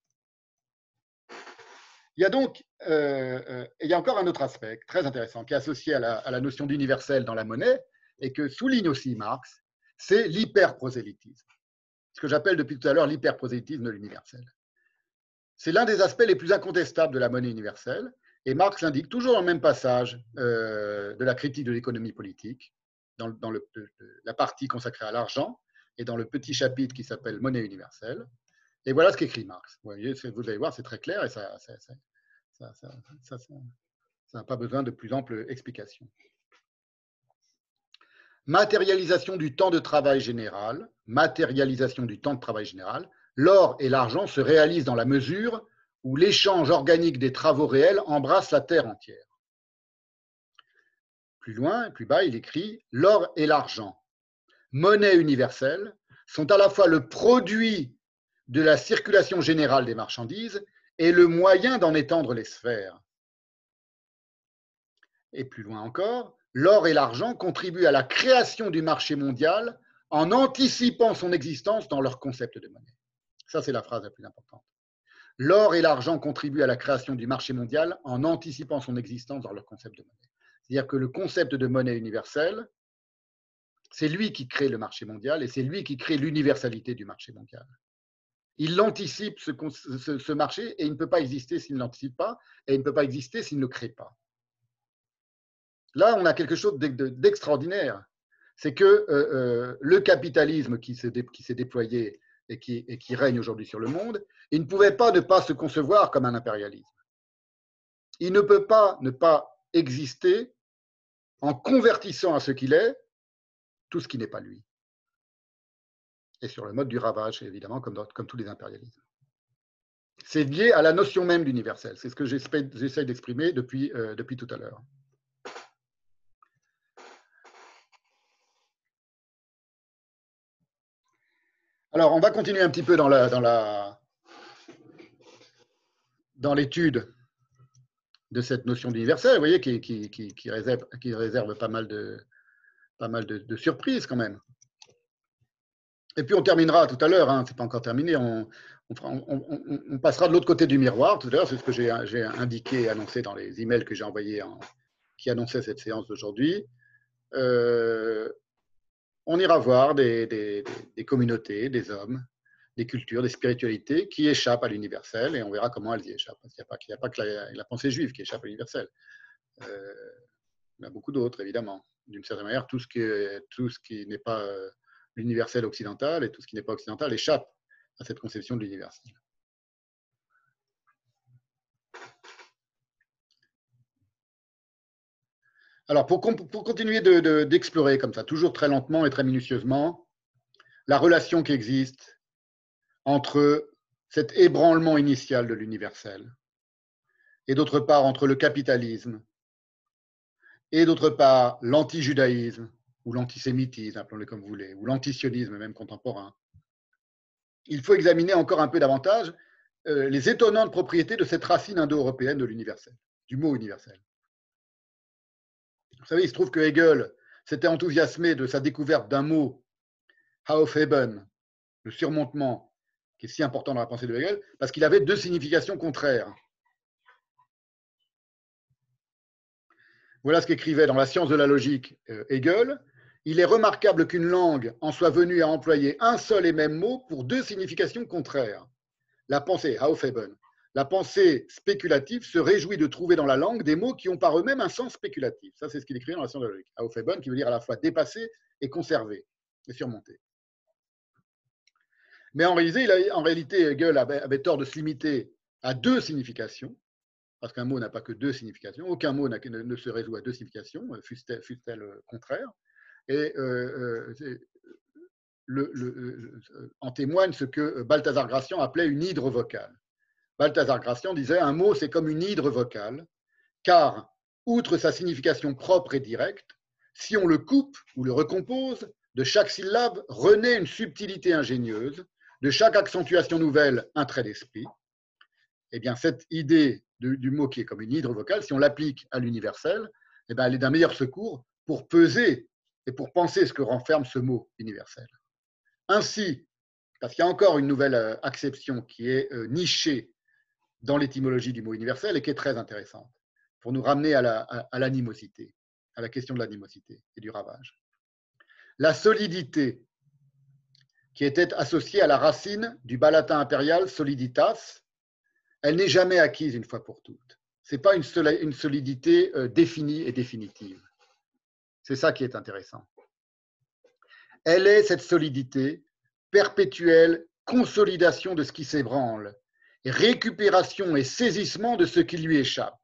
Il y a donc euh, euh, il y a encore un autre aspect très intéressant qui est associé à la, à la notion d'universel dans la monnaie et que souligne aussi Marx, c'est l'hyperprosélytisme. Ce que j'appelle depuis tout à l'heure l'hyperprosélytisme de l'universel. C'est l'un des aspects les plus incontestables de la monnaie universelle et Marx l'indique toujours dans le même passage euh, de la critique de l'économie politique, dans, dans le, de, de, la partie consacrée à l'argent et dans le petit chapitre qui s'appelle Monnaie universelle. Et voilà ce qu'écrit Marx. Vous, voyez, vous allez voir, c'est très clair et ça ça, ça, ça, ça, ça, ça, ça n'a pas besoin de plus ample explication. Matérialisation du temps de travail général, matérialisation du temps de travail général, l'or et l'argent se réalisent dans la mesure où l'échange organique des travaux réels embrasse la terre entière. Plus loin, plus bas, il écrit « L'or et l'argent, monnaie universelle, sont à la fois le produit de la circulation générale des marchandises et le moyen d'en étendre les sphères. » Et plus loin encore, l'or et l'argent contribuent à la création du marché mondial en anticipant son existence dans leur concept de monnaie. Ça, c'est la phrase la plus importante. L'or et l'argent contribuent à la création du marché mondial en anticipant son existence dans leur concept de monnaie. C'est-à-dire que le concept de monnaie universelle, c'est lui qui crée le marché mondial et c'est lui qui crée l'universalité du marché mondial. Il anticipe ce, ce, ce marché et il ne peut pas exister s'il ne l'anticipe pas et il ne peut pas exister s'il ne le crée pas. Là, on a quelque chose d'extraordinaire. C'est que euh, euh, le capitalisme qui s'est déployé et qui, et qui règne aujourd'hui sur le monde, il ne pouvait pas ne pas se concevoir comme un impérialisme. Il ne peut pas ne pas exister en convertissant à ce qu'il est tout ce qui n'est pas lui. Et sur le mode du ravage, évidemment, comme, dans, comme tous les impérialismes. C'est lié à la notion même d'universel. C'est ce que j'essaie d'exprimer depuis, euh, depuis tout à l'heure. Alors, on va continuer un petit peu dans la, dans la, dans l'étude de cette notion d'universel, vous voyez, qui, qui, qui, qui, réserve, qui réserve pas mal de, pas mal de, de surprises quand même. Et puis on terminera tout à l'heure, hein, c'est pas encore terminé, on, on, on, on, on passera de l'autre côté du miroir tout à l'heure, c'est ce que j'ai indiqué et annoncé dans les emails que j'ai envoyés en, qui annonçaient cette séance d'aujourd'hui. Euh, on ira voir des, des, des communautés, des hommes, des cultures, des spiritualités qui échappent à l'universel et on verra comment elles y échappent. Parce qu'il n'y a pas, qu'il n'y a pas que la, la pensée juive qui échappe à l'universel. Euh, il y en a beaucoup d'autres, évidemment. D'une certaine manière, tout ce qui, tout ce qui n'est pas euh, l'universel occidental et tout ce qui n'est pas occidental échappe à cette conception de l'universel. Alors, pour, pour continuer d'explorer de, de, comme ça, toujours très lentement et très minutieusement, la relation qui existe entre cet ébranlement initial de l'universel et d'autre part entre le capitalisme et d'autre part l'anti-judaïsme ou l'antisémitisme, appelons-le comme vous voulez, ou l'antisionisme même contemporain, il faut examiner encore un peu davantage euh, les étonnantes propriétés de cette racine indo-européenne de l'universel, du mot universel. Vous savez, il se trouve que Hegel s'était enthousiasmé de sa découverte d'un mot, Aufheben, le surmontement, qui est si important dans la pensée de Hegel, parce qu'il avait deux significations contraires. Voilà ce qu'écrivait dans La science de la logique Hegel. Il est remarquable qu'une langue en soit venue à employer un seul et même mot pour deux significations contraires. La pensée, Aufheben, la pensée spéculative se réjouit de trouver dans la langue des mots qui ont par eux-mêmes un sens spéculatif. Ça, c'est ce qu'il écrit dans La science de la logique. Aufheben, qui veut dire à la fois dépasser et conserver, et surmonter. Mais en réalité, il a, en réalité Hegel avait, avait tort de se limiter à deux significations. parce qu'un mot n'a pas que deux significations, aucun mot que, ne se résout à deux significations, fût-elle contraire, et euh, euh, le, le, en témoigne ce que Balthazar Gracian appelait une hydre vocale. Balthazar Gracian disait un mot c'est comme une hydre vocale, car outre sa signification propre et directe, si on le coupe ou le recompose, de chaque syllabe renaît une subtilité ingénieuse, de chaque accentuation nouvelle un trait d'esprit. Eh bien, cette idée de, du mot qui est comme une hydre vocale, si on l'applique à l'universel, eh bien, elle est d'un meilleur secours pour peser et pour penser ce que renferme ce mot universel. Ainsi, parce qu'il y a encore une nouvelle acception qui est nichée dans l'étymologie du mot universel et qui est très intéressante, pour nous ramener à, la, à l'animosité, à la question de l'animosité et du ravage. La solidité, qui était associée à la racine du bas latin impérial soliditas, elle n'est jamais acquise une fois pour toutes. Ce n'est pas une, une solidité définie et définitive. C'est ça qui est intéressant. Elle est, cette solidité, perpétuelle consolidation de ce qui s'ébranle, récupération et saisissement de ce qui lui échappe.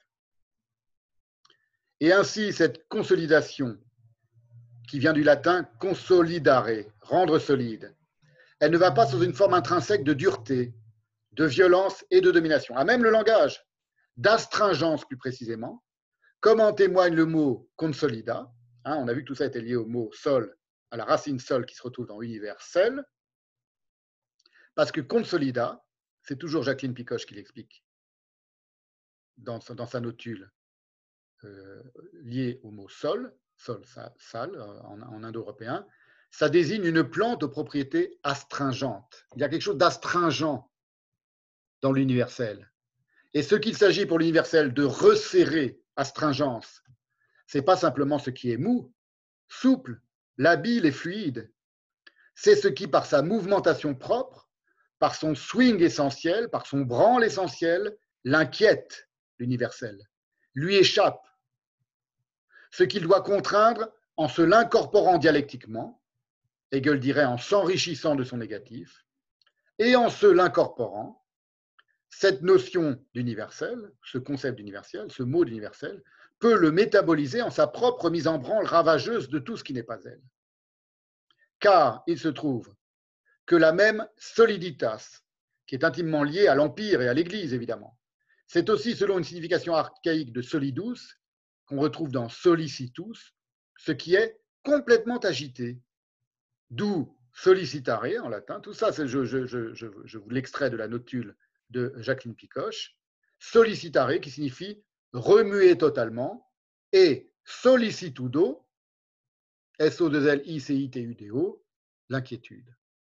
Et ainsi, cette consolidation, qui vient du latin consolidare, rendre solide, elle ne va pas sous une forme intrinsèque de dureté, de violence et de domination, à même le langage, d'astringence plus précisément, comme en témoigne le mot consolida. Hein, on a vu que tout ça était lié au mot sol, à la racine sol qui se retrouve dans universel, parce que consolida, c'est toujours Jacqueline Picoche qui l'explique dans, dans sa notule euh, liée au mot sol, sol, sal, en, en indo-européen, ça désigne une plante aux propriétés astringentes. Il y a quelque chose d'astringent dans l'universel. Et ce qu'il s'agit pour l'universel de resserrer, astringence, ce n'est pas simplement ce qui est mou, souple, labile et fluide. C'est ce qui, par sa mouvmentation propre, par son swing essentiel, par son branle essentiel, l'inquiète, l'universel, lui échappe. Ce qu'il doit contraindre en se l'incorporant dialectiquement, Hegel dirait en s'enrichissant de son négatif, et en se l'incorporant, cette notion d'universel, ce concept d'universel, ce mot d'universel, peut le métaboliser en sa propre mise en branle ravageuse de tout ce qui n'est pas elle. Car il se trouve que la même soliditas, qui est intimement liée à l'Empire et à l'Église, évidemment, c'est aussi, selon une signification archaïque de solidus, qu'on retrouve dans solicitus, ce qui est complètement agité. D'où sollicitare en latin, tout ça, je, je, je, je, je vous l'extrais de la notule de Jacqueline Picoche, sollicitare qui signifie remuer totalement, et sollicitudo, S O deux L I C I T U D O, l'inquiétude.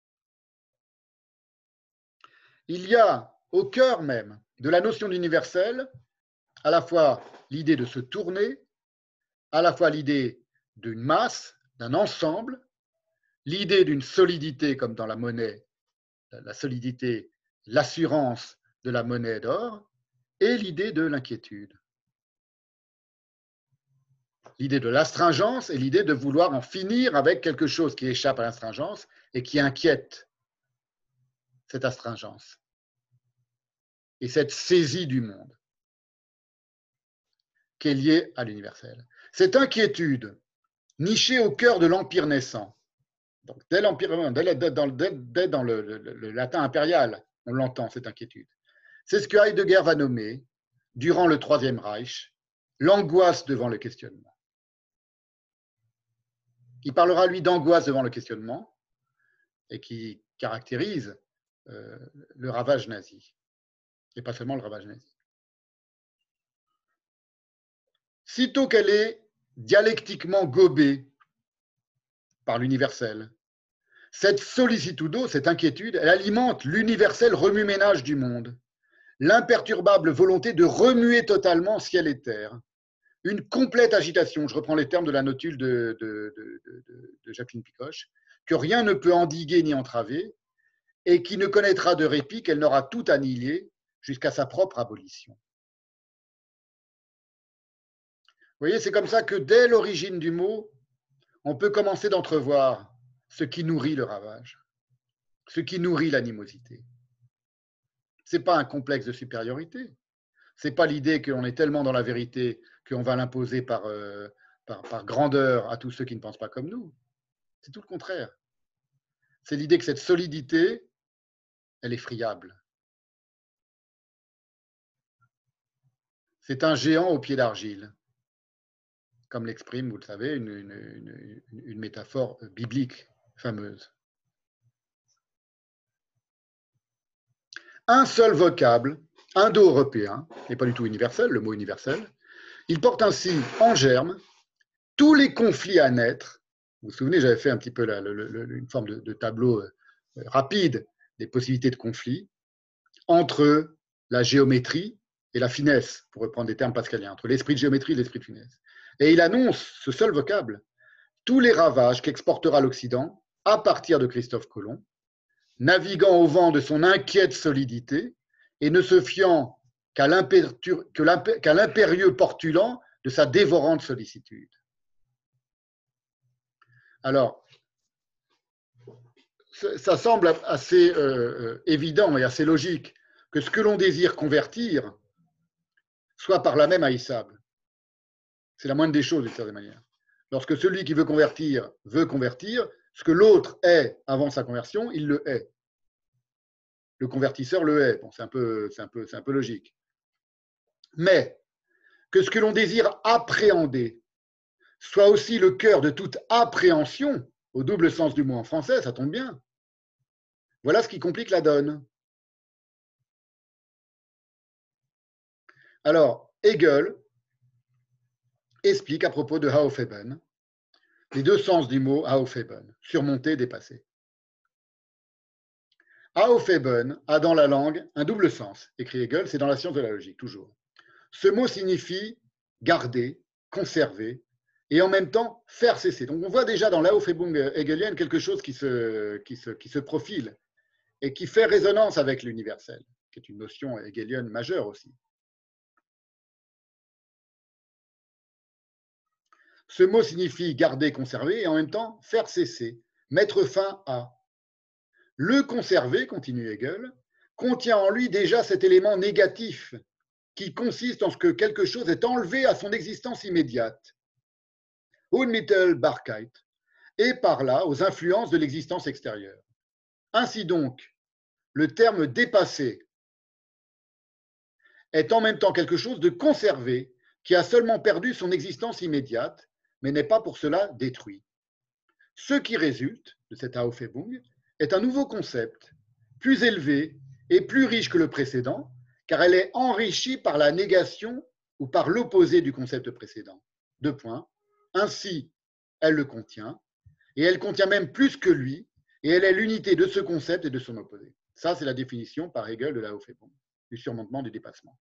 Il y a au cœur même de la notion d'universel à la fois l'idée de se tourner, à la fois l'idée d'une masse, d'un ensemble, l'idée d'une solidité comme dans la monnaie, la solidité, l'assurance de la monnaie d'or, et l'idée de l'inquiétude. L'idée de l'astringence et l'idée de vouloir en finir avec quelque chose qui échappe à l'astringence et qui inquiète cette astringence et cette saisie du monde qui est liée à l'universel. Cette inquiétude nichée au cœur de l'empire naissant, donc dès, l'empire, dès, dès, dans, dès, dès dans le, le, le latin impérial, on l'entend, cette inquiétude. C'est ce que Heidegger va nommer, durant le Troisième Reich, l'angoisse devant le questionnement. Il parlera, lui, d'angoisse devant le questionnement et qui caractérise euh, le ravage nazi, et pas seulement le ravage nazi. Sitôt qu'elle est dialectiquement gobée par l'universel, cette sollicitudo, cette inquiétude, elle alimente l'universel remue-ménage du monde, l'imperturbable volonté de remuer totalement ciel et terre, une complète agitation, je reprends les termes de la notule de, de, de, de, de Jacqueline Picoche, que rien ne peut endiguer ni entraver, et qui ne connaîtra de répit qu'elle n'aura tout annihilé jusqu'à sa propre abolition. Vous voyez, c'est comme ça que dès l'origine du mot, on peut commencer d'entrevoir ce qui nourrit le ravage, ce qui nourrit l'animosité. Ce n'est pas un complexe de supériorité, Ce n'est pas l'idée qu'on est tellement dans la vérité qu'on va l'imposer par, euh, par, par grandeur à tous ceux qui ne pensent pas comme nous. C'est tout le contraire. C'est l'idée que cette solidité, elle est friable. C'est un géant au pied d'argile, comme l'exprime, vous le savez, une, une, une, une métaphore biblique fameuse. Un seul vocable, indo-européen, n'est pas du tout universel, le mot universel. Il porte ainsi en germe tous les conflits à naître. Vous vous souvenez, j'avais fait un petit peu la, le, le, une forme de, de tableau rapide des possibilités de conflit entre la géométrie et la finesse, pour reprendre des termes pascaliens, entre l'esprit de géométrie et l'esprit de finesse. Et il annonce ce seul vocable, tous les ravages qu'exportera l'Occident à partir de Christophe Colomb, naviguant au vent de son inquiète solidité et ne se fiant qu'à l'impérieux portulant de sa dévorante sollicitude. Alors, ça semble assez euh, évident et assez logique que ce que l'on désire convertir soit par là même haïssable. C'est la moindre des choses, d'une certaine manière. Lorsque celui qui veut convertir veut convertir, ce que l'autre est avant sa conversion, il le hait. Le convertisseur le hait. Bon, c'est un peu, c'est un peu, c'est un peu logique. Mais que ce que l'on désire appréhender soit aussi le cœur de toute appréhension, au double sens du mot en français, ça tombe bien. Voilà ce qui complique la donne. Alors, Hegel explique à propos de Aufheben les deux sens du mot Aufheben, surmonter, dépasser. Aufheben a dans la langue un double sens, écrit Hegel, c'est dans la science de la logique, toujours. Ce mot signifie garder, conserver, et en même temps faire cesser. Donc on voit déjà dans l'Aufhebung hegelienne quelque chose qui se, qui, se, qui se profile et qui fait résonance avec l'universel, qui est une notion hegelienne majeure aussi. Ce mot signifie garder, conserver, et en même temps faire cesser, mettre fin à. Le conserver, continue Hegel, contient en lui déjà cet élément négatif qui consiste en ce que quelque chose est enlevé à son existence immédiate, Unmittelbarkeit, et par là aux influences de l'existence extérieure. Ainsi donc, le terme dépasser est en même temps quelque chose de conservé qui a seulement perdu son existence immédiate, mais n'est pas pour cela détruit. Ce qui résulte de cette Aufhebung est un nouveau concept, plus élevé et plus riche que le précédent, car elle est enrichie par la négation ou par l'opposé du concept précédent. Deux points. Ainsi, elle le contient, et elle contient même plus que lui, et elle est l'unité de ce concept et de son opposé. Ça, c'est la définition par Hegel de la Aufhebung, du surmontement du dépassement.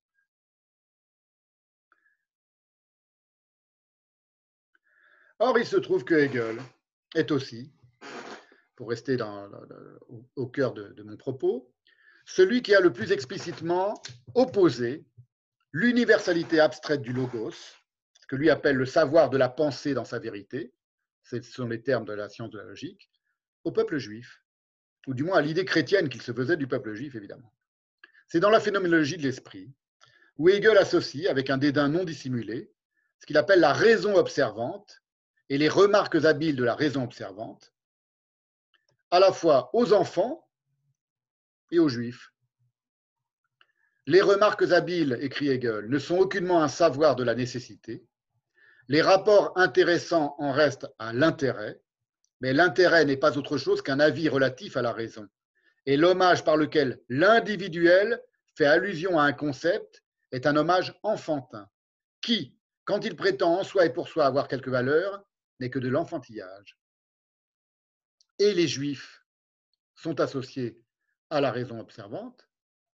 Or, il se trouve que Hegel est aussi, pour rester dans, au, au cœur de, de mon propos, celui qui a le plus explicitement opposé l'universalité abstraite du logos, ce que lui appelle le savoir de la pensée dans sa vérité, ce sont les termes de la science de la logique, au peuple juif, ou du moins à l'idée chrétienne qu'il se faisait du peuple juif, évidemment. C'est dans la phénoménologie de l'esprit, où Hegel associe, avec un dédain non dissimulé, ce qu'il appelle la raison observante et les remarques habiles de la raison observante, à la fois aux enfants et aux juifs. Les remarques habiles, écrit Hegel, ne sont aucunement un savoir de la nécessité. Les rapports intéressants en restent à l'intérêt, mais l'intérêt n'est pas autre chose qu'un avis relatif à la raison. Et l'hommage par lequel l'individuel fait allusion à un concept est un hommage enfantin, qui, quand il prétend en soi et pour soi avoir quelque valeur, n'est que de l'enfantillage. Et les juifs sont associés à la raison observante,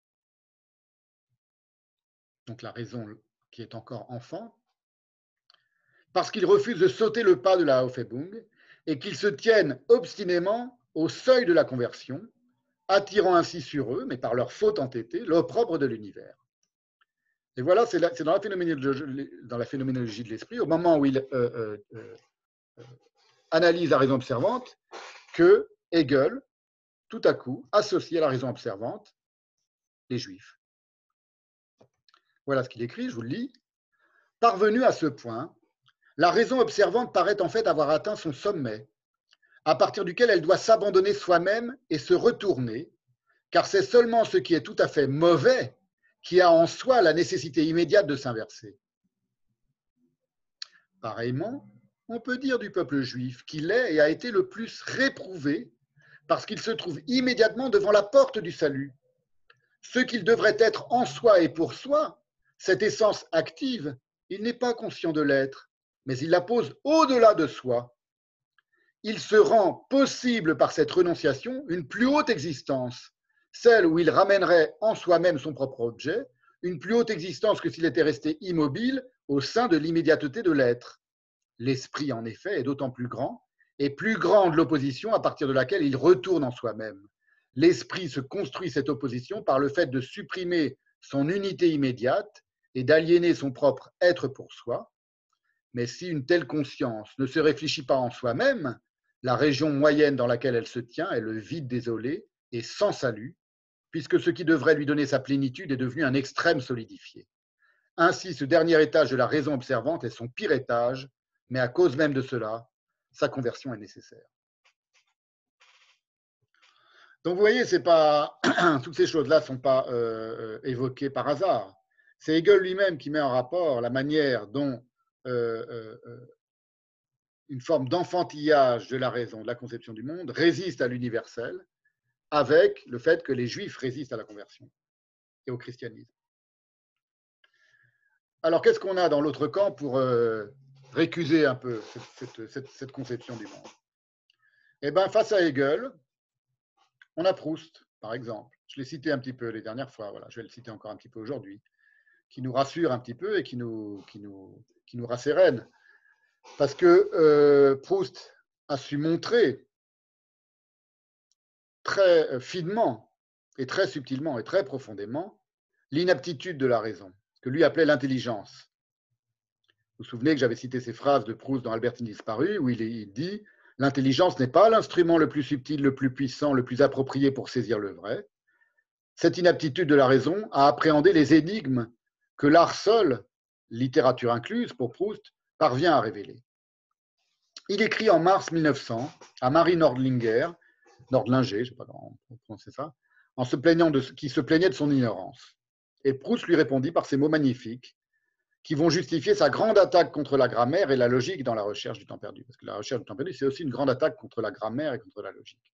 donc la raison qui est encore enfant, parce qu'ils refusent de sauter le pas de la Aufhebung et qu'ils se tiennent obstinément au seuil de la conversion, attirant ainsi sur eux, mais par leur faute entêtée, l'opprobre de l'univers. Et voilà, c'est dans la phénoménologie, dans la phénoménologie de l'esprit, au moment où il euh, euh, euh, analyse la raison observante, que Hegel, tout à coup, associe à la raison observante les juifs. Voilà ce qu'il écrit, je vous le lis. Parvenue à ce point, la raison observante paraît en fait avoir atteint son sommet, à partir duquel elle doit s'abandonner soi-même et se retourner, car c'est seulement ce qui est tout à fait mauvais qui a en soi la nécessité immédiate de s'inverser. Pareillement, on peut dire du peuple juif qu'il est et a été le plus réprouvé parce qu'il se trouve immédiatement devant la porte du salut. Ce qu'il devrait être en soi et pour soi, cette essence active, il n'est pas conscient de l'être, mais il la pose au-delà de soi. Il se rend possible par cette renonciation une plus haute existence, celle où il ramènerait en soi-même son propre objet, une plus haute existence que s'il était resté immobile au sein de l'immédiateté de l'être. L'esprit, en effet, est d'autant plus grand, et plus grande l'opposition à partir de laquelle il retourne en soi-même. L'esprit se construit cette opposition par le fait de supprimer son unité immédiate et d'aliéner son propre être pour soi. Mais si une telle conscience ne se réfléchit pas en soi-même, la région moyenne dans laquelle elle se tient est le vide désolé et sans salut, puisque ce qui devrait lui donner sa plénitude est devenu un extrême solidifié. Ainsi, ce dernier étage de la raison observante est son pire étage, mais à cause même de cela, sa conversion est nécessaire. Donc vous voyez, c'est pas, toutes ces choses-là ne sont pas euh, évoquées par hasard. C'est Hegel lui-même qui met en rapport la manière dont euh, euh, une forme d'enfantillage de la raison, de la conception du monde, résiste à l'universel, avec le fait que les Juifs résistent à la conversion et au christianisme. Alors, qu'est-ce qu'on a dans l'autre camp pour euh, récuser un peu cette, cette, cette, cette conception du monde? Eh bien, face à Hegel, on a Proust, par exemple. Je l'ai cité un petit peu les dernières fois, voilà, je vais le citer encore un petit peu aujourd'hui, qui nous rassure un petit peu et qui nous, qui nous, qui nous rassérène. Parce que euh, Proust a su montrer très finement et très subtilement et très profondément l'inaptitude de la raison, ce que lui appelait l'intelligence. Vous vous souvenez que j'avais cité ces phrases de Proust dans Albertine disparue, où il, il dit « L'intelligence n'est pas l'instrument le plus subtil, le plus puissant, le plus approprié pour saisir le vrai. » Cette inaptitude de la raison à appréhender les énigmes que l'art seul, littérature incluse pour Proust, parvient à révéler. Il écrit en mars mille neuf cents à Marie Nordlinger, Nordlinger, je ne sais pas comment prononcer ça, en se plaignant de, qui se plaignait de son ignorance. Et Proust lui répondit par ces mots magnifiques qui vont justifier sa grande attaque contre la grammaire et la logique dans la recherche du temps perdu. Parce que la recherche du temps perdu, c'est aussi une grande attaque contre la grammaire et contre la logique.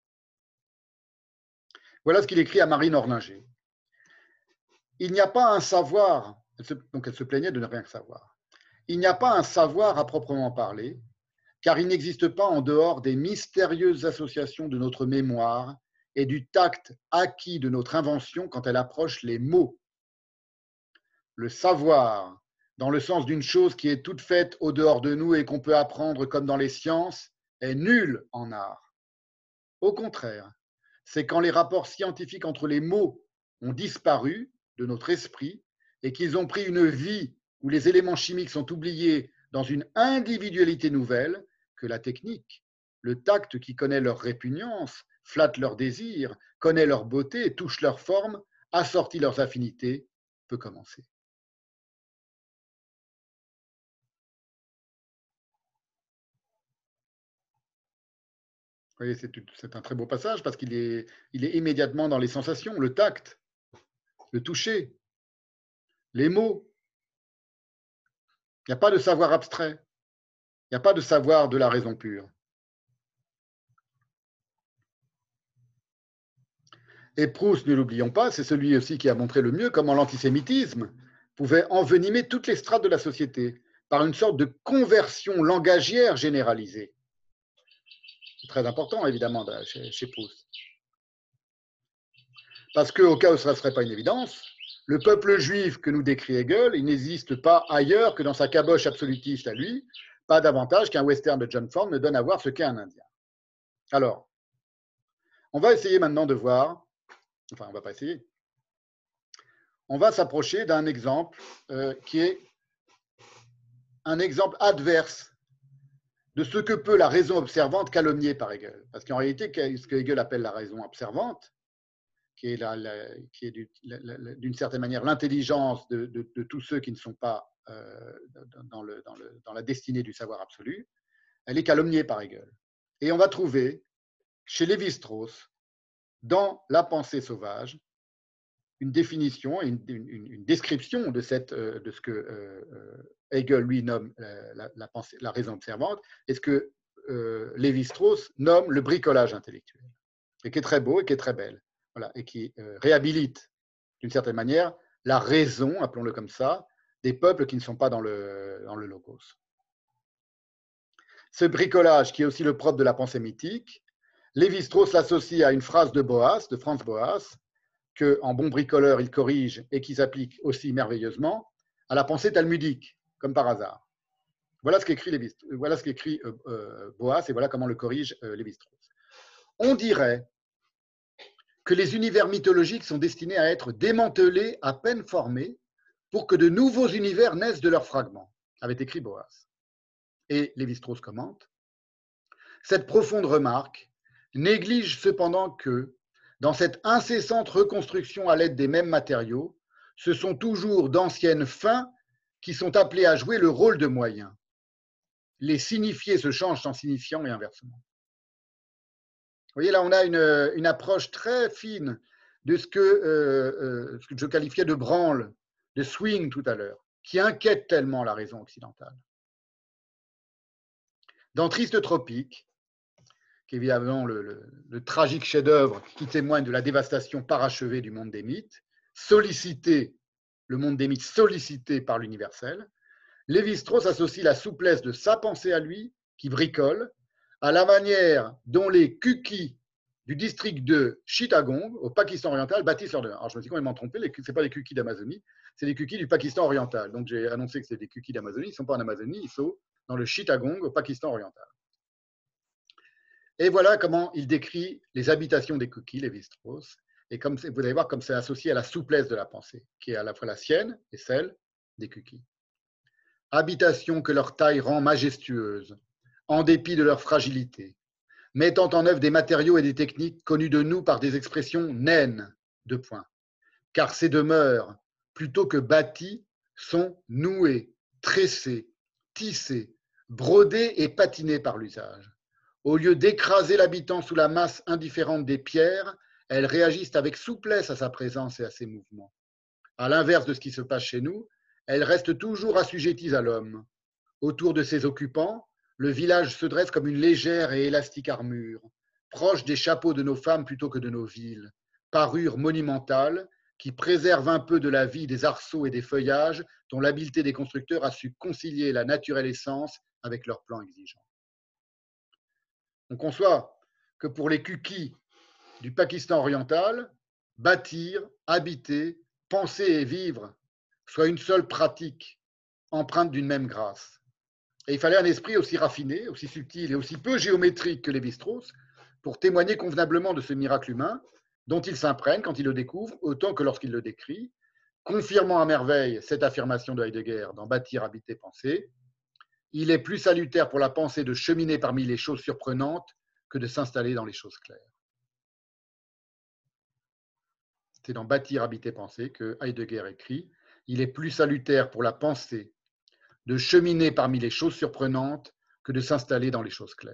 Voilà ce qu'il écrit à Marie Nordlinger. Il n'y a pas un savoir, donc elle se plaignait de ne rien savoir, il n'y a pas un savoir à proprement parler, car il n'existe pas en dehors des mystérieuses associations de notre mémoire et du tact acquis de notre invention quand elle approche les mots. Le savoir, dans le sens d'une chose qui est toute faite au dehors de nous et qu'on peut apprendre comme dans les sciences, est nul en art. Au contraire, c'est quand les rapports scientifiques entre les mots ont disparu de notre esprit et qu'ils ont pris une vie où les éléments chimiques sont oubliés dans une individualité nouvelle que la technique, le tact qui connaît leur répugnance, flatte leurs désirs, connaît leur beauté, touche leur forme, assortit leurs affinités, peut commencer. Vous voyez, c'est un très beau passage parce qu'il est, il est immédiatement dans les sensations, le tact, le toucher, les mots. Il n'y a pas de savoir abstrait. Il n'y a pas de savoir de la raison pure. Et Proust, ne l'oublions pas, c'est celui aussi qui a montré le mieux comment l'antisémitisme pouvait envenimer toutes les strates de la société par une sorte de conversion langagière généralisée. C'est très important, évidemment, chez, chez Proust. Parce qu'au cas où ce ne serait pas une évidence, le peuple juif que nous décrit Hegel, il n'existe pas ailleurs que dans sa caboche absolutiste à lui, pas davantage qu'un western de John Ford ne donne à voir ce qu'est un Indien. Alors, on va essayer maintenant de voir, enfin, on ne va pas essayer, on va s'approcher d'un exemple euh, qui est un exemple adverse de ce que peut la raison observante calomnier par Hegel. Parce qu'en réalité, ce que Hegel appelle la raison observante, qui est, la, la, qui est d'une certaine manière l'intelligence de, de, de tous ceux qui ne sont pas euh, dans, le, dans, le, dans la destinée du savoir absolu, elle est calomniée par Hegel. Et on va trouver chez Lévi-Strauss, dans la pensée sauvage, une définition, une, une, une description de, cette, de ce que euh, Hegel lui nomme la, la, pensée, la raison observante, et ce que euh, Lévi-Strauss nomme le bricolage intellectuel, et qui est très beau et qui est très belle, voilà, et qui euh, réhabilite d'une certaine manière la raison, appelons-le comme ça, des peuples qui ne sont pas dans le, dans le logos. Ce bricolage, qui est aussi le propre de la pensée mythique, Lévi-Strauss l'associe à une phrase de Boas, de Franz Boas, qu'en bon bricoleur, il corrige et qui s'applique aussi merveilleusement à la pensée talmudique, comme par hasard. Voilà ce qu'écrit, Lévi, voilà ce qu'écrit euh, euh, Boas et voilà comment le corrige euh, Lévi-Strauss. On dirait que les univers mythologiques sont destinés à être démantelés, à peine formés, pour que de nouveaux univers naissent de leurs fragments, avait écrit Boas. Et Lévi-Strauss commente, cette profonde remarque néglige cependant que, dans cette incessante reconstruction à l'aide des mêmes matériaux, ce sont toujours d'anciennes fins qui sont appelées à jouer le rôle de moyens. Les signifiés se changent en signifiants et inversement. Vous voyez, là, on a une, une approche très fine de ce que, euh, ce que je qualifiais de branle, de swing tout à l'heure, qui inquiète tellement la raison occidentale. Dans Triste Tropique, qui est évidemment le, le, le tragique chef-d'œuvre qui témoigne de la dévastation parachevée du monde des mythes, sollicité, le monde des mythes sollicité par l'universel, Lévi-Strauss associe la souplesse de sa pensée à lui, qui bricole, à la manière dont les kukis du district de Chittagong, au Pakistan oriental, bâtissent leur demeure. Alors je me suis complètement trompé, ce n'est pas les kukis d'Amazonie, c'est les kukis du Pakistan oriental. Donc j'ai annoncé que c'est des kukis d'Amazonie, ils ne sont pas en Amazonie, ils sont dans le Chittagong, au Pakistan oriental. Et voilà comment il décrit les habitations des kukis, Lévi-Strauss, et comme vous allez voir comme c'est associé à la souplesse de la pensée, qui est à la fois la sienne et celle des kukis. Habitations que leur taille rend majestueuses, en dépit de leur fragilité, mettant en œuvre des matériaux et des techniques connus de nous par des expressions naines, deux points. Car ces demeures, plutôt que bâties, sont nouées, tressées, tissées, brodées et patinées par l'usage. Au lieu d'écraser l'habitant sous la masse indifférente des pierres, elles réagissent avec souplesse à sa présence et à ses mouvements. À l'inverse de ce qui se passe chez nous, elles restent toujours assujetties à l'homme. Autour de ses occupants, le village se dresse comme une légère et élastique armure, proche des chapeaux de nos femmes plutôt que de nos villes, parure monumentale qui préserve un peu de la vie des arceaux et des feuillages dont l'habileté des constructeurs a su concilier la naturelle essence avec leurs plans exigeants. On conçoit que pour les kukis du Pakistan oriental, bâtir, habiter, penser et vivre soit une seule pratique empreinte d'une même grâce. Et il fallait un esprit aussi raffiné, aussi subtil et aussi peu géométrique que Lévi-Strauss pour témoigner convenablement de ce miracle humain dont il s'imprègne quand il le découvre, autant que lorsqu'il le décrit, confirmant à merveille cette affirmation de Heidegger dans Bâtir, habiter, penser. Il est plus salutaire pour la pensée de cheminer parmi les choses surprenantes que de s'installer dans les choses claires. C'est dans Bâtir, habiter, penser que Heidegger écrit « Il est plus salutaire pour la pensée de cheminer parmi les choses surprenantes que de s'installer dans les choses claires. »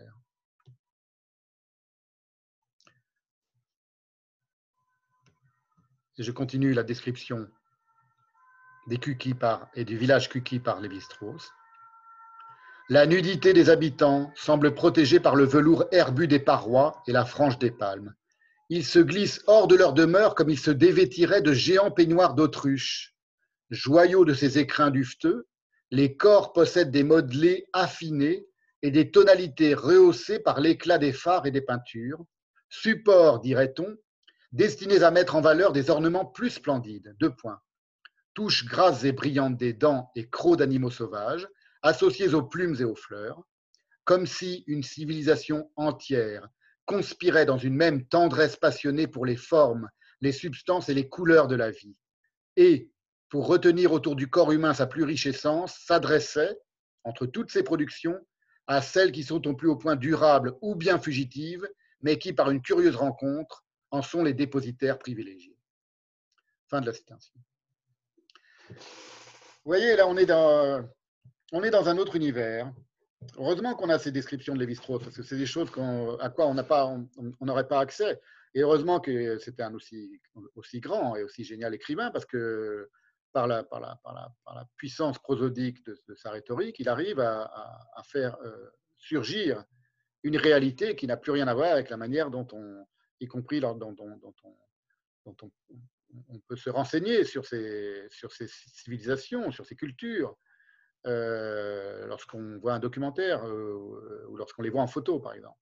Et je continue la description des kukis par, et du village kuki par Lévi-Strauss. La nudité des habitants semble protégée par le velours herbu des parois et la frange des palmes. Ils se glissent hors de leur demeure comme ils se dévêtiraient de géants peignoirs d'autruche. Joyaux de ces écrins duveteux, les corps possèdent des modelés affinés et des tonalités rehaussées par l'éclat des phares et des peintures, supports, dirait-on, destinés à mettre en valeur des ornements plus splendides. Deux points. Touches grasses et brillantes des dents et crocs d'animaux sauvages, associés aux plumes et aux fleurs, comme si une civilisation entière conspirait dans une même tendresse passionnée pour les formes, les substances et les couleurs de la vie, et, pour retenir autour du corps humain sa plus riche essence, s'adressait, entre toutes ces productions, à celles qui sont au plus haut point durables ou bien fugitives, mais qui, par une curieuse rencontre, en sont les dépositaires privilégiés. Fin de la citation. Vous voyez, là, on est dans, on est dans un autre univers. Heureusement qu'on a ces descriptions de Lévi-Strauss, parce que c'est des choses à quoi on n'aurait pas, pas accès. Et heureusement que c'était un aussi, aussi grand et aussi génial écrivain, parce que par la, par la, par la, par la puissance prosodique de, de sa rhétorique, il arrive à, à, à faire euh, surgir une réalité qui n'a plus rien à voir avec la manière dont on, y compris dont, dont, dont, dont, on, dont on, on peut se renseigner sur ces, sur ces civilisations, sur ces cultures, euh, lorsqu'on voit un documentaire euh, ou lorsqu'on les voit en photo, par exemple.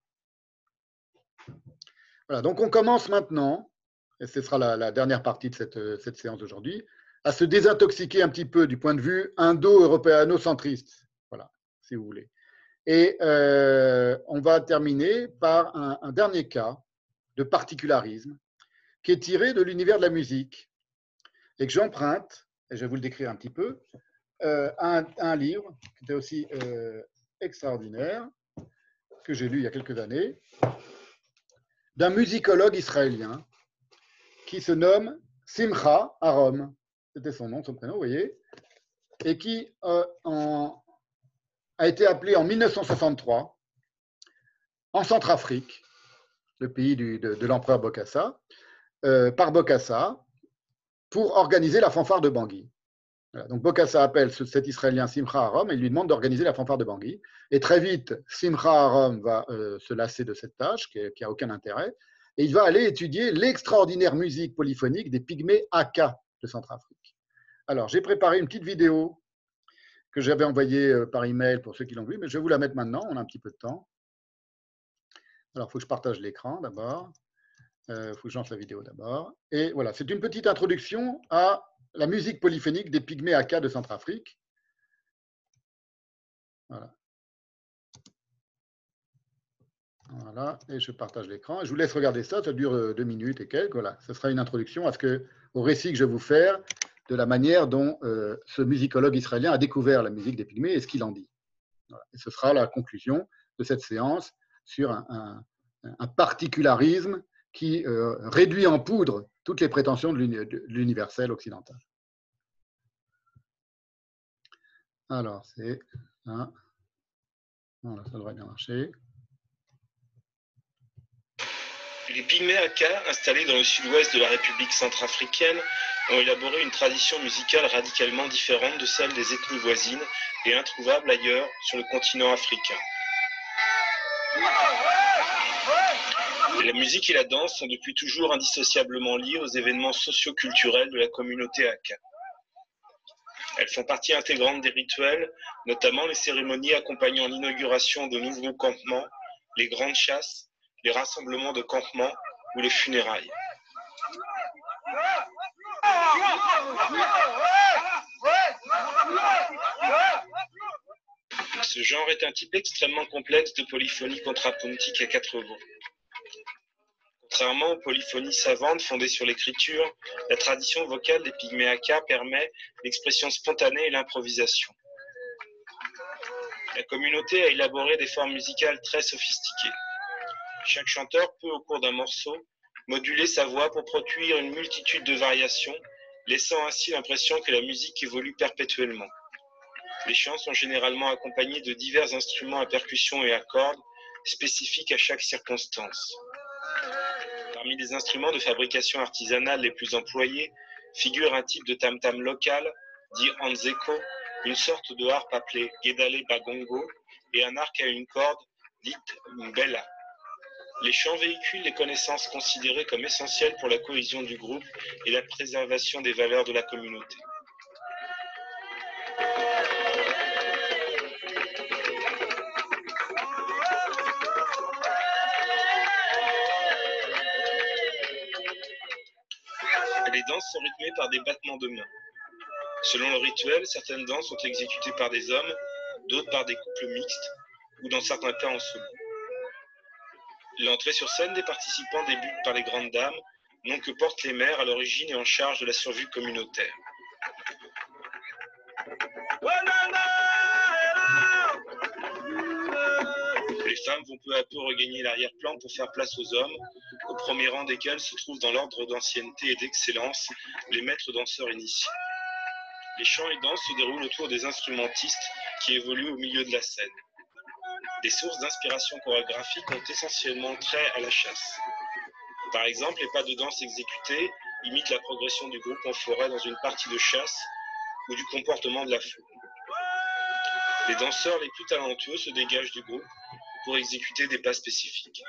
Voilà, donc on commence maintenant, et ce sera la, la dernière partie de cette, cette séance d'aujourd'hui, à se désintoxiquer un petit peu du point de vue indo-européano-centriste, voilà, si vous voulez. Et euh, on va terminer par un, un dernier cas de particularisme qui est tiré de l'univers de la musique et que j'emprunte, et je vais vous le décrire un petit peu, euh, un, un livre qui était aussi euh, extraordinaire, que j'ai lu il y a quelques années, d'un musicologue israélien qui se nomme Simcha Arom, c'était son nom, son prénom, vous voyez, et qui euh, en, a été appelé en mille neuf cent soixante-trois en Centrafrique, le pays du, de, de l'empereur Bokassa, euh, par Bokassa, pour organiser la fanfare de Bangui. Voilà, donc Bokassa appelle cet Israélien Simcha Arom et il lui demande d'organiser la fanfare de Bangui. Et très vite, Simcha Arom va euh, se lasser de cette tâche qui n'a aucun intérêt et il va aller étudier l'extraordinaire musique polyphonique des pygmées Aka de Centrafrique. Alors, j'ai préparé une petite vidéo que j'avais envoyée par email pour ceux qui l'ont vu, mais je vais vous la mettre maintenant, on a un petit peu de temps. Alors, il faut que je partage l'écran d'abord. Il euh, faut que je lance la vidéo d'abord. Et voilà, c'est une petite introduction à la musique polyphonique des pygmées Aka de Centrafrique. Voilà. Voilà, et je partage l'écran. Je vous laisse regarder ça, ça dure deux minutes et quelques. Voilà, ce sera une introduction à ce que, au récit que je vais vous faire de la manière dont euh, ce musicologue israélien a découvert la musique des pygmées et ce qu'il en dit. Voilà. Et ce sera la conclusion de cette séance sur un, un, un particularisme qui euh, réduit en poudre toutes les prétentions de l'universel occidental. Alors, c'est ça. Voilà, ça devrait bien marcher. Les pygmées Aka, installés dans le sud-ouest de la République centrafricaine, ont élaboré une tradition musicale radicalement différente de celle des ethnies voisines et introuvable ailleurs sur le continent africain. La musique et la danse sont depuis toujours indissociablement liées aux événements socio-culturels de la communauté Aka. Elles font partie intégrante des rituels, notamment les cérémonies accompagnant l'inauguration de nouveaux campements, les grandes chasses, les rassemblements de campements ou les funérailles. Ce genre est un type extrêmement complexe de polyphonie contrapuntique à quatre voix. Contrairement aux polyphonies savantes fondées sur l'écriture, la tradition vocale des pygmées Aka permet l'expression spontanée et l'improvisation. La communauté a élaboré des formes musicales très sophistiquées. Chaque chanteur peut, au cours d'un morceau, moduler sa voix pour produire une multitude de variations, laissant ainsi l'impression que la musique évolue perpétuellement. Les chants sont généralement accompagnés de divers instruments à percussion et à cordes, spécifiques à chaque circonstance. Parmi les instruments de fabrication artisanale les plus employés, figure un type de tam-tam local, dit anzeko, une sorte de harpe appelée Gedale Bagongo, et un arc à une corde, dite mbella. Les chants véhiculent les connaissances considérées comme essentielles pour la cohésion du groupe et la préservation des valeurs de la communauté. Les danses sont rythmées par des battements de mains. Selon le rituel, certaines danses sont exécutées par des hommes, d'autres par des couples mixtes, ou dans certains cas en solo. L'entrée sur scène des participants débute par les grandes dames, nom que portent les mères à l'origine et en charge de la survie communautaire. Les femmes vont peu à peu regagner l'arrière-plan pour faire place aux hommes, au premier rang desquels se trouvent dans l'ordre d'ancienneté et d'excellence les maîtres danseurs initiés. Les chants et danses se déroulent autour des instrumentistes qui évoluent au milieu de la scène. Des sources d'inspiration chorégraphique ont essentiellement trait à la chasse. Par exemple, les pas de danse exécutés imitent la progression du groupe en forêt dans une partie de chasse ou du comportement de la foule. Les danseurs les plus talentueux se dégagent du groupe pour exécuter des pas spécifiques.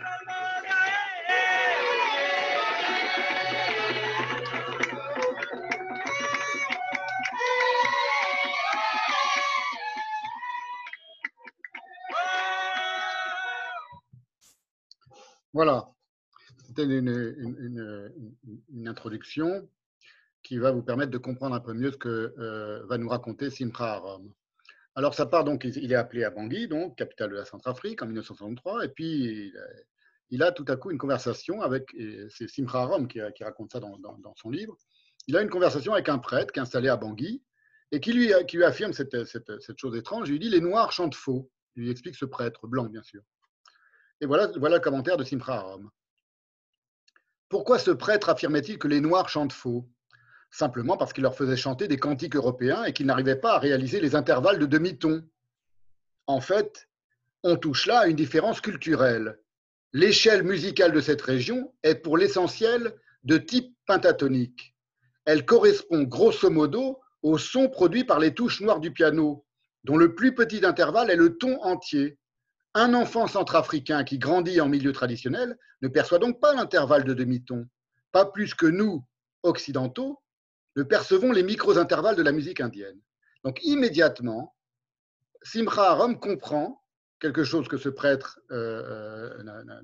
Voilà, c'était une, une, une, une introduction qui va vous permettre de comprendre un peu mieux ce que euh, va nous raconter Simcha Arom. Alors, ça part donc, il est appelé à Bangui, donc capitale de la Centrafrique, en mille neuf cent soixante-trois, et puis il a tout à coup une conversation avec, c'est Simcha Arom qui, qui raconte ça dans, dans, dans son livre, il a une conversation avec un prêtre qui est installé à Bangui et qui lui, qui lui affirme cette, cette, cette chose étrange. Il lui dit « Les Noirs chantent faux ». Il lui explique ce prêtre, blanc bien sûr. Et voilà, voilà le commentaire de Simcha Arom. Pourquoi ce prêtre affirmait-il que les Noirs chantent faux? Simplement parce qu'il leur faisait chanter des cantiques européens et qu'ils n'arrivaient pas à réaliser les intervalles de demi-ton. En fait, on touche là à une différence culturelle. L'échelle musicale de cette région est pour l'essentiel de type pentatonique. Elle correspond grosso modo au son produit par les touches noires du piano, dont le plus petit intervalle est le ton entier. Un enfant centrafricain qui grandit en milieu traditionnel ne perçoit donc pas l'intervalle de demi-ton, pas plus que nous, occidentaux, ne percevons les micro-intervalles de la musique indienne. Donc immédiatement, Simcha Arom comprend quelque chose que ce prêtre euh,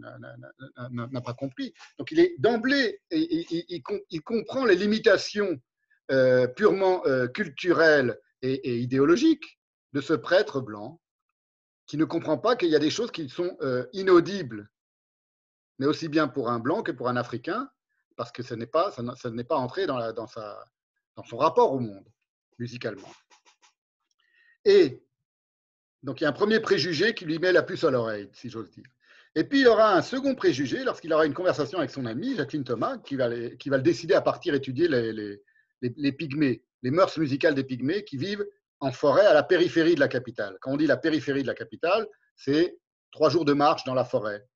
n'a pas compris. Donc il est d'emblée, il, il, il, il comprend les limitations euh, purement euh, culturelles et, et idéologiques de ce prêtre blanc, qui ne comprend pas qu'il y a des choses qui sont euh, inaudibles, mais aussi bien pour un blanc que pour un Africain, parce que ce n'est pas, ça n'est pas entré dans, la, dans, sa, dans son rapport au monde, musicalement. Et donc, il y a un premier préjugé qui lui met la puce à l'oreille, si j'ose dire. Et puis, il aura un second préjugé lorsqu'il aura une conversation avec son ami, Jacqueline Thomas, qui va, les, qui va le décider à partir étudier les, les, les, les pygmées, les mœurs musicales des pygmées qui vivent en forêt à la périphérie de la capitale. Quand on dit la périphérie de la capitale, c'est trois jours de marche dans la forêt.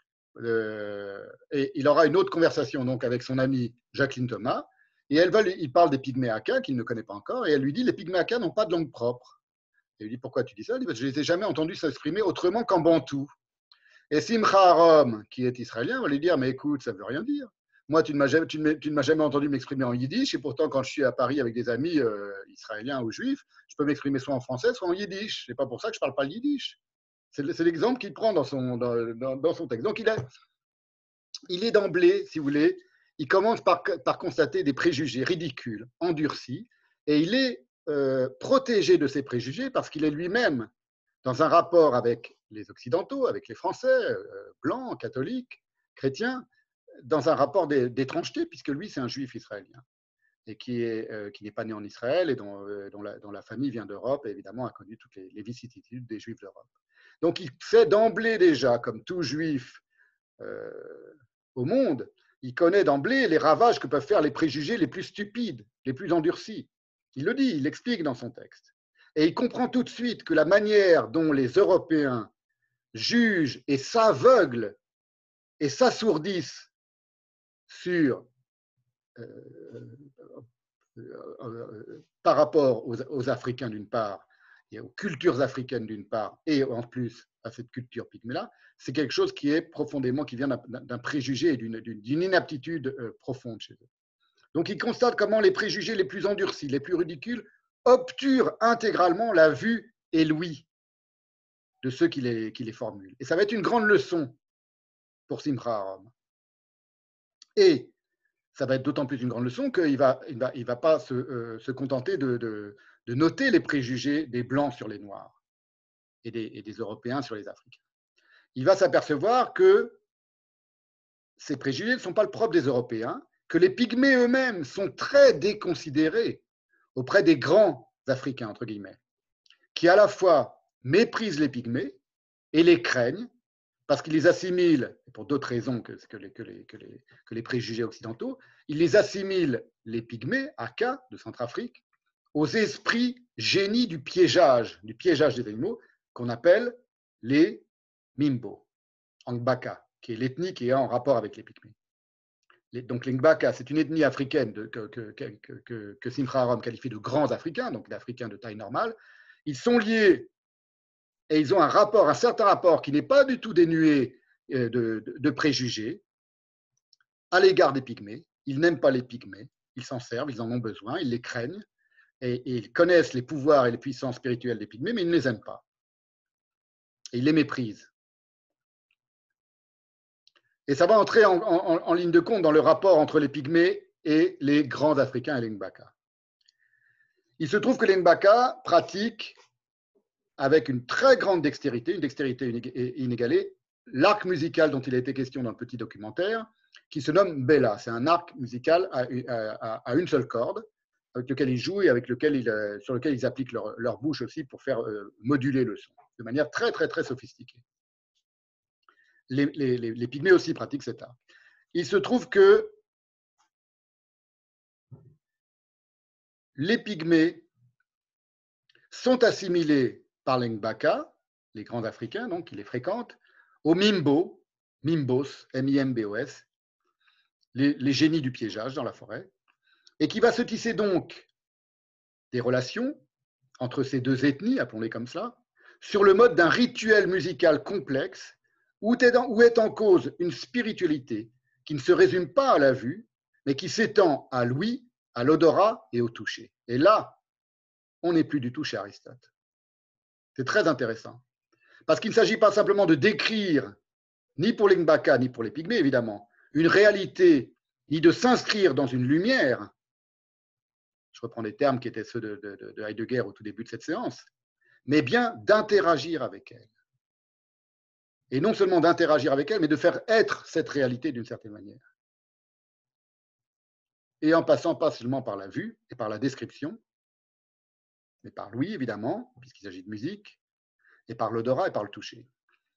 Euh, et il aura une autre conversation donc avec son amie Jacqueline Thomas, et elle va lui, il parle des pygmées Aka qu'il ne connaît pas encore, et elle lui dit les pygmées Aka n'ont pas de langue propre. Et il lui dit pourquoi tu dis ça? Il dit parce que je ne les ai jamais entendus s'exprimer autrement qu'en bantou. Et Simcha Arom, qui est israélien, va lui dire mais écoute, ça ne veut rien dire. Moi, tu ne m'as jamais, tu ne tu ne m'as jamais entendu m'exprimer en yiddish, et pourtant, quand je suis à Paris avec des amis euh, israéliens ou juifs, je peux m'exprimer soit en français, soit en yiddish. C'est pas pour ça que je ne parle pas le yiddish. C'est l'exemple qu'il prend dans son, dans, dans, dans son texte. Donc, il, a, il est d'emblée, si vous voulez, il commence par, par constater des préjugés ridicules, endurcis, et il est euh, protégé de ces préjugés parce qu'il est lui-même dans un rapport avec les Occidentaux, avec les Français, euh, blancs, catholiques, chrétiens, dans un rapport d'étrangeté, puisque lui, c'est un juif israélien, et qui n'est euh, qui n'est pas né en Israël, et dont, euh, dont, la, dont la famille vient d'Europe, et évidemment a connu toutes les, les vicissitudes des juifs d'Europe. Donc, il sait d'emblée déjà, comme tout juif euh, au monde, il connaît d'emblée les ravages que peuvent faire les préjugés les plus stupides, les plus endurcis. Il le dit, il l'explique dans son texte. Et il comprend tout de suite que la manière dont les Européens jugent et s'aveuglent et s'assourdissent sur, euh, euh, euh, par rapport aux, aux Africains d'une part, et aux cultures africaines d'une part, et en plus à cette culture pygmée-là, c'est quelque chose qui est profondément, qui vient d'un préjugé et d'une inaptitude profonde chez eux. Donc il constate comment les préjugés les plus endurcis, les plus ridicules, obturent intégralement la vue et l'ouïe de ceux qui les, qui les formulent. Et ça va être une grande leçon pour Simcha Arom. Et ça va être d'autant plus une grande leçon qu'il ne va, il va, il va pas se, euh, se contenter de, de, de noter les préjugés des Blancs sur les Noirs et des, et des Européens sur les Africains. Il va s'apercevoir que ces préjugés ne sont pas le propre des Européens, que les Pygmées eux-mêmes sont très déconsidérés auprès des grands Africains, entre guillemets, qui à la fois méprisent les Pygmées et les craignent parce qu'ils les assimilent, pour d'autres raisons que, que, les, que, les, que, les, que les préjugés occidentaux, ils les assimilent, les pygmées, Aka, de Centrafrique, aux esprits génies du piégeage, du piégeage des animaux, qu'on appelle les Mimbo, Ngbaka, qui est l'ethnie qui est en rapport avec les pygmées. Les, donc les Ngbaka, c'est une ethnie africaine de, que, que, que, que, que Simcha Harom qualifie de grands Africains, donc d'Africains de taille normale. Ils sont liés et ils ont un rapport, un certain rapport qui n'est pas du tout dénué de, de, de préjugés à l'égard des pygmées. Ils n'aiment pas les pygmées, ils s'en servent, ils en ont besoin, ils les craignent et, et ils connaissent les pouvoirs et les puissances spirituelles des pygmées, mais ils ne les aiment pas. Et ils les méprisent. Et ça va entrer en, en, en ligne de compte dans le rapport entre les pygmées et les grands Africains et les Ngbaka. Il se trouve que les Ngbaka pratiquent avec une très grande dextérité, une dextérité inégalée, l'arc musical dont il a été question dans le petit documentaire, qui se nomme Mbela. C'est un arc musical à, à, à une seule corde, avec lequel ils jouent et avec lequel ils, sur lequel ils appliquent leur, leur bouche aussi pour faire euh, moduler le son, de manière très, très, très sophistiquée. Les, les, les, les pygmées aussi pratiquent cet art. Il se trouve que les pygmées sont assimilés par les Ngbaka, les grands Africains donc, qui les fréquentent, aux Mimbo, Mimbos, M I M B O S, les, les génies du piégeage dans la forêt, et qui va se tisser donc des relations entre ces deux ethnies, appelons-les comme cela, sur le mode d'un rituel musical complexe où est, en, où est en cause une spiritualité qui ne se résume pas à la vue, mais qui s'étend à l'ouïe, à l'odorat et au toucher. Et là, on n'est plus du tout chez Aristote. C'est très intéressant. Parce qu'il ne s'agit pas simplement de décrire, ni pour les Ngbaka, ni pour les pygmées, évidemment, une réalité, ni de s'inscrire dans une lumière. Je reprends les termes qui étaient ceux de, de, de Heidegger au tout début de cette séance, mais bien d'interagir avec elle. Et non seulement d'interagir avec elle, mais de faire être cette réalité d'une certaine manière. Et en passant pas seulement par la vue et par la description, mais par l'ouïe, évidemment, puisqu'il s'agit de musique, et par l'odorat et par le toucher.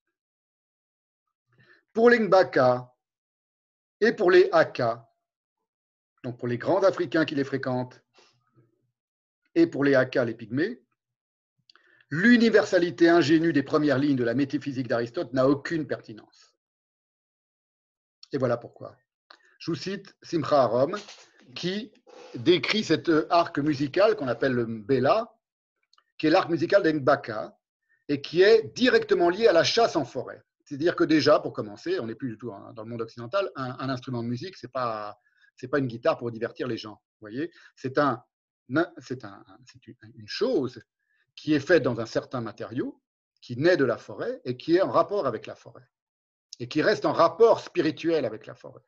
Pour les Ngbaka et pour les Aka, donc pour les grands Africains qui les fréquentent, et pour les Aka, les pygmées, l'universalité ingénue des premières lignes de la métaphysique d'Aristote n'a aucune pertinence. Et voilà pourquoi. Je vous cite Simcha Harom, qui décrit cet arc musical qu'on appelle le Mbela, qui est l'arc musical des Ngbaka, et qui est directement lié à la chasse en forêt. C'est-à-dire que déjà, pour commencer, on n'est plus du tout dans le monde occidental, un, un instrument de musique, ce n'est pas, c'est pas une guitare pour divertir les gens. Vous voyez, c'est un, c'est un, une chose qui est faite dans un certain matériau, qui naît de la forêt et qui est en rapport avec la forêt, et qui reste en rapport spirituel avec la forêt.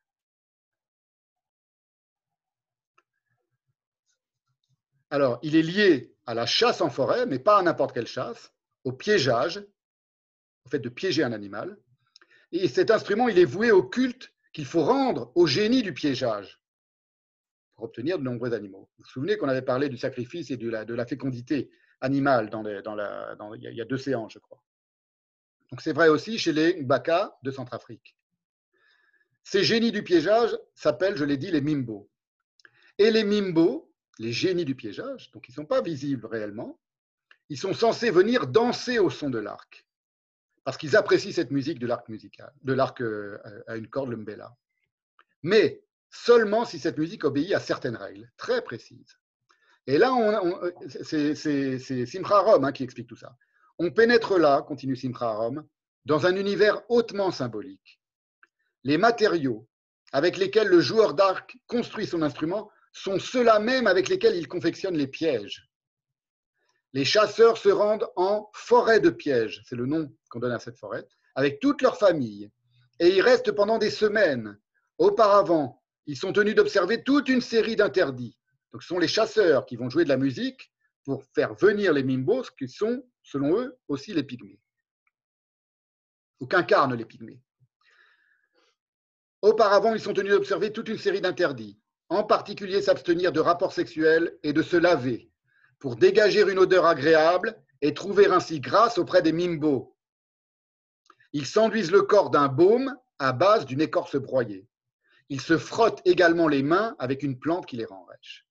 Alors, il est lié à la chasse en forêt, mais pas à n'importe quelle chasse, au piégeage, au fait de piéger un animal. Et cet instrument, il est voué au culte qu'il faut rendre au génie du piégeage pour obtenir de nombreux animaux. Vous vous souvenez qu'on avait parlé du sacrifice et de la, de la fécondité animale dans les, dans la, dans, il y a deux séances, je crois. Donc c'est vrai aussi chez les Ngbaka de Centrafrique. Ces génies du piégeage s'appellent, je l'ai dit, les Mimbo. Et les Mimbo, les génies du piégeage, donc ils ne sont pas visibles réellement, ils sont censés venir danser au son de l'arc, parce qu'ils apprécient cette musique de l'arc musical, de l'arc à une corde, le mbela. Mais seulement si cette musique obéit à certaines règles très précises. Et là, c'est Simcha Harom hein, qui explique tout ça. On pénètre là, continue Simcha Harom, dans un univers hautement symbolique. Les matériaux avec lesquels le joueur d'arc construit son instrument sont ceux-là même avec lesquels il confectionne les pièges. Les chasseurs se rendent en forêt de pièges, c'est le nom qu'on donne à cette forêt, avec toute leur famille, et ils restent pendant des semaines. Auparavant, ils sont tenus d'observer toute une série d'interdits. Donc, ce sont les chasseurs qui vont jouer de la musique pour faire venir les Mimbos, qui sont, selon eux, aussi les pygmées, ou qu'incarnent les pygmées. Auparavant, ils sont tenus d'observer toute une série d'interdits, en particulier s'abstenir de rapports sexuels et de se laver, pour dégager une odeur agréable et trouver ainsi grâce auprès des Mimbos. Ils s'enduisent le corps d'un baume à base d'une écorce broyée. Ils se frottent également les mains avec une plante qui les rend rêches.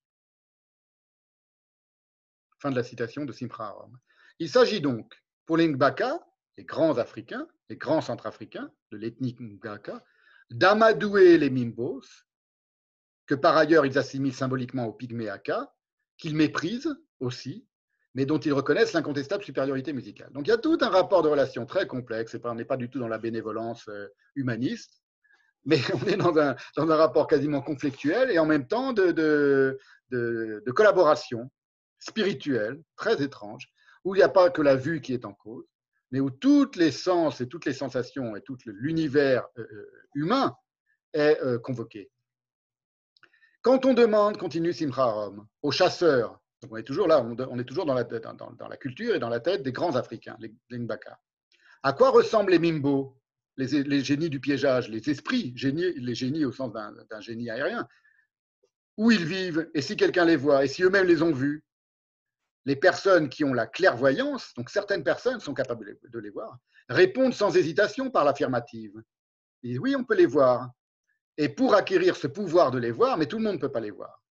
Fin de la citation de Simcha Arom. Il s'agit donc, pour les Ngbaka, les grands Africains, les grands Centrafricains de l'ethnie Ngbaka, d'amadouer les Mimbos, que par ailleurs ils assimilent symboliquement aux Pygmées Aka, qu'ils méprisent aussi, mais dont ils reconnaissent l'incontestable supériorité musicale. Donc il y a tout un rapport de relation très complexe, et on n'est pas du tout dans la bénévolence humaniste, mais on est dans un, dans un rapport quasiment conflictuel et en même temps de, de, de, de collaboration spirituelle, très étrange, où il n'y a pas que la vue qui est en cause, mais où tous les sens et toutes les sensations et tout l'univers humain est convoqué. Quand on demande, continue Simcha Arom, aux chasseurs, donc on est toujours là, on est toujours dans la, dans, dans la culture et dans la tête des grands Africains, les, les Ngbaka. À quoi ressemblent les Mimbo, les, les génies du piégeage, les esprits, génies, les génies au sens d'un, d'un génie aérien? Où ils vivent, et si quelqu'un les voit, et si eux-mêmes les ont vus? Les personnes qui ont la clairvoyance, donc certaines personnes sont capables de les voir, répondent sans hésitation par l'affirmative. Ils disent oui, on peut les voir. Et pour acquérir ce pouvoir de les voir, mais tout le monde ne peut pas les voir,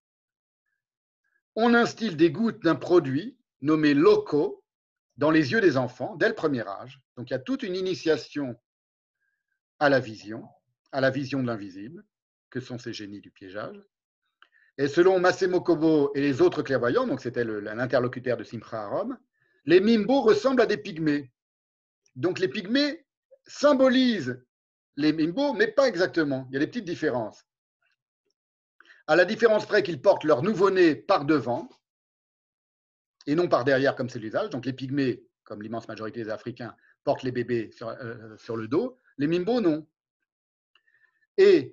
on instille des gouttes d'un produit nommé loco dans les yeux des enfants dès le premier âge. Donc il y a toute une initiation à la vision, à la vision de l'invisible, que sont ces génies du piégeage. Et selon Massimo Kobo et les autres clairvoyants, donc c'était l'interlocuteur de Simcha Arom, les Mimbo ressemblent à des pygmées. Donc les pygmées symbolisent les Mimbo, mais pas exactement. Il y a des petites différences. À la différence près qu'ils portent leur nouveau-né par devant et non par derrière comme c'est l'usage. Donc les pygmées, comme l'immense majorité des Africains, portent les bébés sur, euh, sur le dos. Les Mimbo, non. Et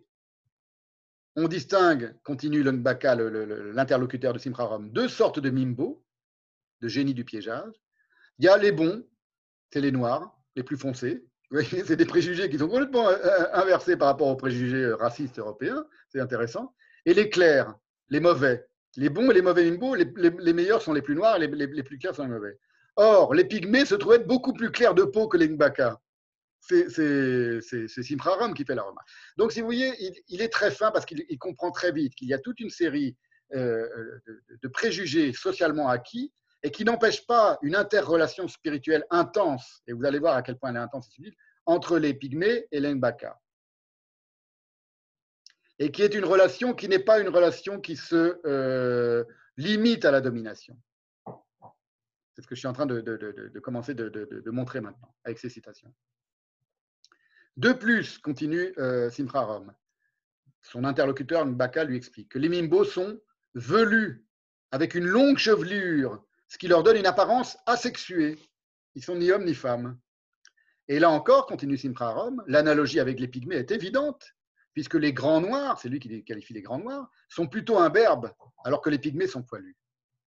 on distingue, continue Ngbaka, l'interlocuteur de Simcha Arom, deux sortes de Mimbo, de génies du piégeage. Il y a les bons, c'est les noirs, les plus foncés. C'est des préjugés qui sont complètement inversés par rapport aux préjugés racistes européens. C'est intéressant. Et les clairs, les mauvais. Les bons et les mauvais Mimbo, les, les, les meilleurs sont les plus noirs, les, les, les plus clairs sont les mauvais. Or, les pygmées se trouvent être beaucoup plus clairs de peau que les Ngbaka. C'est Simcha Arom qui fait la remarque. Donc, si vous voyez, il, il est très fin parce qu'il comprend très vite qu'il y a toute une série euh, de, de préjugés socialement acquis et qui n'empêchent pas une interrelation spirituelle intense, et vous allez voir à quel point elle est intense et subtile, entre les pygmées et les Ngbaka. Et qui est une relation qui n'est pas une relation qui se euh, limite à la domination. C'est ce que je suis en train de, de, de, de commencer de, de, de montrer maintenant, avec ces citations. De plus, continue euh, Simcha Arom, son interlocuteur Ngbaka lui explique que les Mimbo sont velus, avec une longue chevelure, ce qui leur donne une apparence asexuée. Ils sont ni hommes ni femmes. Et là encore, continue Simcha Arom, l'analogie avec les pygmées est évidente, puisque les grands noirs, c'est lui qui qualifie les grands noirs, sont plutôt imberbes, alors que les pygmées sont poilus.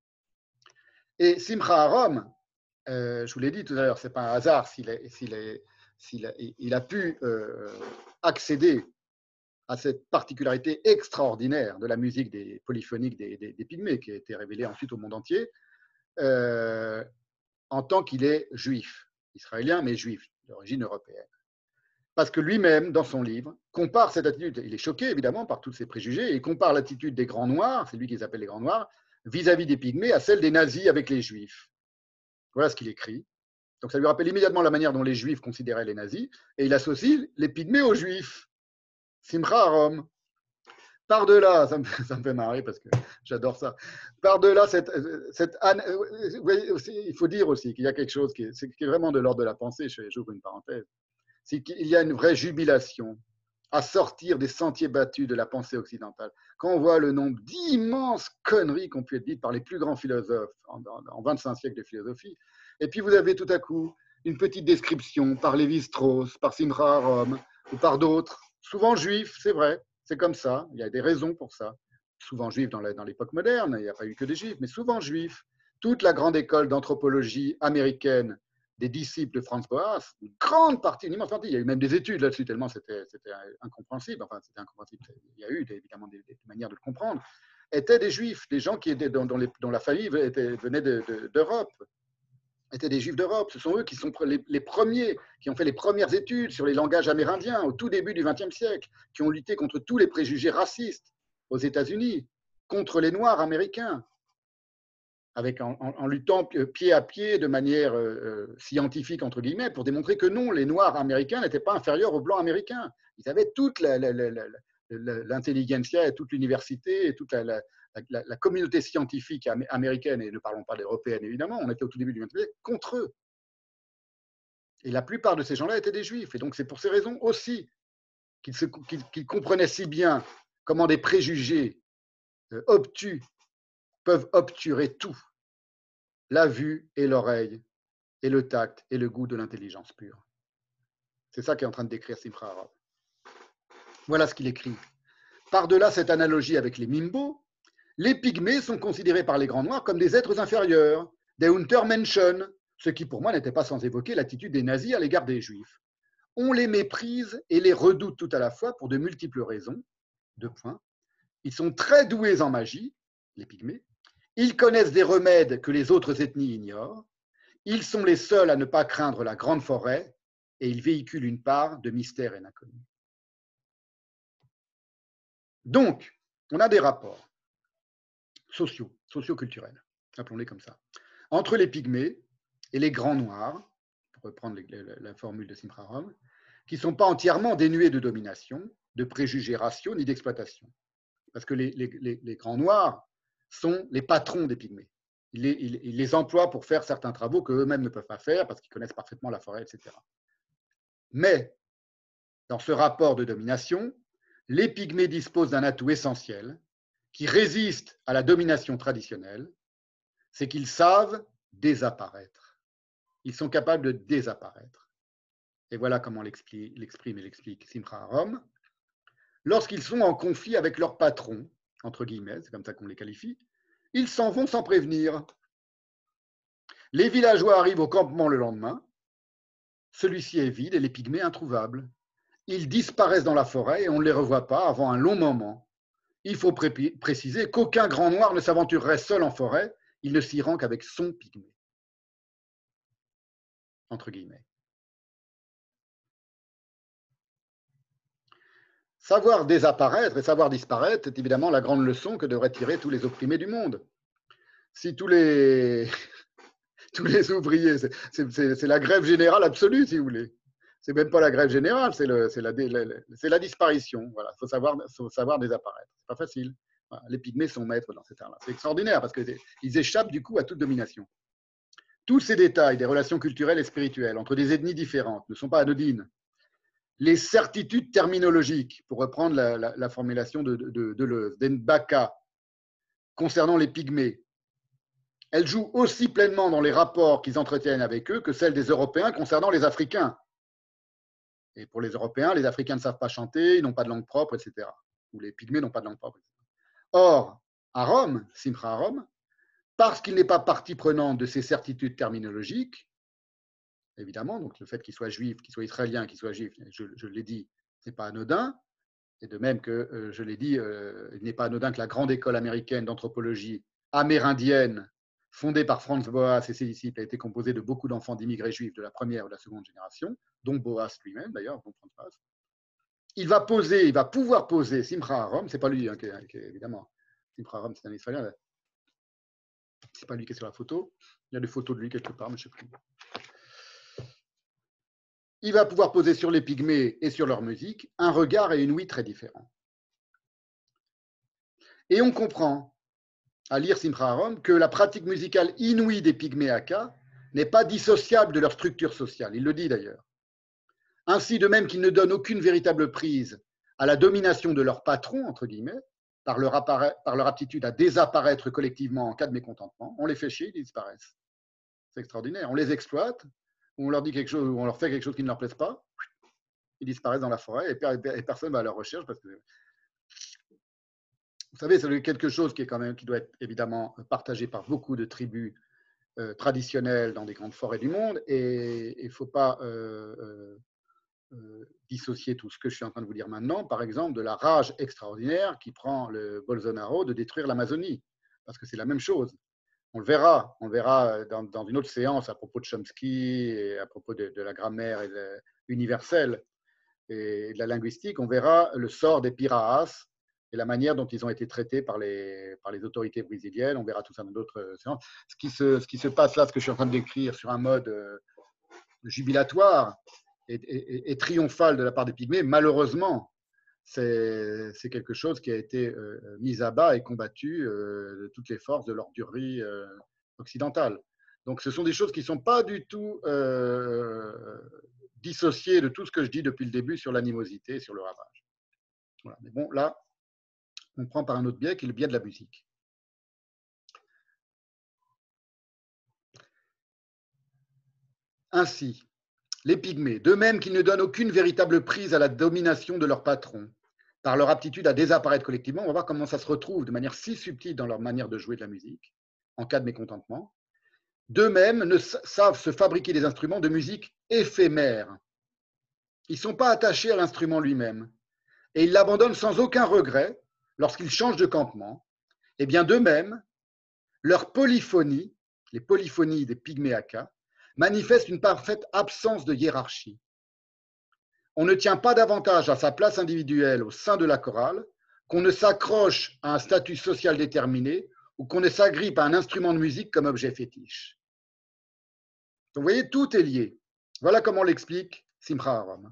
Et Simcha Arom, euh, je vous l'ai dit tout à l'heure, ce n'est pas un hasard s'il est, s'il est, s'il a, il a pu euh, accéder à cette particularité extraordinaire de la musique des polyphonique des, des, des pygmées, qui a été révélée ensuite au monde entier, euh, en tant qu'il est juif, israélien, mais juif, d'origine européenne. Parce que lui-même, dans son livre, compare cette attitude, il est choqué évidemment par tous ces préjugés, et il compare l'attitude des grands noirs, c'est lui qui les appelle les grands noirs, vis-à-vis des pygmées à celle des nazis avec les juifs. Voilà ce qu'il écrit. Donc ça lui rappelle immédiatement la manière dont les juifs considéraient les nazis, et il associe les pygmées aux juifs. Simcha Arom. Par-delà, ça me, ça me fait marrer parce que j'adore ça, par-delà cette, cette vous voyez, il faut dire aussi qu'il y a quelque chose qui est, qui est vraiment de l'ordre de la pensée, j'ouvre une parenthèse, c'est qu'il y a une vraie jubilation à sortir des sentiers battus de la pensée occidentale. Quand on voit le nombre d'immenses conneries qui ont pu être dites par les plus grands philosophes en, en vingt-cinq siècles de philosophie, et puis vous avez tout à coup une petite description par Lévi-Strauss, par Simcha Arom ou par d'autres, souvent juifs, c'est vrai, c'est comme ça, il y a des raisons pour ça. Souvent juifs dans l'époque moderne, il n'y a pas eu que des juifs, mais souvent juifs. Toute la grande école d'anthropologie américaine des disciples de Franz Boas, une grande partie, une immense partie, il y a eu même des études là-dessus, tellement c'était incompréhensible, enfin c'était incompréhensible, il y a eu des, évidemment des, des manières de le comprendre, étaient des juifs, des gens qui étaient, dont, dont, les, dont la famille était, venait d'Europe. De, étaient des Juifs d'Europe. Ce sont eux qui sont les, les premiers, qui ont fait les premières études sur les langages amérindiens au tout début du vingtième siècle, qui ont lutté contre tous les préjugés racistes aux États-Unis, contre les Noirs américains, avec, en, en, en luttant pied à pied de manière euh, scientifique, entre guillemets, pour démontrer que non, les Noirs américains n'étaient pas inférieurs aux Blancs américains. Ils avaient toute l'intelligentsia et toute l'université et toute la, la, la, la communauté scientifique américaine, et ne parlons pas d'européenne évidemment, on était au tout début du vingtième siècle, contre eux. Et la plupart de ces gens-là étaient des Juifs. Et donc c'est pour ces raisons aussi qu'ils qu'ils, qu'ils comprenaient si bien comment des préjugés euh, obtus peuvent obturer tout, la vue et l'oreille, et le tact et le goût de l'intelligence pure. C'est ça qu'est en train de décrire Simcha Haram. Voilà ce qu'il écrit. Par-delà cette analogie avec les Mimbo, les Pygmées sont considérés par les Grands Noirs comme des êtres inférieurs, des Untermenschen, ce qui pour moi n'était pas sans évoquer l'attitude des nazis à l'égard des Juifs. On les méprise et les redoute tout à la fois pour de multiples raisons. Deux points. Ils sont très doués en magie, les Pygmées. Ils connaissent des remèdes que les autres ethnies ignorent. Ils sont les seuls à ne pas craindre la grande forêt et ils véhiculent une part de mystère et d'inconnu. Donc, on a des rapports sociaux, socioculturels, appelons-les comme ça, entre les Pygmées et les Grands Noirs, pour reprendre la formule de Simcha Haram, qui ne sont pas entièrement dénués de domination, de préjugés raciaux ni d'exploitation. Parce que les, les, les Grands Noirs sont les patrons des Pygmées. Ils les, ils, ils les emploient pour faire certains travaux qu'eux-mêmes ne peuvent pas faire parce qu'ils connaissent parfaitement la forêt, et cetera. Mais, dans ce rapport de domination, les Pygmées disposent d'un atout essentiel qui résiste à la domination traditionnelle, c'est qu'ils savent désapparaître. Ils sont capables de désapparaître. Et voilà comment l'exprime et l'explique Simcha Haram. Lorsqu'ils sont en conflit avec leur patron, entre guillemets, c'est comme ça qu'on les qualifie, ils s'en vont sans prévenir. Les villageois arrivent au campement le lendemain, celui-ci est vide et les Pygmées introuvables. Ils disparaissent dans la forêt et on ne les revoit pas avant un long moment. Il faut pré préciser qu'aucun Grand Noir ne s'aventurerait seul en forêt, il ne s'y rend qu'avec son Pygmée. Entre guillemets. Savoir désapparaître et savoir disparaître, c'est évidemment la grande leçon que devraient tirer tous les opprimés du monde. Si tous les, tous les ouvriers, c'est la grève générale absolue, si vous voulez. C'est même pas la grève générale, c'est la, la, la disparition. Voilà, faut savoir, faut savoir désapparaître. C'est pas facile. Voilà, les Pygmées sont maîtres dans cet art-là. C'est extraordinaire parce qu'ils échappent du coup à toute domination. Tous ces détails des relations culturelles et spirituelles entre des ethnies différentes ne sont pas anodines. Les certitudes terminologiques, pour reprendre la, la, la formulation de, de, de Deleuze, d'Nbaka, concernant les Pygmées, elles jouent aussi pleinement dans les rapports qu'ils entretiennent avec eux que celles des Européens concernant les Africains. Et pour les Européens, les Africains ne savent pas chanter, ils n'ont pas de langue propre, et cetera. Ou les Pygmées n'ont pas de langue propre, et cetera. Or, à Rome, Simcha Haram, parce qu'il n'est pas partie prenante de ces certitudes terminologiques, évidemment, donc le fait qu'il soit juif, qu'il soit israélien, qu'il soit juif, je, je l'ai dit, ce n'est pas anodin. Et de même que, euh, je l'ai dit, euh, il n'est pas anodin que la grande école américaine d'anthropologie amérindienne, fondée par Franz Boas et ses disciples, a été composée de beaucoup d'enfants d'immigrés juifs de la première ou de la seconde génération, dont Boas lui-même d'ailleurs, dont Franz Boas. Il va poser, il va pouvoir poser Simcha Haram, c'est pas lui, hein, qui est, qui est, évidemment, Simcha Haram c'est un Israélien, c'est pas lui qui est sur la photo, il y a des photos de lui quelque part, mais je ne sais plus. Il va pouvoir poser sur les Pygmées et sur leur musique un regard et une ouïe très différents. Et on comprend, à lire Simcha Haram, que la pratique musicale inouïe des Pygmées Aka n'est pas dissociable de leur structure sociale. Il le dit d'ailleurs. Ainsi, de même qu'ils ne donnent aucune véritable prise à la domination de leur patron, entre guillemets, par leur, par leur aptitude à désapparaître collectivement en cas de mécontentement, on les fait chier, ils disparaissent. C'est extraordinaire. On les exploite, on leur dit quelque chose, on leur fait quelque chose qui ne leur plaise pas, ils disparaissent dans la forêt et personne ne va à leur recherche parce que, vous savez, c'est quelque chose qui est quand même, qui doit être évidemment partagé par beaucoup de tribus euh, traditionnelles dans des grandes forêts du monde et il ne faut pas euh, euh, euh, dissocier tout ce que je suis en train de vous dire maintenant, par exemple, de la rage extraordinaire qui prend le Bolsonaro de détruire l'Amazonie, parce que c'est la même chose. On le verra, on le verra dans, dans une autre séance à propos de Chomsky et à propos de, de la grammaire et de, universelle et de la linguistique. On verra le sort des piraas et la manière dont ils ont été traités par les, par les autorités brésiliennes. On verra tout ça dans d'autres séances. Ce qui, se, ce qui se passe là, ce que je suis en train de décrire sur un mode euh, jubilatoire et, et, et triomphal de la part des Pygmées, malheureusement, c'est quelque chose qui a été euh, mis à bas et combattu euh, de toutes les forces de l'ordurerie euh, occidentale. Donc, ce sont des choses qui ne sont pas du tout euh, dissociées de tout ce que je dis depuis le début sur l'animosité, sur le ravage. Voilà. Mais bon, là, on prend par un autre biais qui est le biais de la musique. Ainsi, les Pygmées, de même qu'ils ne donnent aucune véritable prise à la domination de leur patron, par leur aptitude à désapparaître collectivement, on va voir comment ça se retrouve de manière si subtile dans leur manière de jouer de la musique, en cas de mécontentement. D'eux-mêmes ne savent se fabriquer des instruments de musique éphémères. Ils ne sont pas attachés à l'instrument lui-même, et ils l'abandonnent sans aucun regret lorsqu'ils changent de campement. Et bien d'eux-mêmes, leur polyphonie, les polyphonies des Pygméaka, manifestent une parfaite absence de hiérarchie. On ne tient pas davantage à sa place individuelle au sein de la chorale qu'on ne s'accroche à un statut social déterminé ou qu'on ne s'agrippe à un instrument de musique comme objet fétiche. Donc, vous voyez, tout est lié. Voilà comment l'explique Simcha Aram.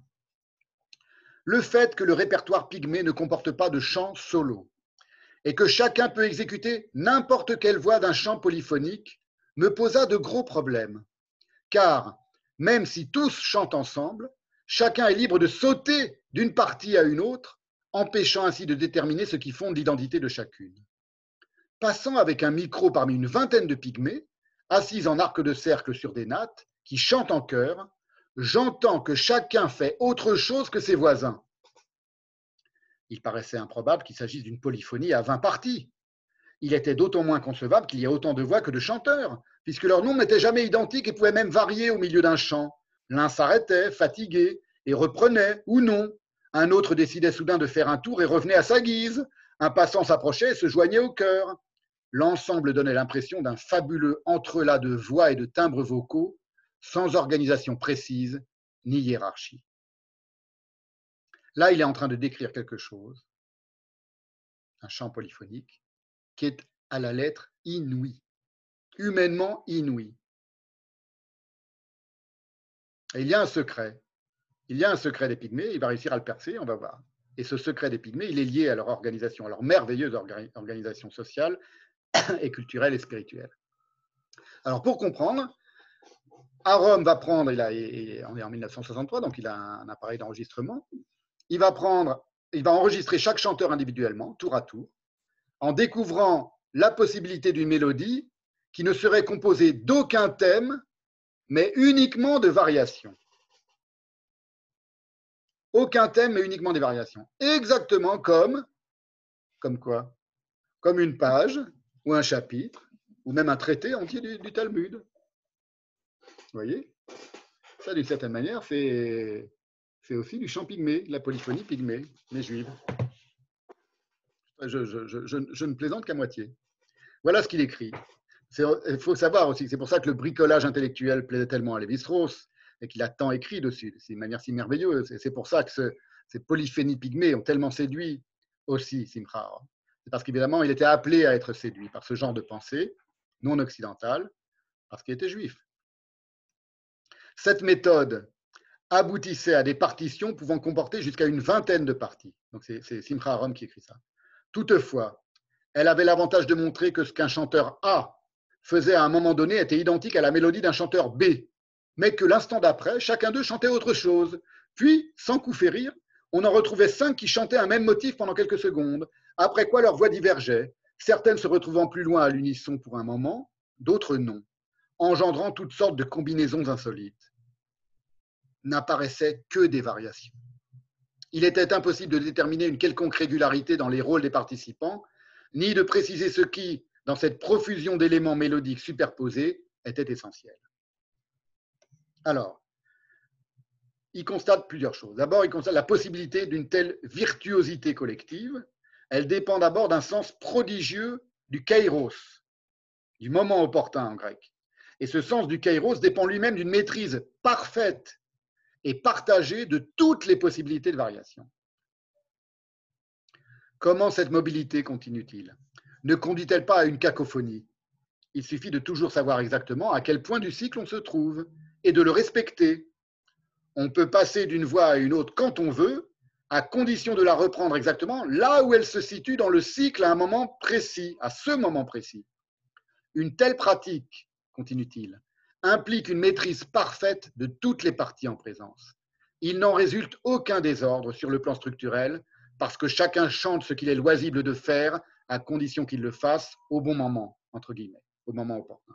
Le fait que le répertoire pygmée ne comporte pas de chant solo et que chacun peut exécuter n'importe quelle voix d'un chant polyphonique me posa de gros problèmes, car même si tous chantent ensemble, chacun est libre de sauter d'une partie à une autre, empêchant ainsi de déterminer ce qui fonde l'identité de chacune. Passant avec un micro parmi une vingtaine de pygmées, assis en arc de cercle sur des nattes, qui chantent en chœur, j'entends que chacun fait autre chose que ses voisins. Il paraissait improbable qu'il s'agisse d'une polyphonie à vingt parties. Il était d'autant moins concevable qu'il y ait autant de voix que de chanteurs, puisque leurs noms n'étaient jamais identiques et pouvaient même varier au milieu d'un chant. L'un s'arrêtait, fatigué, et reprenait, ou non. Un autre décidait soudain de faire un tour et revenait à sa guise. Un passant s'approchait et se joignait au chœur. L'ensemble donnait l'impression d'un fabuleux entrelac de voix et de timbres vocaux, sans organisation précise ni hiérarchie. Là, il est en train de décrire quelque chose, un chant polyphonique, qui est à la lettre inouï, humainement inouï. Et il y a un secret. Il y a un secret des Pygmées, il va réussir à le percer, on va voir. Et ce secret des Pygmées, il est lié à leur organisation, à leur merveilleuse organisation sociale et culturelle et spirituelle. Alors, pour comprendre, Aram va prendre, il a, il, on est en mille neuf cent soixante-trois, donc il a un appareil d'enregistrement. Il va prendre, il va enregistrer chaque chanteur individuellement, tour à tour, en découvrant la possibilité d'une mélodie qui ne serait composée d'aucun thème, mais uniquement de variations. Aucun thème, mais uniquement des variations. Exactement comme, comme quoi? Comme une page, ou un chapitre, ou même un traité entier du, du Talmud. Vous voyez? Ça, d'une certaine manière, c'est aussi du chant pygmée, de la polyphonie pygmée, mais juive. Je, je, je, je, je ne plaisante qu'à moitié. Voilà ce qu'il écrit. Il faut savoir aussi que c'est pour ça que le bricolage intellectuel plaisait tellement à Lévi-Strauss et qu'il a tant écrit dessus. C'est une manière si merveilleuse. Et c'est pour ça que ce, ces polyphénies pygmées ont tellement séduit aussi Simcha. C'est parce qu'évidemment, il était appelé à être séduit par ce genre de pensée non occidentale, parce qu'il était juif. Cette méthode aboutissait à des partitions pouvant comporter jusqu'à une vingtaine de parties. Donc c'est Simcha Aram qui écrit ça. Toutefois, elle avait l'avantage de montrer que ce qu'un chanteur A faisait à un moment donné était identique à la mélodie d'un chanteur B, mais que l'instant d'après, chacun d'eux chantait autre chose. Puis, sans coup férir, on en retrouvait cinq qui chantaient un même motif pendant quelques secondes, après quoi leurs voix divergeaient, certaines se retrouvant plus loin à l'unisson pour un moment, d'autres non, engendrant toutes sortes de combinaisons insolites. N'apparaissaient que des variations. Il était impossible de déterminer une quelconque régularité dans les rôles des participants, ni de préciser ce qui, dans cette profusion d'éléments mélodiques superposés, était essentiel. Alors, il constate plusieurs choses. D'abord, il constate la possibilité d'une telle virtuosité collective. Elle dépend d'abord d'un sens prodigieux du kairos, du moment opportun en grec. Et ce sens du kairos dépend lui-même d'une maîtrise parfaite et partagée de toutes les possibilités de variation. Comment cette mobilité continue-t-il? Ne conduit-elle pas à une cacophonie? Il suffit de toujours savoir exactement à quel point du cycle on se trouve et de le respecter. On peut passer d'une voie à une autre quand on veut, à condition de la reprendre exactement là où elle se situe dans le cycle à un moment précis, à ce moment précis. Une telle pratique, continue-t-il, implique une maîtrise parfaite de toutes les parties en présence. Il n'en résulte aucun désordre sur le plan structurel, parce que chacun chante ce qu'il est loisible de faire, à condition qu'il le fasse au bon moment, entre guillemets, au moment opportun.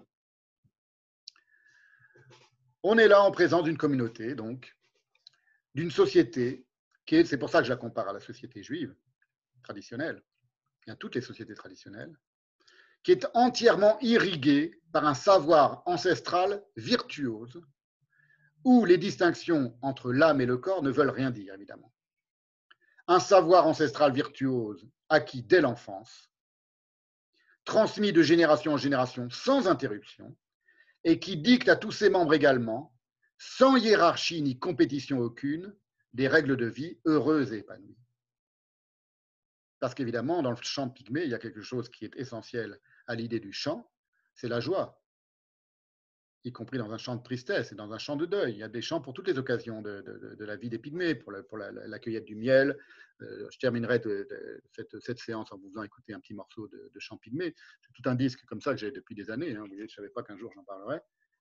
On est là en présence d'une communauté, donc, d'une société, qui est, c'est pour ça que je la compare à la société juive traditionnelle, et à toutes les sociétés traditionnelles, qui est entièrement irriguée par un savoir ancestral virtuose, où les distinctions entre l'âme et le corps ne veulent rien dire, évidemment. Un savoir ancestral virtuose acquis dès l'enfance, transmis de génération en génération sans interruption, et qui dicte à tous ses membres également, sans hiérarchie ni compétition aucune, des règles de vie heureuses et épanouies. Parce qu'évidemment, dans le chant pygmée, il y a quelque chose qui est essentiel à l'idée du chant, c'est la joie, y compris dans un chant de tristesse et dans un chant de deuil. Il y a des chants pour toutes les occasions de, de, de la vie des pygmées, pour, la, pour la, la cueillette du miel. Euh, je terminerai de, de cette, cette séance en vous faisant écouter un petit morceau de, de chant pygmée. C'est tout un disque comme ça que j'ai depuis des années. Hein. Vous voyez, je ne savais pas qu'un jour j'en parlerais.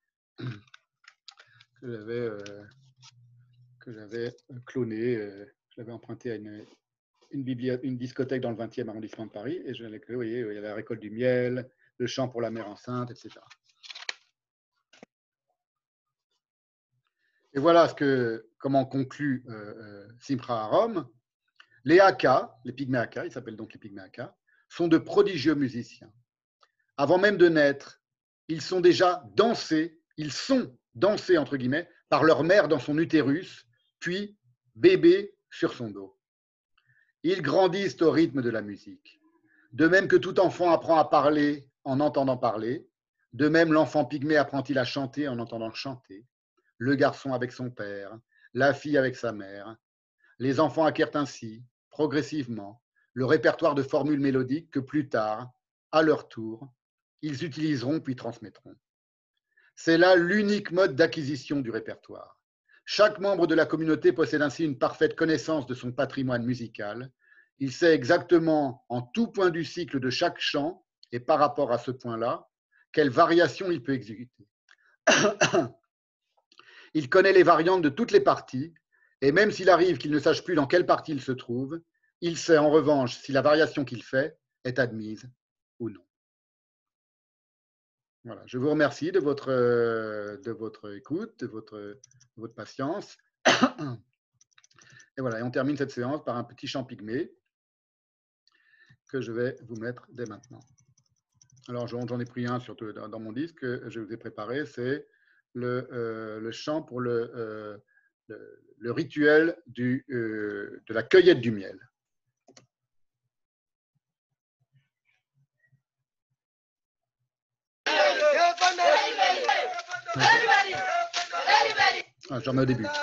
Que j'avais euh, que j'avais cloné, euh, je l'avais emprunté à une, une, une discothèque dans le vingtième arrondissement de Paris, et je l'avais, vous voyez, il y avait la récolte du miel, le chant pour la mère enceinte, et cetera. Et voilà ce que, comment conclut euh, euh, Simcha Arom. Les Haka, les pygmées Haka, ils s'appellent donc les pygmées Haka, sont de prodigieux musiciens. Avant même de naître, ils sont déjà dansés, ils sont dansés, entre guillemets, par leur mère dans son utérus, puis bébé sur son dos. Ils grandissent au rythme de la musique. De même que tout enfant apprend à parler en entendant parler, de même l'enfant pygmée apprend-il à chanter en entendant chanter, le garçon avec son père, la fille avec sa mère. Les enfants acquièrent ainsi, progressivement, le répertoire de formules mélodiques que plus tard, à leur tour, ils utiliseront puis transmettront. C'est là l'unique mode d'acquisition du répertoire. Chaque membre de la communauté possède ainsi une parfaite connaissance de son patrimoine musical. Il sait exactement, en tout point du cycle de chaque chant, et par rapport à ce point-là, quelle variation il peut exécuter. Il connaît les variantes de toutes les parties, et même s'il arrive qu'il ne sache plus dans quelle partie il se trouve, il sait en revanche si la variation qu'il fait est admise ou non. Voilà, je vous remercie de votre, de votre écoute, de votre, de votre patience. Et voilà, et on termine cette séance par un petit chant pygmée que je vais vous mettre dès maintenant. Alors, j'en ai pris un surtout dans mon disque que je vous ai préparé, c'est le, euh, le chant pour le, euh, le, le rituel du, euh, de la cueillette du miel. Ah, j'en mets au début.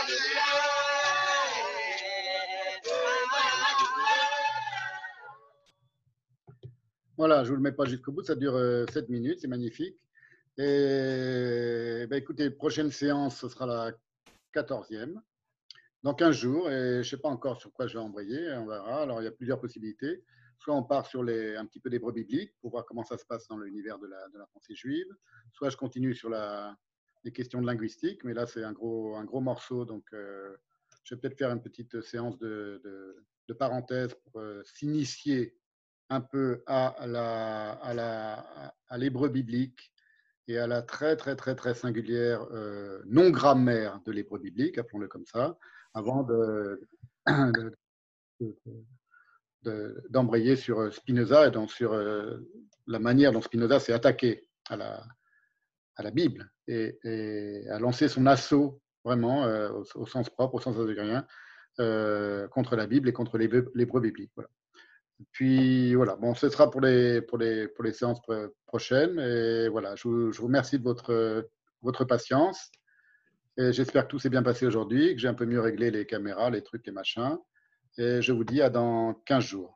Voilà, je ne vous le mets pas jusqu'au bout, ça dure sept minutes, c'est magnifique. Et ben, écoutez, prochaine séance, ce sera la quatorzième, dans quinze jours, et je ne sais pas encore sur quoi je vais envoyer, on verra. Alors, il y a plusieurs possibilités. Soit on part sur les, un petit peu d'hébreu biblique pour voir comment ça se passe dans l'univers de la, de la pensée juive, soit je continue sur la, les questions de linguistique, mais là, c'est un gros, un gros morceau, donc euh, je vais peut-être faire une petite séance de, de, de parenthèse pour euh, s'initier un peu à la, à la, à l'hébreu biblique et à la très, très, très, très singulière euh, non-grammaire de l'hébreu biblique, appelons-le comme ça, avant de, de, de, de, d'embrayer sur Spinoza et donc sur euh, la manière dont Spinoza s'est attaqué à la, à la Bible et, et a lancé son assaut vraiment euh, au, au sens propre, au sens agrégien, euh, contre la Bible et contre l'hébreu biblique. Voilà. Puis voilà, bon, ce sera pour les, pour les, pour les séances prochaines. Et voilà, je vous, je vous remercie de votre, votre patience. Et j'espère que tout s'est bien passé aujourd'hui, que j'ai un peu mieux réglé les caméras, les trucs, les machins. Et je vous dis à dans quinze jours.